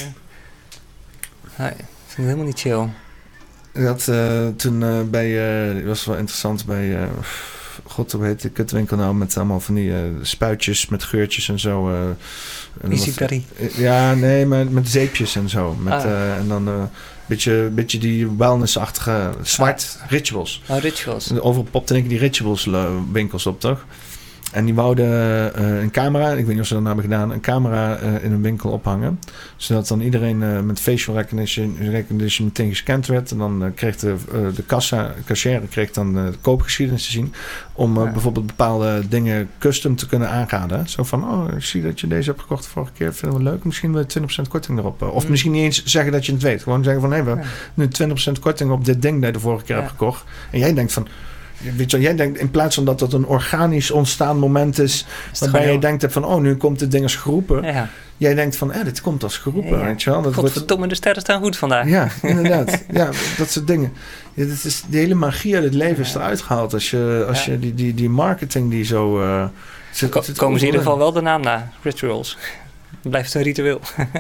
nee, ik vind het helemaal niet chill. Dat toen het was wel interessant bij... God, hoe heet de kutwinkel nou met allemaal van die spuitjes met geurtjes en zo. Easy Curry. Ja, nee, maar met zeepjes en zo. En dan een beetje die wellness-achtige zwart rituals. Oh, rituals. Overal popte denk ik die rituals winkels op, toch? En die wouden een camera, ik weet niet of ze dat nou hebben gedaan, een camera in een winkel ophangen. Zodat dan iedereen met facial recognition meteen gescand werd. En dan kreeg de cashier kreeg dan de koopgeschiedenis te zien. Om bijvoorbeeld bepaalde dingen custom te kunnen aanraden. Zo van, ik zie dat je deze hebt gekocht de vorige keer. Vinden we leuk. Misschien wil je 20% korting erop. Of misschien niet eens zeggen dat je het weet. Gewoon zeggen van, we hebben nu 20% korting op dit ding dat je de vorige keer hebt gekocht. En jij denkt van... Weet je, jij denkt in plaats van dat het een organisch ontstaan moment is waarbij jij denkt van, nu komt dit ding als geroepen. Ja. Jij denkt van, dit komt als geroepen. Ja. Weet je wel? Godverdomme, de sterren staan goed vandaag. Ja, inderdaad. Ja, dat soort dingen. Ja, dat is, de hele magie uit het leven is eruit gehaald als je die marketing die zo... komen ze in ieder geval wel de naam na, rituals. Het blijft een ritueel.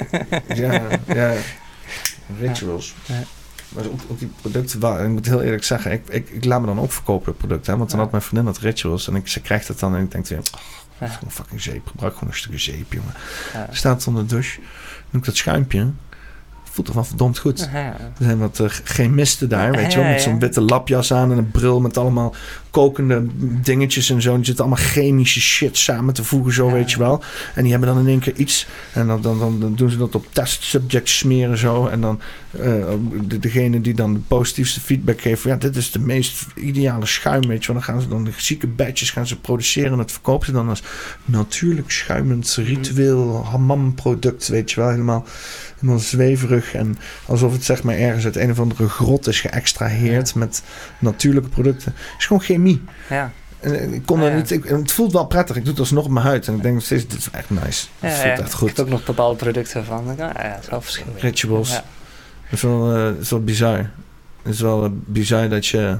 ja. Rituals. Ja. Maar ook die producten, ik moet heel eerlijk zeggen, ik laat me dan ook verkopen producten. Hè? Want dan had mijn vriendin dat rituals en ze krijgt het dan en ik denk weer, gewoon fucking zeep. Gebruik gewoon een stukje zeep, jongen. Ja. Staat het onder de douche, doe ik dat schuimpje. Voelt toch wel verdomd goed. Er zijn wat chemisten daar, weet je wel. Met zo'n witte lapjas aan en een bril met allemaal kokende dingetjes en zo. Die zitten allemaal chemische shit samen te voegen, zo weet je wel. En die hebben dan in één keer iets. En dan doen ze dat op testsubjects smeren zo. En dan degene die dan de positiefste feedback geeft. Ja, dit is de meest ideale schuim, weet je wel. Dan gaan ze dan de zieke badges gaan ze produceren. En dat verkopen ze dan als natuurlijk schuimend ritueel hammam product, weet je wel. Helemaal zweverig en alsof het zeg maar ergens uit een of andere grot is geëxtraheerd met natuurlijke producten. Het is gewoon chemie. Ja. En ik kon er niet. Het voelt wel prettig. Ik doe het alsnog op mijn huid en ik denk nog steeds, dit is echt nice. Het voelt echt goed. Ik heb ook nog bepaalde producten van. Het is wel verschillend. Rituals. Ja. Het is wel bizar. Het is wel bizar dat je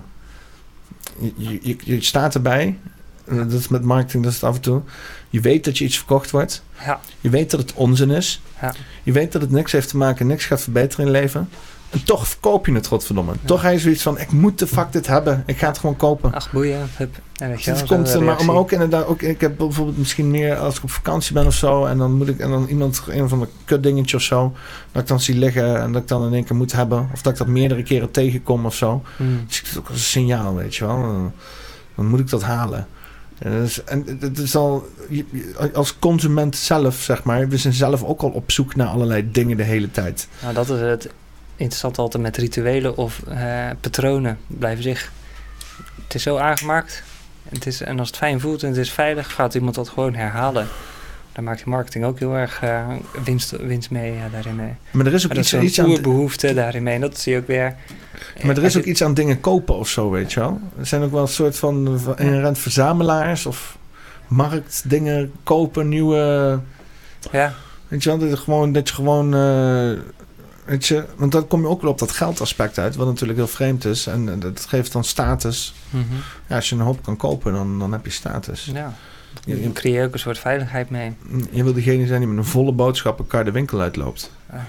staat erbij. Dat is met marketing, dat is het af en toe. Je weet dat je iets verkocht wordt. Ja. Je weet dat het onzin is. Ja. Je weet dat het niks heeft te maken, niks gaat verbeteren in je leven. En toch verkoop je het, godverdomme. Ja. Toch ga je zoiets van, ik moet de fuck dit hebben. Ik ga het gewoon kopen. Ach, boeien. Het komt, maar ook inderdaad, ik heb bijvoorbeeld misschien meer als ik op vakantie ben of zo. En dan moet ik, en dan iemand, een van de kutdingetje of zo. Dat ik dan zie liggen en dat ik dan in één keer moet hebben. Of dat ik dat meerdere keren tegenkom of zo. Dus ik zie het ook als een signaal, weet je wel. Dan moet ik dat halen. En het is al, als consument zelf, zeg maar, we zijn zelf ook al op zoek naar allerlei dingen de hele tijd. Nou, dat is het interessante altijd met rituelen of patronen blijven zich. Het is zo aangemaakt en als het fijn voelt en het is veilig, gaat iemand dat gewoon herhalen. Daar maakt de marketing ook heel erg winst mee daarin. Maar er is ook iets aan behoefte daarin mee. En dat zie je ook weer. Maar er is ook iets aan dingen kopen of zo, weet je wel. Er zijn ook wel een soort van inherent verzamelaars of marktdingen kopen, nieuwe. Ja. Weet je wel, dat je gewoon. Weet je, want dan kom je ook wel op dat geldaspect uit, wat natuurlijk heel vreemd is. En dat geeft dan status. Mm-hmm. Ja, als je een hoop kan kopen, dan heb je status. Ja. Dan creëer je ook een soort veiligheid mee. Je wil degene zijn die met een volle boodschappenkar de winkel uitloopt.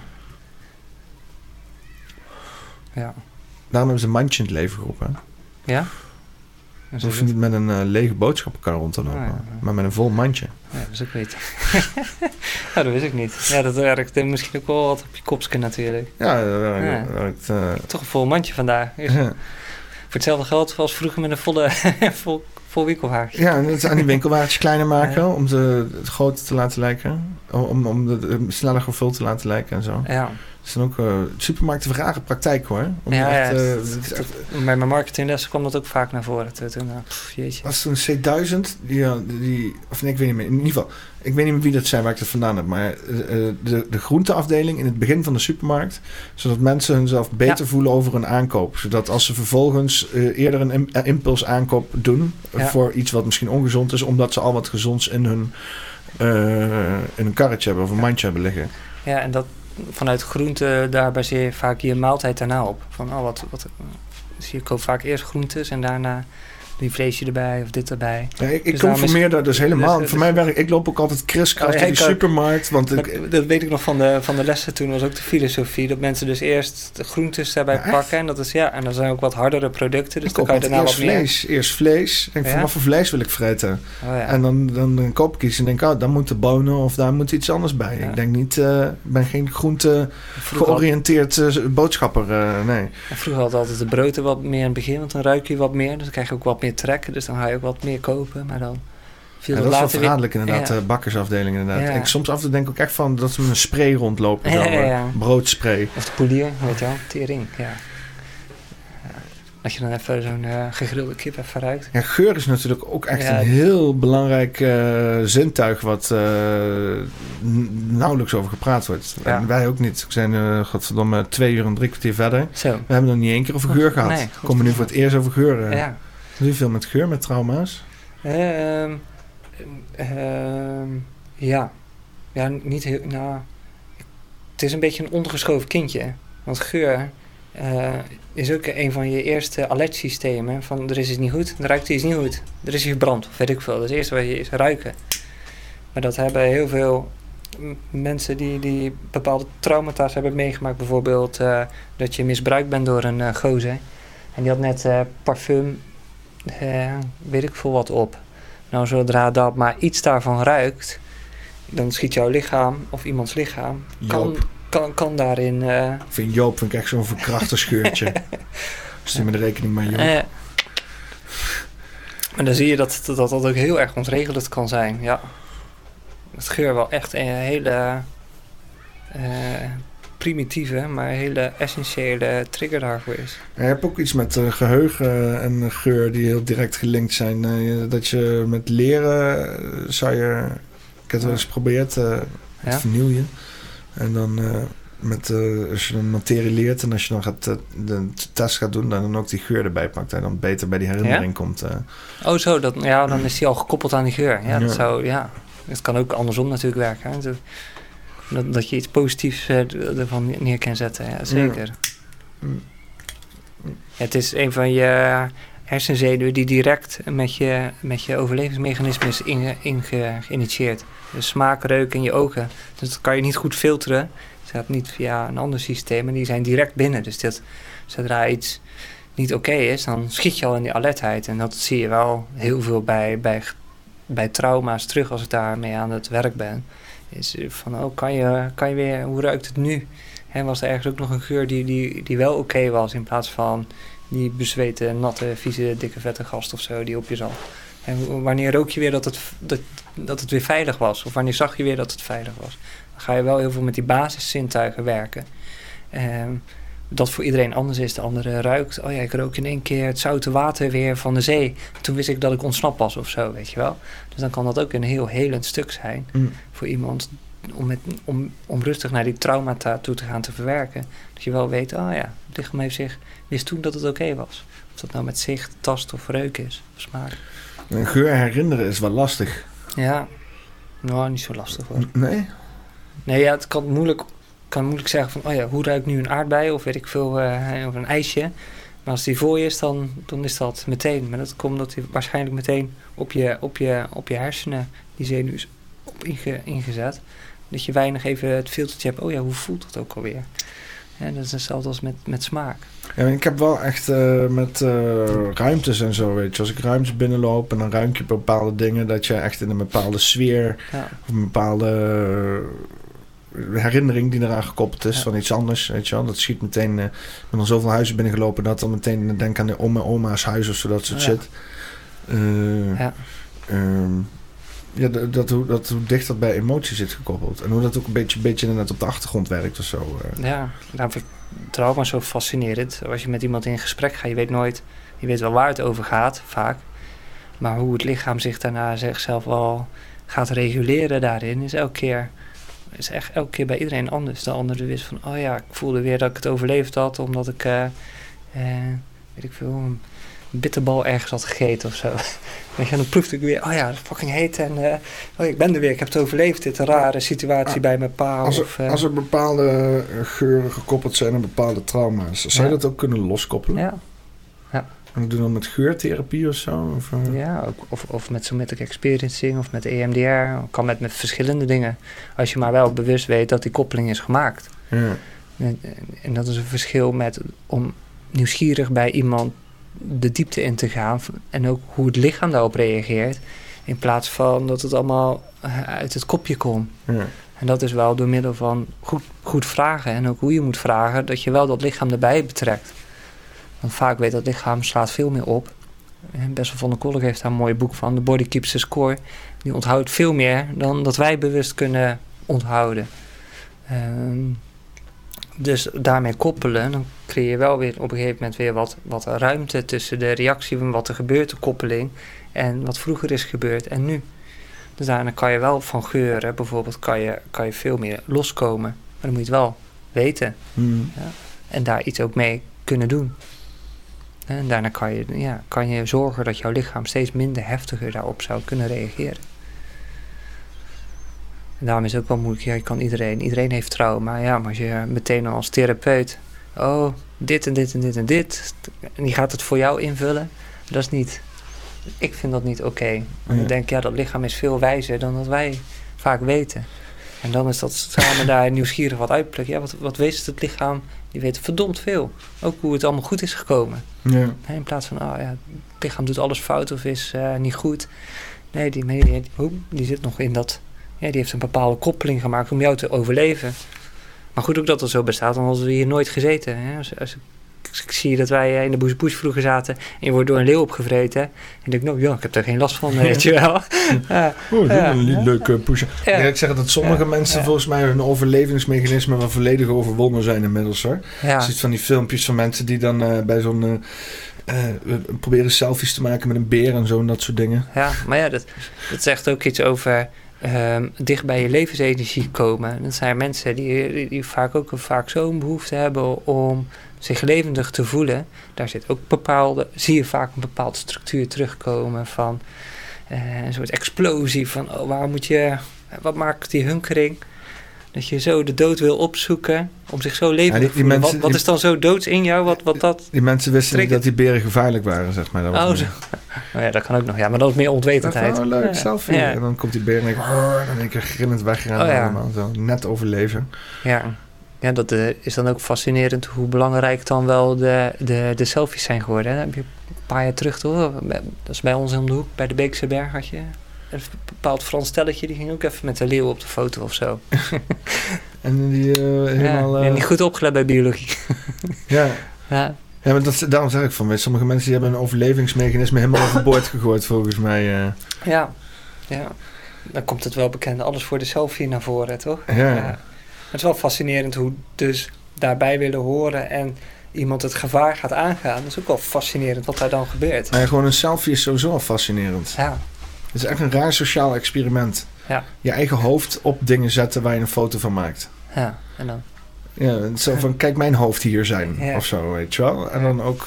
Ja. Daarom hebben ze een mandje in het leven geroepen. Ja? Dan hoef je niet met een lege boodschappenkar rond te lopen, maar met een vol mandje. Ja, dat is ook weten. Dat wist ik niet. Ja, dat werkt misschien ook wel wat op je kopsken natuurlijk. Ja, dat werkt. Toch een vol mandje vandaag. Voor hetzelfde geld als vroeger met een vol winkelwagentje. Ja, en dat is aan die winkelwagentjes kleiner maken om ze het groter te laten lijken. Om de sneller gevuld te laten lijken en zo. Ja. Dat zijn ook supermarkten vragen praktijk hoor. Bij mijn marketinglessen kwam dat ook vaak naar voren. Jeetje. Was toen C1000, of nee, ik weet niet meer. In ieder geval, ik weet niet meer wie dat zijn waar ik het vandaan heb. Maar de groenteafdeling in het begin van de supermarkt. Zodat mensen hunzelf beter voelen over hun aankoop. Zodat als ze vervolgens eerder een impuls aankoop doen. Voor iets wat misschien ongezond is. Omdat ze al wat gezonds in hun karretje hebben of een mandje hebben liggen. Ja, en dat vanuit groente, daar baseer je vaak je maaltijd daarna op. Van, dus je koopt vaak eerst groentes en daarna die vleesje erbij of dit erbij. Ja, ik conformeer daar dus helemaal. Voor mij werkt, ik loop ook altijd kriskras in de supermarkt. Want dat weet ik nog van de lessen toen, was ook de filosofie. Dat mensen dus eerst de groentes daarbij pakken. En dat is en dan zijn ook wat hardere producten. Dus dan kan je daarna wat meer. Eerst vlees. Denk van wat voor vlees wil ik vreten? En dan koop ik iets en denk, daar moeten bonen of daar moet iets anders bij. Ja. Ik denk niet, ik ben geen groente georiënteerd boodschapper. Nee. En vroeger had altijd de brood er wat meer in het begin, want dan ruik je wat meer. Dus dan krijg je ook wat meer trekken, dus dan ga je ook wat meer kopen, maar dan viel dat is wel verraderlijk inderdaad, bakkersafdeling inderdaad. En soms af en toe denk ik ook echt van dat ze met een spray rondlopen, broodspray. Of de poelier, weet je wel, tering, Dat je dan even zo'n gegrilde kip even ruikt. Ja, geur is natuurlijk ook echt een heel belangrijk zintuig wat nauwelijks over gepraat wordt. Ja. En wij ook niet. We zijn godverdomme 2 uur en 3 kwartier verder. Zo. We hebben nog niet 1 keer over geur gehad. Nee, we komen nu voor het eerst over geur. Ja. Doe je veel met geur, met trauma's? Ja, niet heel... Nou, het is een beetje een ondergeschoven kindje. Want geur is ook een van je eerste alertsystemen. Van er is iets niet goed, er ruikt iets niet goed. Er is hier brand, of weet ik veel. Dat is het eerste wat je is ruiken. Maar dat hebben heel veel mensen die bepaalde traumata hebben meegemaakt. Bijvoorbeeld dat je misbruikt bent door een gozer. En die had net parfum... weet ik veel wat op. Nou, zodra dat maar iets daarvan ruikt, dan schiet jouw lichaam of iemands lichaam kan daarin... Vind ik echt zo'n verkrachterscheurtje. Stuur me de rekening maar, Joop. Maar dan zie je dat ook heel erg ontregelend kan zijn. Ja. Het geur wel echt een hele primitieve, maar hele essentiële trigger daarvoor is. Je hebt ook iets met geheugen en geur die heel direct gelinkt zijn. Dat je met leren ik heb het wel eens geprobeerd, met vernieuwen. En dan als je een materie leert en als je dan de test gaat doen, dan ook die geur erbij pakt en dan beter bij die herinnering komt. Oh zo, dan is die al gekoppeld aan die geur. Het kan ook andersom natuurlijk werken. Hè. Dat je iets positiefs ervan neer kan zetten, ja, zeker. Ja. Het is een van je hersenzenuwen die direct met je overlevingsmechanisme is geïnitieerd. Dus smaak, reuk in je ogen. Dus dat kan je niet goed filteren. Het gaat niet via een ander systeem en die zijn direct binnen. Dus zodra iets niet oké is, dan schiet je al in die alertheid. En dat zie je wel heel veel bij trauma's terug als ik daarmee aan het werk ben. Is van, kan je weer, hoe ruikt het nu? En was er ergens ook nog een geur die wel oké was, in plaats van die bezweten, natte, vieze, dikke, vette gast of zo die op je zat. En wanneer rook je weer dat het weer veilig was? Of wanneer zag je weer dat het veilig was? Dan ga je wel heel veel met die basiszintuigen werken. Dat voor iedereen anders is. De andere ruikt, ik rook in één keer het zoute water weer van de zee. Toen wist ik dat ik ontsnapt was of zo, weet je wel. Dus dan kan dat ook een heel helend stuk zijn voor iemand om rustig naar die traumata toe te gaan te verwerken. Dat je wel weet, het lichaam wist toen dat het oké was. Of dat nou met zicht, tast of reuk is, of smaak. Een geur herinneren is wel lastig. Ja, nou, niet zo lastig hoor. Nee? Nee, het kan moeilijk zeggen van, hoe ruikt nu een aardbei of weet ik veel, of een ijsje. Maar als die voor je is, dan is dat meteen. Maar dat komt omdat hij waarschijnlijk meteen op je hersenen, die zenuw is op ingezet. Dat je weinig even het filtertje hebt. Oh ja, hoe voelt dat ook alweer? Ja, dat is hetzelfde als met smaak. Ja, ik heb wel echt met ruimtes en zo, weet je. Als ik ruimtes binnenloop en dan ruik je bepaalde dingen, dat je echt in een bepaalde sfeer of een bepaalde herinnering die eraan gekoppeld is van iets anders, weet je wel. Dat schiet meteen, ik ben al zoveel huizen binnengelopen dat dan meteen denk aan de oma's huis of zo, dat soort shit. Dat hoe dicht dat bij emotie zit gekoppeld. En hoe dat ook een beetje net op de achtergrond werkt of zo. Ja, daarom vind ik trauma zo fascinerend. Als je met iemand in gesprek gaat, je weet wel waar het over gaat, vaak. Maar hoe het lichaam zich daarna zichzelf wel gaat reguleren daarin, is echt elke keer bij iedereen anders. De andere wist van, oh ja, ik voelde weer dat ik het overleefd had, omdat ik, weet ik veel, een bitterbal ergens had gegeten of zo. Weet je, dan proefde ik weer, oh ja, dat is fucking heet en ik ben er weer, ik heb het overleefd, dit rare situatie bij mijn pa. Als er bepaalde geuren gekoppeld zijn aan bepaalde trauma's, zou je dat ook kunnen loskoppelen? Ja. En doen dan met geurtherapie of zo? Ja, of met somatic experiencing of met EMDR. Kan met verschillende dingen. Als je maar wel bewust weet dat die koppeling is gemaakt. Ja. En dat is een verschil met om nieuwsgierig bij iemand de diepte in te gaan. En ook hoe het lichaam daarop reageert. In plaats van dat het allemaal uit het kopje komt. Ja. En dat is wel door middel van goed vragen. En ook hoe je moet vragen. Dat je wel dat lichaam erbij betrekt. Want vaak weet dat lichaam slaat veel meer op. Bessel van der Kolk heeft daar een mooi boek van. The Body Keeps the Score. Die onthoudt veel meer dan dat wij bewust kunnen onthouden. Dus daarmee koppelen. Dan creëer je wel weer op een gegeven moment weer wat ruimte tussen de reactie van wat er gebeurt, de koppeling. En wat vroeger is gebeurd en nu. Dus daarna kan je wel van geuren bijvoorbeeld kan je veel meer loskomen. Maar dan moet je het wel weten. Ja? En daar iets ook mee kunnen doen. En daarna kan je zorgen dat jouw lichaam steeds minder heftiger daarop zou kunnen reageren. En daarom is het ook wel moeilijk. Ja, je kan iedereen heeft trauma. Ja, maar als je meteen als therapeut, dit en dit en dit en dit, en die gaat het voor jou invullen, dat is niet. Ik vind dat niet oké. Want ik denk, dat lichaam is veel wijzer dan dat wij vaak weten. En dan is dat samen daar nieuwsgierig wat uitplukken. Ja, wat weet het lichaam? Die weet verdomd veel. Ook hoe het allemaal goed is gekomen. Ja. In plaats van, het lichaam doet alles fout of is niet goed. Nee, die zit nog in dat. Ja, die heeft een bepaalde koppeling gemaakt om jou te overleven. Maar goed ook dat het zo bestaat, want hadden we hier nooit gezeten. Hè? Als ik zie dat wij in de bush vroeger zaten en je wordt door een leeuw opgevreten. En ik denk, ik heb er geen last van, weet je wel. Een leuke pushen. Ja. Ik zeg dat sommige mensen volgens mij hun overlevingsmechanismen wel volledig overwonnen zijn inmiddels, hoor. Ja. Je ziet van die filmpjes van mensen die dan bij zo'n proberen selfies te maken met een beer en zo en dat soort dingen. Ja, maar dat zegt ook iets over dicht bij je levensenergie komen. Dat zijn mensen die vaak zo'n behoefte hebben om zich levendig te voelen. Daar zit ook zie je vaak een bepaalde structuur terugkomen van een soort explosie van wat maakt die hunkering? Dat je zo de dood wil opzoeken om zich zo levendig te voelen. Wat is dan zo doods in jou? Die mensen wisten niet dat die beren gevaarlijk waren, zeg maar. Dat kan ook nog. Ja, maar dat is meer onwetendheid. Leuk, selfie. Ja. En dan komt die beer en dan denk ik grinnend wegrennen allemaal. Zo, net overleven. Ja, dat is dan ook fascinerend hoe belangrijk dan wel de selfies zijn geworden. Hè? Dan heb je een paar jaar terug, toch? Dat is bij ons om de hoek, bij de Beekse Berg had je een bepaald Frans stelletje, die ging ook even met de leeuw op de foto of zo. En die helemaal... en niet goed opgelet bij biologie. Ja, maar daarom zeg ik van, sommige mensen die hebben een overlevingsmechanisme helemaal overboord gegooid, volgens mij. Ja. Dan komt het wel bekende alles voor de selfie naar voren, toch? Ja. Het is wel fascinerend hoe dus daarbij willen horen en iemand het gevaar gaat aangaan. Dat is ook wel fascinerend wat daar dan gebeurt. Maar gewoon een selfie is sowieso al fascinerend. Ja. Het is echt een raar sociaal experiment. Ja. Je eigen hoofd op dingen zetten waar je een foto van maakt. Ja, en dan? Ja, zo van, kijk mijn hoofd hier zijn, of zo, weet je wel. En dan ook...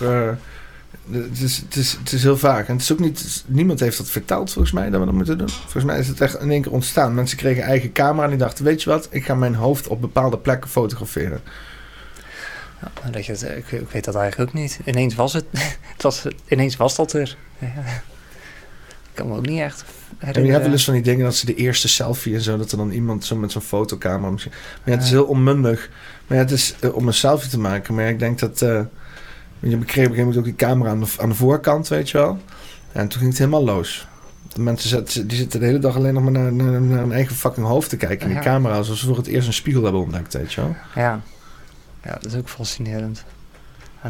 Het is heel vaak. En het is ook niet... Niemand heeft dat verteld, volgens mij, dat we dat moeten doen. Volgens mij is het echt in één keer ontstaan. Mensen kregen eigen camera en die dachten, weet je wat? Ik ga mijn hoofd op bepaalde plekken fotograferen. Ja, dat ik weet dat eigenlijk ook niet. Ineens was dat er. Ja. Ik kan me ook niet echt herinneren. En je hebt wel eens van die dingen dat ze de eerste selfie en zo, dat er dan iemand zo met zo'n fotocamera misschien. Maar ja, het is heel onmundig. Maar ja, het is om een selfie te maken. Maar ja, ik denk dat je begreep op een gegeven moment ook die camera aan de voorkant, weet je wel. Ja, en toen ging het helemaal los. De mensen die zitten de hele dag alleen nog maar naar hun eigen fucking hoofd te kijken in die camera, alsof ze voor het eerst een spiegel hebben ontdekt, weet je wel. Ja, dat is ook fascinerend. Aan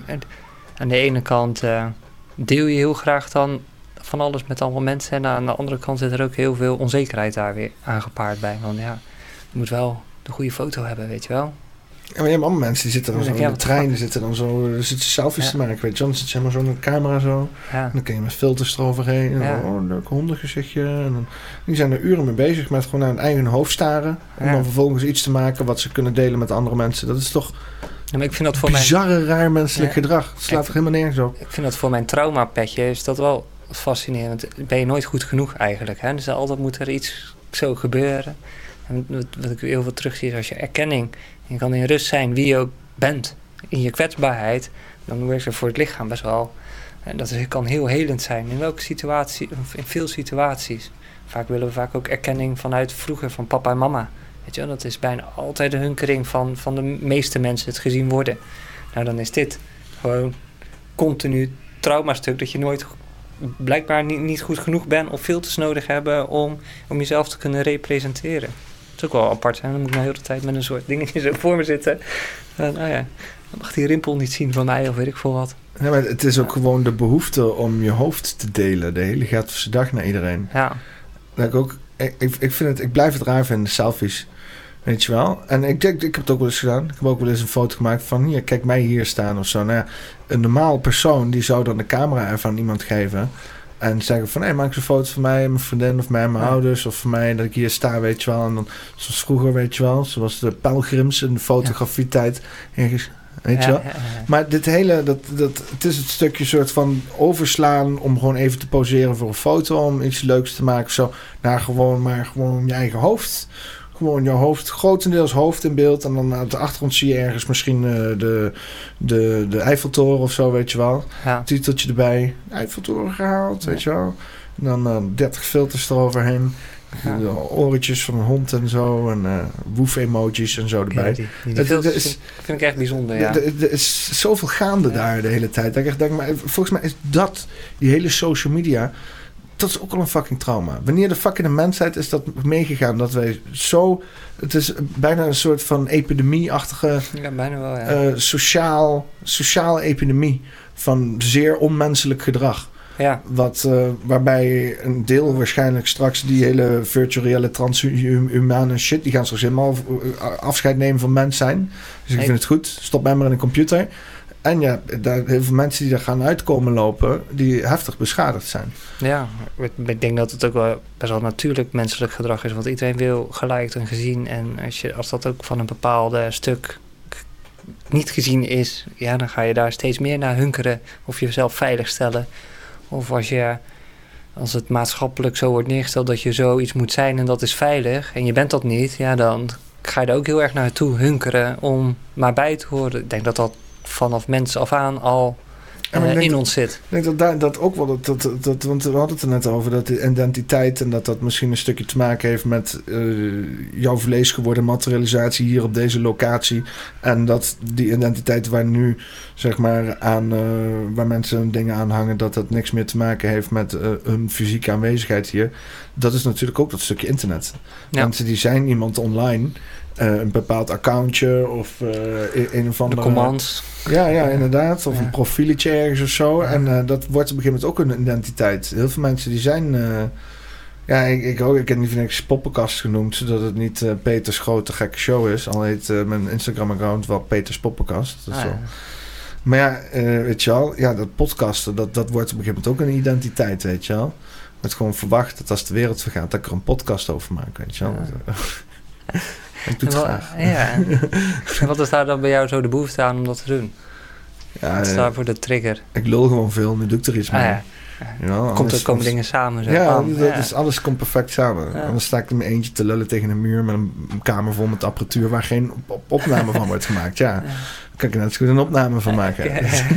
de ene kant deel je heel graag dan van alles met allemaal mensen. En aan de andere kant zit er ook heel veel onzekerheid daar weer aangepaard bij. Want ja, je moet wel de goede foto hebben, weet je wel. Ja, maar je hebt allemaal mensen die zitten dan zo in de trein, die zitten dan zo, zitten selfies te maken, weet je wel. Dan zit je helemaal zo met een camera zo. Ja. En dan kun je met filters eroverheen. En een leuk hondengezichtje. En dan, die zijn er uren mee bezig met gewoon naar hun eigen hoofd staren. Om dan vervolgens iets te maken wat ze kunnen delen met andere mensen. Dat is toch maar ik vind dat voor bizarre, raar menselijk gedrag. Het slaat er helemaal nergens op. Ik vind dat voor mijn traumapetje is dat wel fascinerend. Ben je nooit goed genoeg eigenlijk. Hè? Dus altijd moet er iets zo gebeuren. En wat ik heel veel terugzie is als je erkenning. Je kan in rust zijn wie je ook bent. In je kwetsbaarheid. Dan werkt het voor het lichaam best wel. En dat kan heel helend zijn. In welke situatie, of in veel situaties. Vaak willen we ook erkenning vanuit vroeger van papa en mama. Weet je wel, dat is bijna altijd de hunkering van de meeste mensen het gezien worden. Nou, dan is dit gewoon continu traumastuk dat je nooit blijkbaar niet goed genoeg bent of filters nodig hebben om jezelf te kunnen representeren. Dat is ook wel apart zijn. Dan moet ik nou de hele tijd met een soort dingetje zo voor me zitten. Dan mag die rimpel niet zien van mij of weet ik veel wat. Ja, maar het is ook gewoon de behoefte om je hoofd te delen. De hele gaafse dag naar iedereen. Ja. Dat ik blijf het raar vinden, selfies. Weet je wel? En ik heb het ook wel eens gedaan. Ik heb ook wel eens een foto gemaakt van hier, kijk mij hier staan of zo. Nou ja, een normaal persoon die zou dan de camera even aan iemand geven. En zeggen van, maak eens een foto van mij en mijn vriendin of mij en mijn ouders. Of van mij dat ik hier sta, weet je wel. En dan, zoals vroeger, weet je wel. Zoals de pelgrims in de fotografietijd. Ergens, weet je wel. Ja. Maar dit hele, het is het stukje soort van overslaan om gewoon even te poseren voor een foto. Om iets leuks te maken of zo. Naar gewoon je eigen hoofd. Gewoon jouw hoofd, grotendeels hoofd in beeld. En dan aan de achtergrond zie je ergens misschien de Eiffeltoren of zo, weet je wel. Ja. Titeltje erbij. Eiffeltoren gehaald, weet je wel. En dan 30 filters eroverheen. Ja. De oortjes van een hond en zo. En woef-emojis en zo erbij. Ja, die filters vind ik echt bijzonder, ja. Er is zoveel gaande daar de hele tijd. Dat ik echt denk, maar volgens mij is die hele social media, dat is ook al een fucking trauma. Wanneer de fucking mensheid is dat meegegaan dat wij zo, het is bijna een soort van epidemie-achtige, ja, bijna wel, ja. Sociale epidemie van zeer onmenselijk gedrag. Ja. Waarbij een deel waarschijnlijk straks die hele virtuele transhumane shit, die gaan straks helemaal afscheid nemen van mens zijn. Dus ik vind het goed. Stop mij maar in een computer. En ja, heel veel mensen die daar gaan uitkomen lopen, die heftig beschadigd zijn. Ja, ik denk dat het ook wel best wel natuurlijk menselijk gedrag is. Want iedereen wil geliked en gezien. En als dat ook van een bepaalde stuk niet gezien is, ja, dan ga je daar steeds meer naar hunkeren. Of jezelf veilig stellen. Of als het maatschappelijk zo wordt neergesteld dat je zoiets moet zijn en dat is veilig. En je bent dat niet, ja, dan ga je er ook heel erg naartoe hunkeren om maar bij te horen. Ik denk dat dat vanaf mensen af aan al in ons zit. Ik denk dat ook wel, want we hadden het er net over, dat de identiteit en dat misschien een stukje te maken heeft met jouw vlees geworden materialisatie hier op deze locatie. En dat die identiteit waar nu, zeg maar, waar mensen dingen aan hangen, dat niks meer te maken heeft met hun fysieke aanwezigheid hier. Dat is natuurlijk ook dat stukje internet. Ja. Mensen die zijn iemand online, een bepaald accountje of een of andere... De commands. Ja, inderdaad. Of een profieletje ergens of zo. Ja. En dat wordt op een gegeven moment ook een identiteit. Heel veel mensen die zijn... ik heb niet niks poppenkast genoemd, zodat het niet Peters grote gekke show is. Al heet mijn Instagram-account wel Peters poppenkast. Dat is zo. Maar ja, weet je wel, dat podcasten, dat wordt op een gegeven moment ook een identiteit, weet je wel. Wordt gewoon verwacht dat als de wereld vergaat, dat ik er een podcast over maak, weet je wel. Ja. Ik doe het graag. Ja. En wat is daar dan bij jou zo de behoefte aan om dat te doen? Ja, wat is daar voor de trigger? Ik lul gewoon veel, nu doe ik er iets mee. Ja. Komen dingen samen. Zo. Ja, alles komt perfect samen. Ja. Anders sta ik in mijn eentje te lullen tegen een muur met een kamer vol met apparatuur waar geen opname van wordt gemaakt. Ja. kan ik er net zo goed een opname van maken.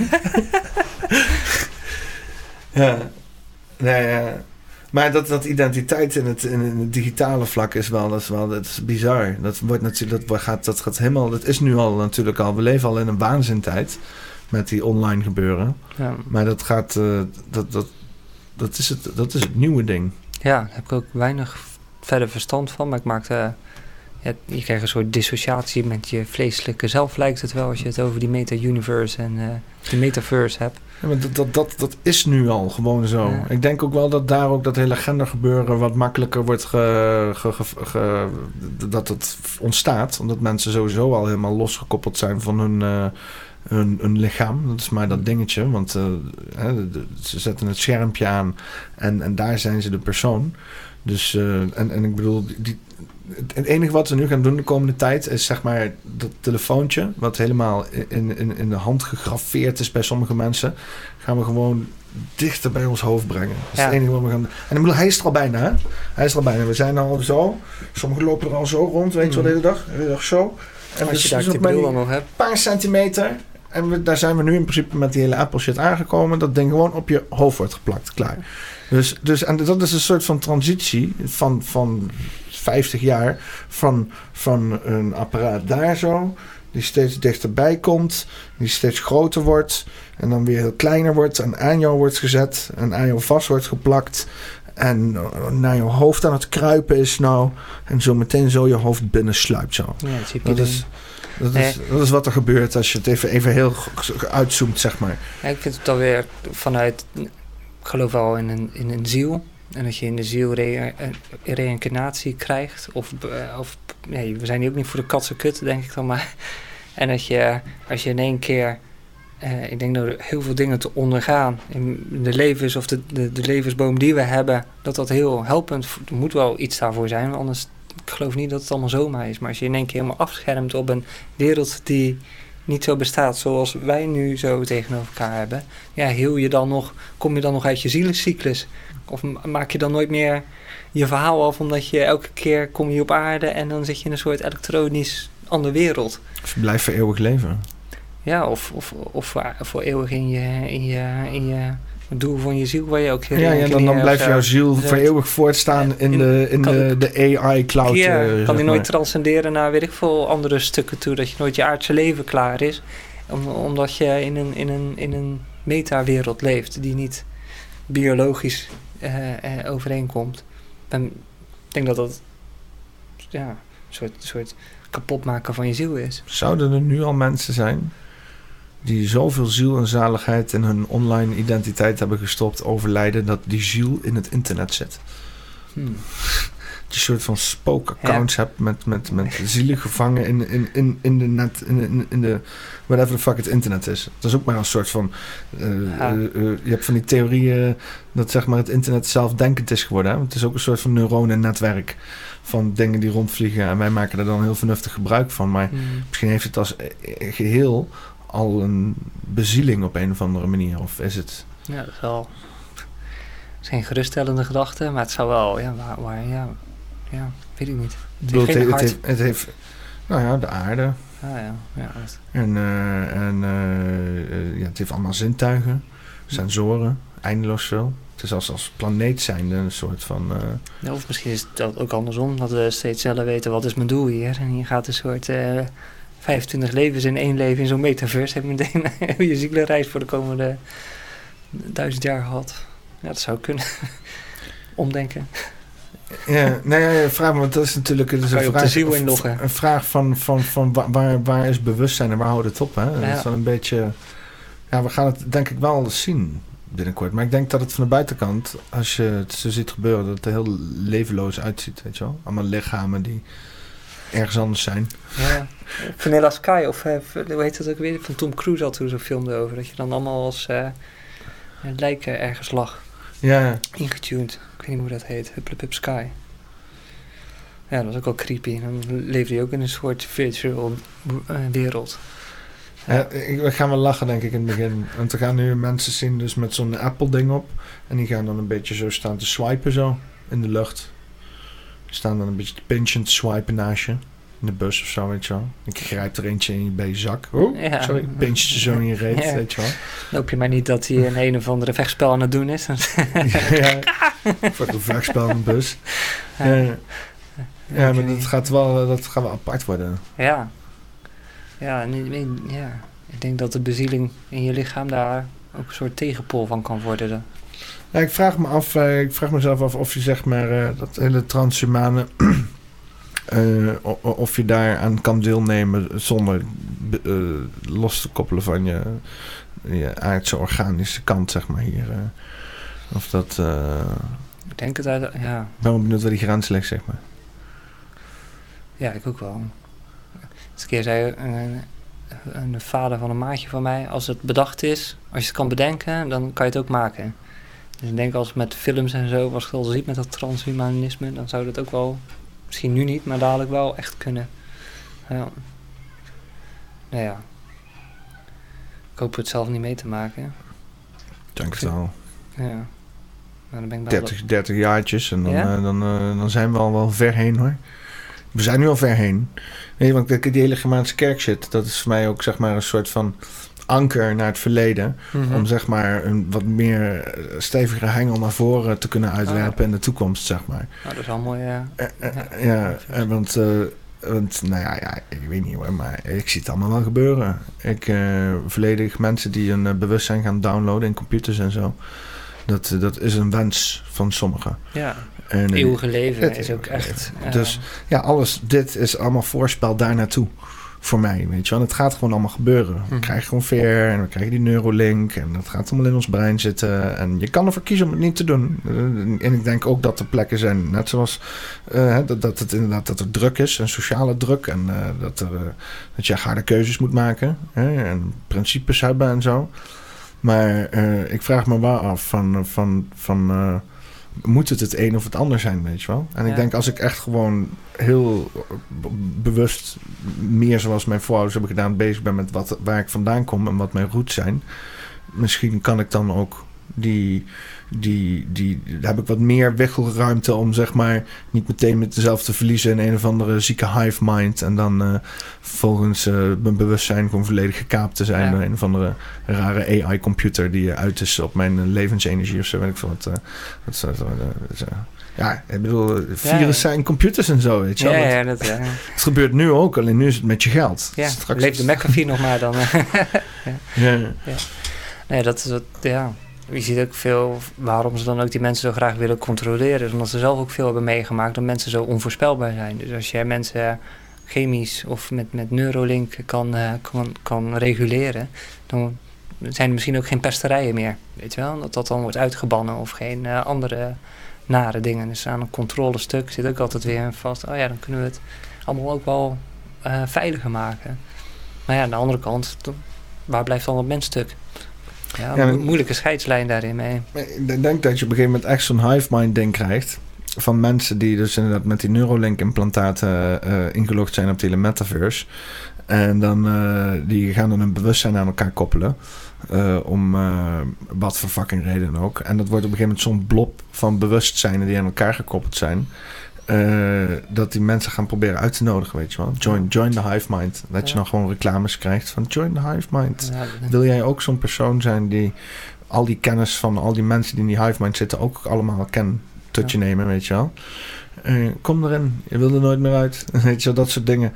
Ja. Nee, maar dat identiteit in het digitale vlak is dat is bizar. Dat wordt natuurlijk, dat gaat helemaal, dat is nu al natuurlijk al, we leven al in een waanzintijd met die online gebeuren. Ja. Maar dat gaat, dat is het nieuwe ding. Ja, daar heb ik ook weinig verder verstand van, maar ik maakte, je krijgt een soort dissociatie met je vleeselijke zelf, lijkt het wel, als je het over die meta-universe en die metaverse hebt. Ja, maar dat is nu al gewoon zo. Ja. Ik denk ook wel dat daar ook dat hele gendergebeuren wat makkelijker wordt dat het ontstaat. Omdat mensen sowieso al helemaal losgekoppeld zijn van hun lichaam. Dat is maar dat dingetje. Want ze zetten het schermpje aan en daar zijn ze de persoon. Dus, en ik bedoel, het enige wat we nu gaan doen de komende tijd is zeg maar dat telefoontje, wat helemaal in de hand gegraveerd is bij sommige mensen, gaan we gewoon dichter bij ons hoofd brengen. Dat is het enige wat we gaan doen. En ik bedoel, hij is er al bijna, hè? Hij is er al bijna. We zijn al zo. Sommigen lopen er al zo rond, weet je wel, de hele dag. De hele dag zo. En als je daar de bril nog hebt. Een paar centimeter. En daar zijn we nu in principe met die hele Apple shit aangekomen. Dat ding gewoon op je hoofd wordt geplakt. Klaar. Dus en dat is een soort van transitie van 50 jaar van een apparaat daar zo, die steeds dichterbij komt, die steeds groter wordt en dan weer heel kleiner wordt en aan jou wordt gezet en aan jou vast wordt geplakt en naar je hoofd aan het kruipen is nou en zo meteen zo je hoofd binnen sluipt zo. Ja, dat is wat er gebeurt als je het even heel uitzoomt, zeg maar. Ja, ik vind het dan weer vanuit, ik geloof wel in een ziel. En dat je in de ziel reïncarnatie krijgt. Of we zijn hier ook niet voor de katse kut, denk ik dan maar. En dat je, als je in één keer, ik denk dat er heel veel dingen te ondergaan in de levens of de levensboom die we hebben, dat heel helpend, er moet wel iets daarvoor zijn. Anders, ik geloof niet dat het allemaal zomaar is. Maar als je in één keer helemaal afschermt op een wereld die niet zo bestaat zoals wij nu zo tegenover elkaar hebben. Ja, kom je dan nog uit je zielcyclus? Of maak je dan nooit meer je verhaal af, omdat je elke keer kom je op aarde en dan zit je in een soort elektronisch andere wereld. Of je blijft voor eeuwig leven. Ja, of voor eeuwig in je het doel van je ziel, waar je ook dan blijft jouw ziel voor eeuwig voortstaan in de AI-cloud. Ja, kan die nooit transcenderen naar weet ik veel andere stukken toe, dat je nooit je aardse leven klaar is, omdat je in een metawereld leeft die niet biologisch overeenkomt. En ik denk dat een soort kapotmaken van je ziel is. Zouden er nu al mensen zijn die zoveel ziel en zaligheid in hun online identiteit hebben gestopt, overlijden, dat die ziel in het internet zit? Dat je een soort van spookaccounts hebt met zielen gevangen in de net, in de whatever the fuck het internet is. Dat is ook maar een soort van je hebt van die theorieën dat zeg maar het internet zelfdenkend is geworden. Hè? Het is ook een soort van neuronennetwerk van dingen die rondvliegen en wij maken er dan heel vernuftig gebruik van. Maar misschien heeft het als geheel al een bezieling op een of andere manier. Of is het? Ja, dat is wel geen geruststellende gedachte, maar het zou wel, weet ik niet. Het heeft nou ja, de aarde. En het heeft allemaal zintuigen, sensoren, eindeloos veel. Het is als planeet zijnde een soort van... of misschien is het ook andersom, dat we steeds zelf weten wat is mijn doel hier. En hier gaat een soort 25 levens in 1 leven in zo'n metaverse. Heb je meteen je zielenreis voor de komende 1000 jaar gehad. Ja, dat zou kunnen. Omdenken. Ja, vraag me, want dat is natuurlijk een vraag van waar is bewustzijn en waar houdt het op? Hè? Ja. Dat is dan een beetje... Ja, we gaan het denk ik wel zien binnenkort. Maar ik denk dat het van de buitenkant, als je het zo ziet gebeuren, dat het er heel levenloos uitziet, weet je wel? Allemaal lichamen die ergens anders zijn. Ja, Vanilla Sky, of hoe heet dat ook weer? Van Tom Cruise had toen zo'n film erover, dat je dan allemaal als lijken ergens lag. Ja. Ingetuned. Ik weet niet hoe dat heet. Hup Sky. Ja, dat was ook wel creepy. En dan leefde je ook in een soort virtual wereld. Ja, we gaan wel lachen, denk ik, in het begin. Want we gaan nu mensen zien dus met zo'n Apple-ding op. En die gaan dan een beetje zo staan te swipen zo in de lucht. Die staan dan een beetje te pinchen, te swipen naast je. In de bus of zo, weet je wel. Ik grijp er eentje in je zak. Oh, Ja. sorry. Pinch je zo in je reet, Ja. weet je wel. Hoop je maar niet dat hij een of andere vechtspel aan het doen is. Ja, voor een vechtspel in de bus. Ja, maar dat gaat wel apart worden. Ja. Ja, ja. Ik denk dat de bezieling in je lichaam daar ook een soort tegenpool van kan worden. Ja, ik vraag mezelf af of je zeg maar dat hele transhumane of je daaraan kan deelnemen zonder los te koppelen van je aardse organische kant, zeg maar hier. Of dat... Ik denk het uit... Ja. Ik ben wel benieuwd waar die grens ligt, zeg maar. Ja, ik ook wel. Dus een keer zei een vader van een maatje van mij, als het bedacht is, als je het kan bedenken, dan kan je het ook maken. Dus ik denk als met films en zo, als je het al ziet met dat transhumanisme, dan zou dat ook wel, misschien nu niet, maar dadelijk wel echt kunnen. Ja. Nou ja. Ik hoop het zelf niet mee te maken. Ik denk het wel. Ja. Maar dan ben ik wel 30 jaartjes en dan, Ja? dan zijn we al wel ver heen, hoor. We zijn nu al ver heen. Nee, want die hele Germaanse kerk shit, dat is voor mij ook zeg maar een soort van anker naar het verleden. Mhm. Om zeg maar een wat meer stevige hengel naar voren te kunnen uitwerpen in de toekomst, zeg maar. Nou, dat is wel mooi. Want nou ja, ik weet niet hoor, maar ik zie het allemaal wel gebeuren. Volledig mensen die een bewustzijn gaan downloaden in computers en zo. Dat is een wens van sommigen. Ja. En, Het eeuwige leven het is ook echt... Dus ja, dit is allemaal voorspel daar naartoe. Voor mij, weet je wel. Het gaat gewoon allemaal gebeuren. We krijgen gewoon VR en we krijgen die Neuralink. En dat gaat allemaal in ons brein zitten. En je kan ervoor kiezen om het niet te doen. En ik denk ook dat er plekken zijn, net zoals dat het inderdaad dat er druk is. Een sociale druk. En dat je harde keuzes moet maken. En principes hebben en zo. Maar ik vraag me wel af van moet het een of het ander zijn, weet je wel? En ik denk als ik echt gewoon heel bewust meer zoals mijn voorouders hebben gedaan bezig ben met waar ik vandaan kom en wat mijn roots zijn. Misschien kan ik dan ook heb ik wat meer wiggelruimte om zeg maar niet meteen met mezelf te verliezen in een of andere zieke hive mind en dan volgens mijn bewustzijn gewoon volledig gekaapt te zijn door een of andere rare AI-computer die uit is op mijn levensenergie of zo, weet ik veel wat. Ja, ik bedoel, virussen zijn computers en zo, weet je wel. Het gebeurt nu ook, alleen nu is het met je geld. Ja, straks leeft de McAfee nog maar dan. Ja. Nee, dat is wat, ja. Je ziet ook veel waarom ze dan ook die mensen zo graag willen controleren. Omdat ze zelf ook veel hebben meegemaakt dat mensen zo onvoorspelbaar zijn. Dus als jij mensen chemisch of met Neuralink kan reguleren, dan zijn er misschien ook geen pesterijen meer. Weet je wel? Dat dan wordt uitgebannen of geen andere nare dingen. Dus aan een controlestuk zit ook altijd weer vast. Oh ja, dan kunnen we het allemaal ook wel veiliger maken. Maar ja, aan de andere kant, waar blijft dan het mensstuk? Ja, moeilijke scheidslijn daarin mee. Ik denk dat je op een gegeven moment echt zo'n hive mind ding krijgt. Van mensen die dus inderdaad met die Neuralink implantaten ingelogd zijn op de hele metaverse. En dan die gaan dan hun bewustzijn aan elkaar koppelen. Om wat voor fucking reden ook. En dat wordt op een gegeven moment zo'n blob van bewustzijnen die aan elkaar gekoppeld zijn. Dat die mensen gaan proberen uit te nodigen, weet je wel. Join the hive mind. Dat je dan gewoon reclames krijgt van join the hive mind. Ja, wil jij ook zo'n persoon zijn die al die kennis van al die mensen die in die hive mind zitten ook allemaal tot je nemen, weet je wel. Kom erin, je wil er nooit meer uit. Weet je, dat soort dingen.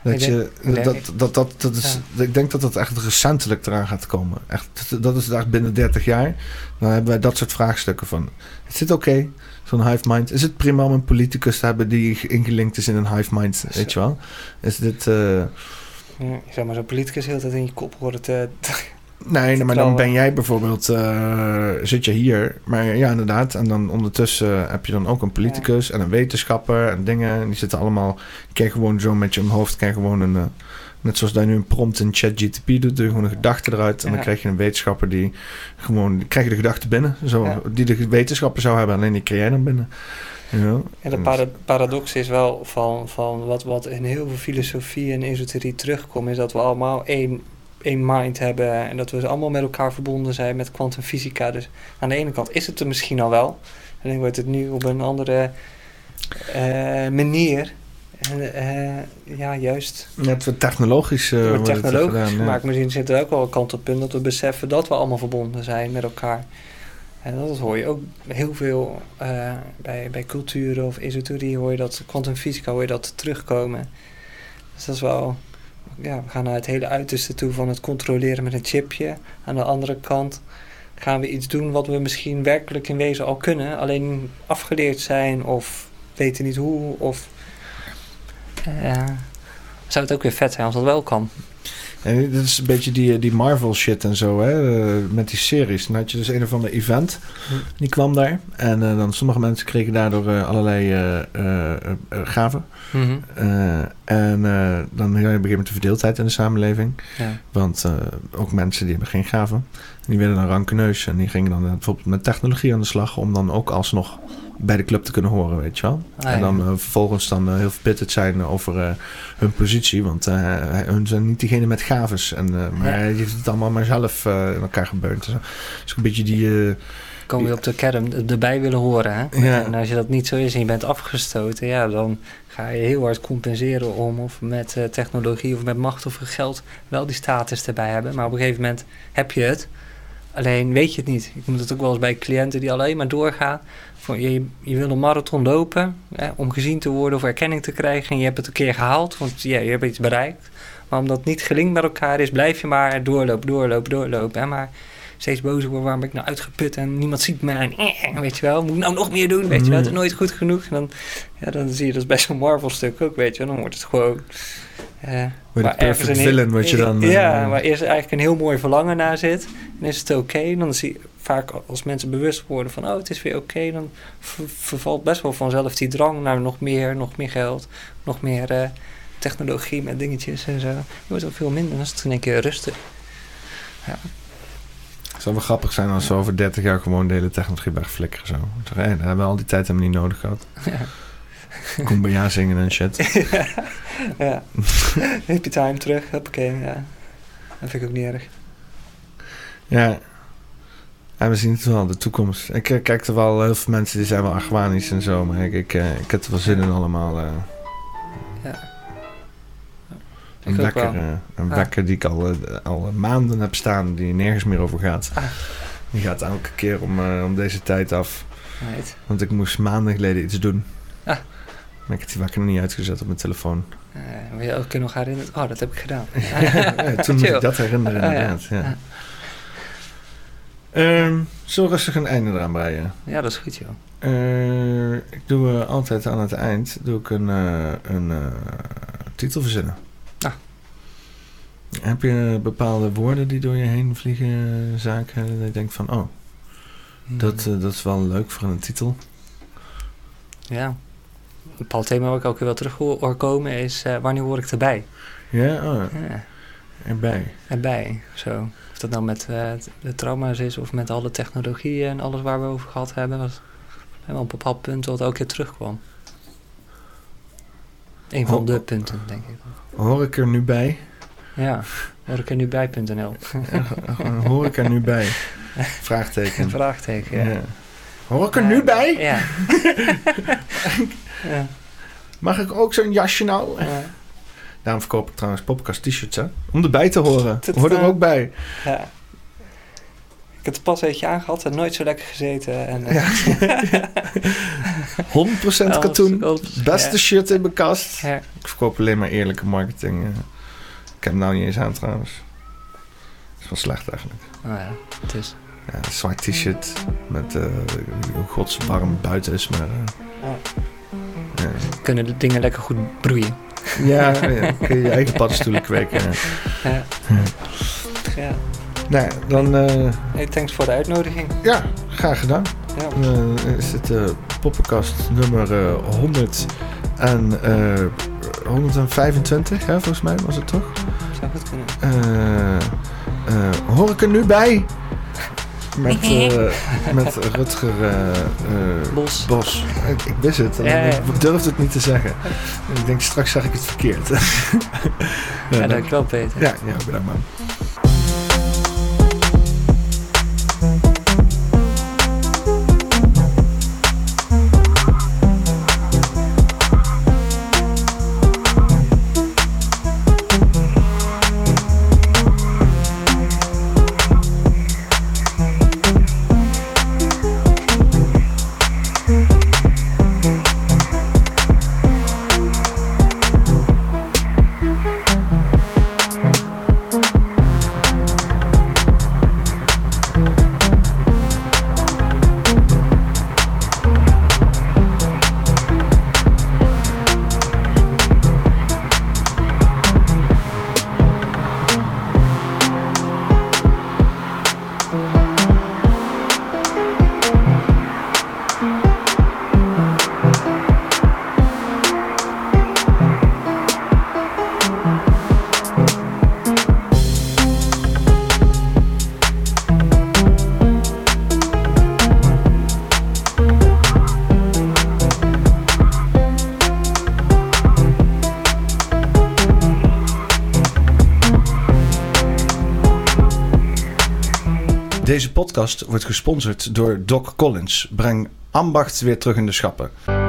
Ik denk dat dat echt recentelijk eraan gaat komen. Echt, dat is echt binnen 30 jaar. Dan hebben wij dat soort vraagstukken van. Is dit oké? Zo'n hive mind. Is het prima om een politicus te hebben die ingelinkt is in een hive mind? Weet je wel? Is dit... Ja, zeg maar, zo'n politicus heel tijd in je kop horen te... Nee, maar dan ben jij bijvoorbeeld, zit je hier, maar ja, inderdaad. En dan ondertussen heb je dan ook een politicus en een wetenschapper en dingen. En die zitten allemaal, krijg gewoon zo met je hoofd, krijg gewoon een, net zoals dat je nu een prompt in ChatGPT doet, doe je gewoon een gedachte eruit. En dan krijg je een wetenschapper die krijg je de gedachte binnen. Zo, die de wetenschapper zou hebben, alleen die krijg jij dan binnen. En de paradox is wel van wat in heel veel filosofie en esoterie terugkomt, is dat we allemaal één mind hebben en dat we allemaal met elkaar verbonden zijn met kwantumfysica. Dus aan de ene kant is het er misschien al wel. Alleen wordt het nu op een andere manier Ja, juist. Ja, het wordt technologisch. Het wordt technologisch gedaan, gemaakt. Ja. Misschien zit er ook wel een kant op punt dat we beseffen dat we allemaal verbonden zijn met elkaar. En dat hoor je ook heel veel bij culturen of esoterie hoor je dat, kwantumfysica hoor je dat terugkomen. Dus dat is wel, ja, we gaan naar het hele uiterste toe van het controleren met een chipje. Aan de andere kant gaan we iets doen wat we misschien werkelijk in wezen al kunnen, alleen afgeleerd zijn of weten niet hoe. Of zou het ook weer vet zijn als dat wel kan. En dat is een beetje die Marvel shit en zo, hè, met die series. Dan had je dus een of ander event, die kwam daar. En dan sommige mensen kregen daardoor allerlei gaven. Mm-hmm. En dan heb je op een gegeven moment de verdeeldheid in de samenleving. Ja. Want ook mensen die hebben geen gaven. Die werden dan rankeneus. En die gingen dan bijvoorbeeld met technologie aan de slag om dan ook alsnog bij de club te kunnen horen, weet je wel. En dan vervolgens dan heel verbitterd zijn over hun positie. Want hun zijn niet diegene met gaves. Maar hij heeft het allemaal maar zelf in elkaar gebeurd. Dus een beetje die... Komen we op de kern erbij willen horen. Hè? Ja. En als je dat niet zo is en je bent afgestoten, ja, dan ga je heel hard compenseren om of met technologie of met macht of geld wel die status erbij hebben. Maar op een gegeven moment heb je het. Alleen weet je het niet. Ik moet het ook wel eens bij cliënten die alleen maar doorgaan. Van, je wil een marathon lopen om gezien te worden of erkenning te krijgen. En je hebt het een keer gehaald, want je hebt iets bereikt. Maar omdat het niet gelinkt met elkaar is, blijf je maar doorlopen. Hè? Maar steeds boos worden, waarom ben ik nou uitgeput en niemand ziet mij. En weet je wel, moet ik nou nog meer doen? Weet je wel, het is nooit goed genoeg. En dan zie je dat bij zo'n Marvel stuk ook, weet je wel. Dan wordt het gewoon... waar perfect villain wat je dan... waar eerst eigenlijk een heel mooi verlangen naar zit. En is het oké. Dan zie je vaak als mensen bewust worden van... het is weer oké. Dan vervalt best wel vanzelf die drang naar nog meer geld. Nog meer technologie met dingetjes en zo. Je wordt ook veel minder. Dan is het in één keer rustig. Ja. Het zou wel grappig zijn als we over 30 jaar gewoon de hele technologie wegflikkeren zo. Daar hebben we al die tijd helemaal niet nodig gehad. Ja. Kumbaya zingen en shit. Ja. Happy time terug. Hoppakee, ja. Dat vind ik ook niet erg. Ja. En we zien het wel, de toekomst. Ik kijk er wel, heel veel mensen die zijn wel argwanisch en zo. Maar ik heb er wel zin in allemaal. Ja. Een wekker die ik al maanden heb staan, die nergens meer over gaat. Die gaat elke keer om deze tijd af. Right. Want ik moest maanden geleden iets doen. Maar ik heb die wekker nog niet uitgezet op mijn telefoon. Wil je elke keer nog herinneren? Oh, dat heb ik gedaan. Toen moet ik dat herinneren, inderdaad. Ja. Zullen we rustig een einde eraan breien? Ja, dat is goed, joh. Ik doe altijd aan het eind een titel verzinnen. Heb je bepaalde woorden die door je heen vliegen, zaken, dat je denkt van, dat is wel leuk voor een titel? Ja. Een bepaald thema waar ik ook weer wel terug hoor komen is, wanneer hoor ik erbij? Ja, Erbij, zo. Of dat nou met de trauma's is of met alle technologieën en alles waar we over gehad hebben, was wel een bepaald punt wat elke keer terugkwam. Een van de punten, denk ik. Hoor ik er nu bij? Ja, hoor ik er nu bij.nl. Hoor ik er nu bij? Vraagteken. Vraagteken, ja. Hoor ik er nu bij? Ja. Ja. Mag ik ook zo'n jasje nou? Ja. Daarom verkoop ik trouwens Poppenkast t-shirts, hè? Om erbij te horen. Hoor er ook bij. Ja. Ik heb het pas eentje aangehad en nooit zo lekker gezeten. En, 100% katoen. Beste shirt in mijn kast. Ja. Ik verkoop alleen maar eerlijke marketing. Ik heb hem nou niet eens aan trouwens. Dat is wel slecht eigenlijk. Oh ja, het is. Ja, een zwart t-shirt met hoe godswarm buiten is, maar... Kunnen de dingen lekker goed broeien. Ja, kun je je eigen paddenstoelen kweken. Ja. Nou, dan... Hey, thanks voor de uitnodiging. Ja, graag gedaan. Ja. Is het Poppenkast nummer 100 en 125, hè, volgens mij was het toch? Zou goed kunnen. Hoor ik er nu bij? Met Rutger Bos. Ik wist het. Ik durfde het niet te zeggen. Ik denk, straks zeg ik het verkeerd. Ja, dankjewel Peter. Ja, bedankt man. Deze podcast wordt gesponsord door Doc Collins. Breng ambacht weer terug in de schappen.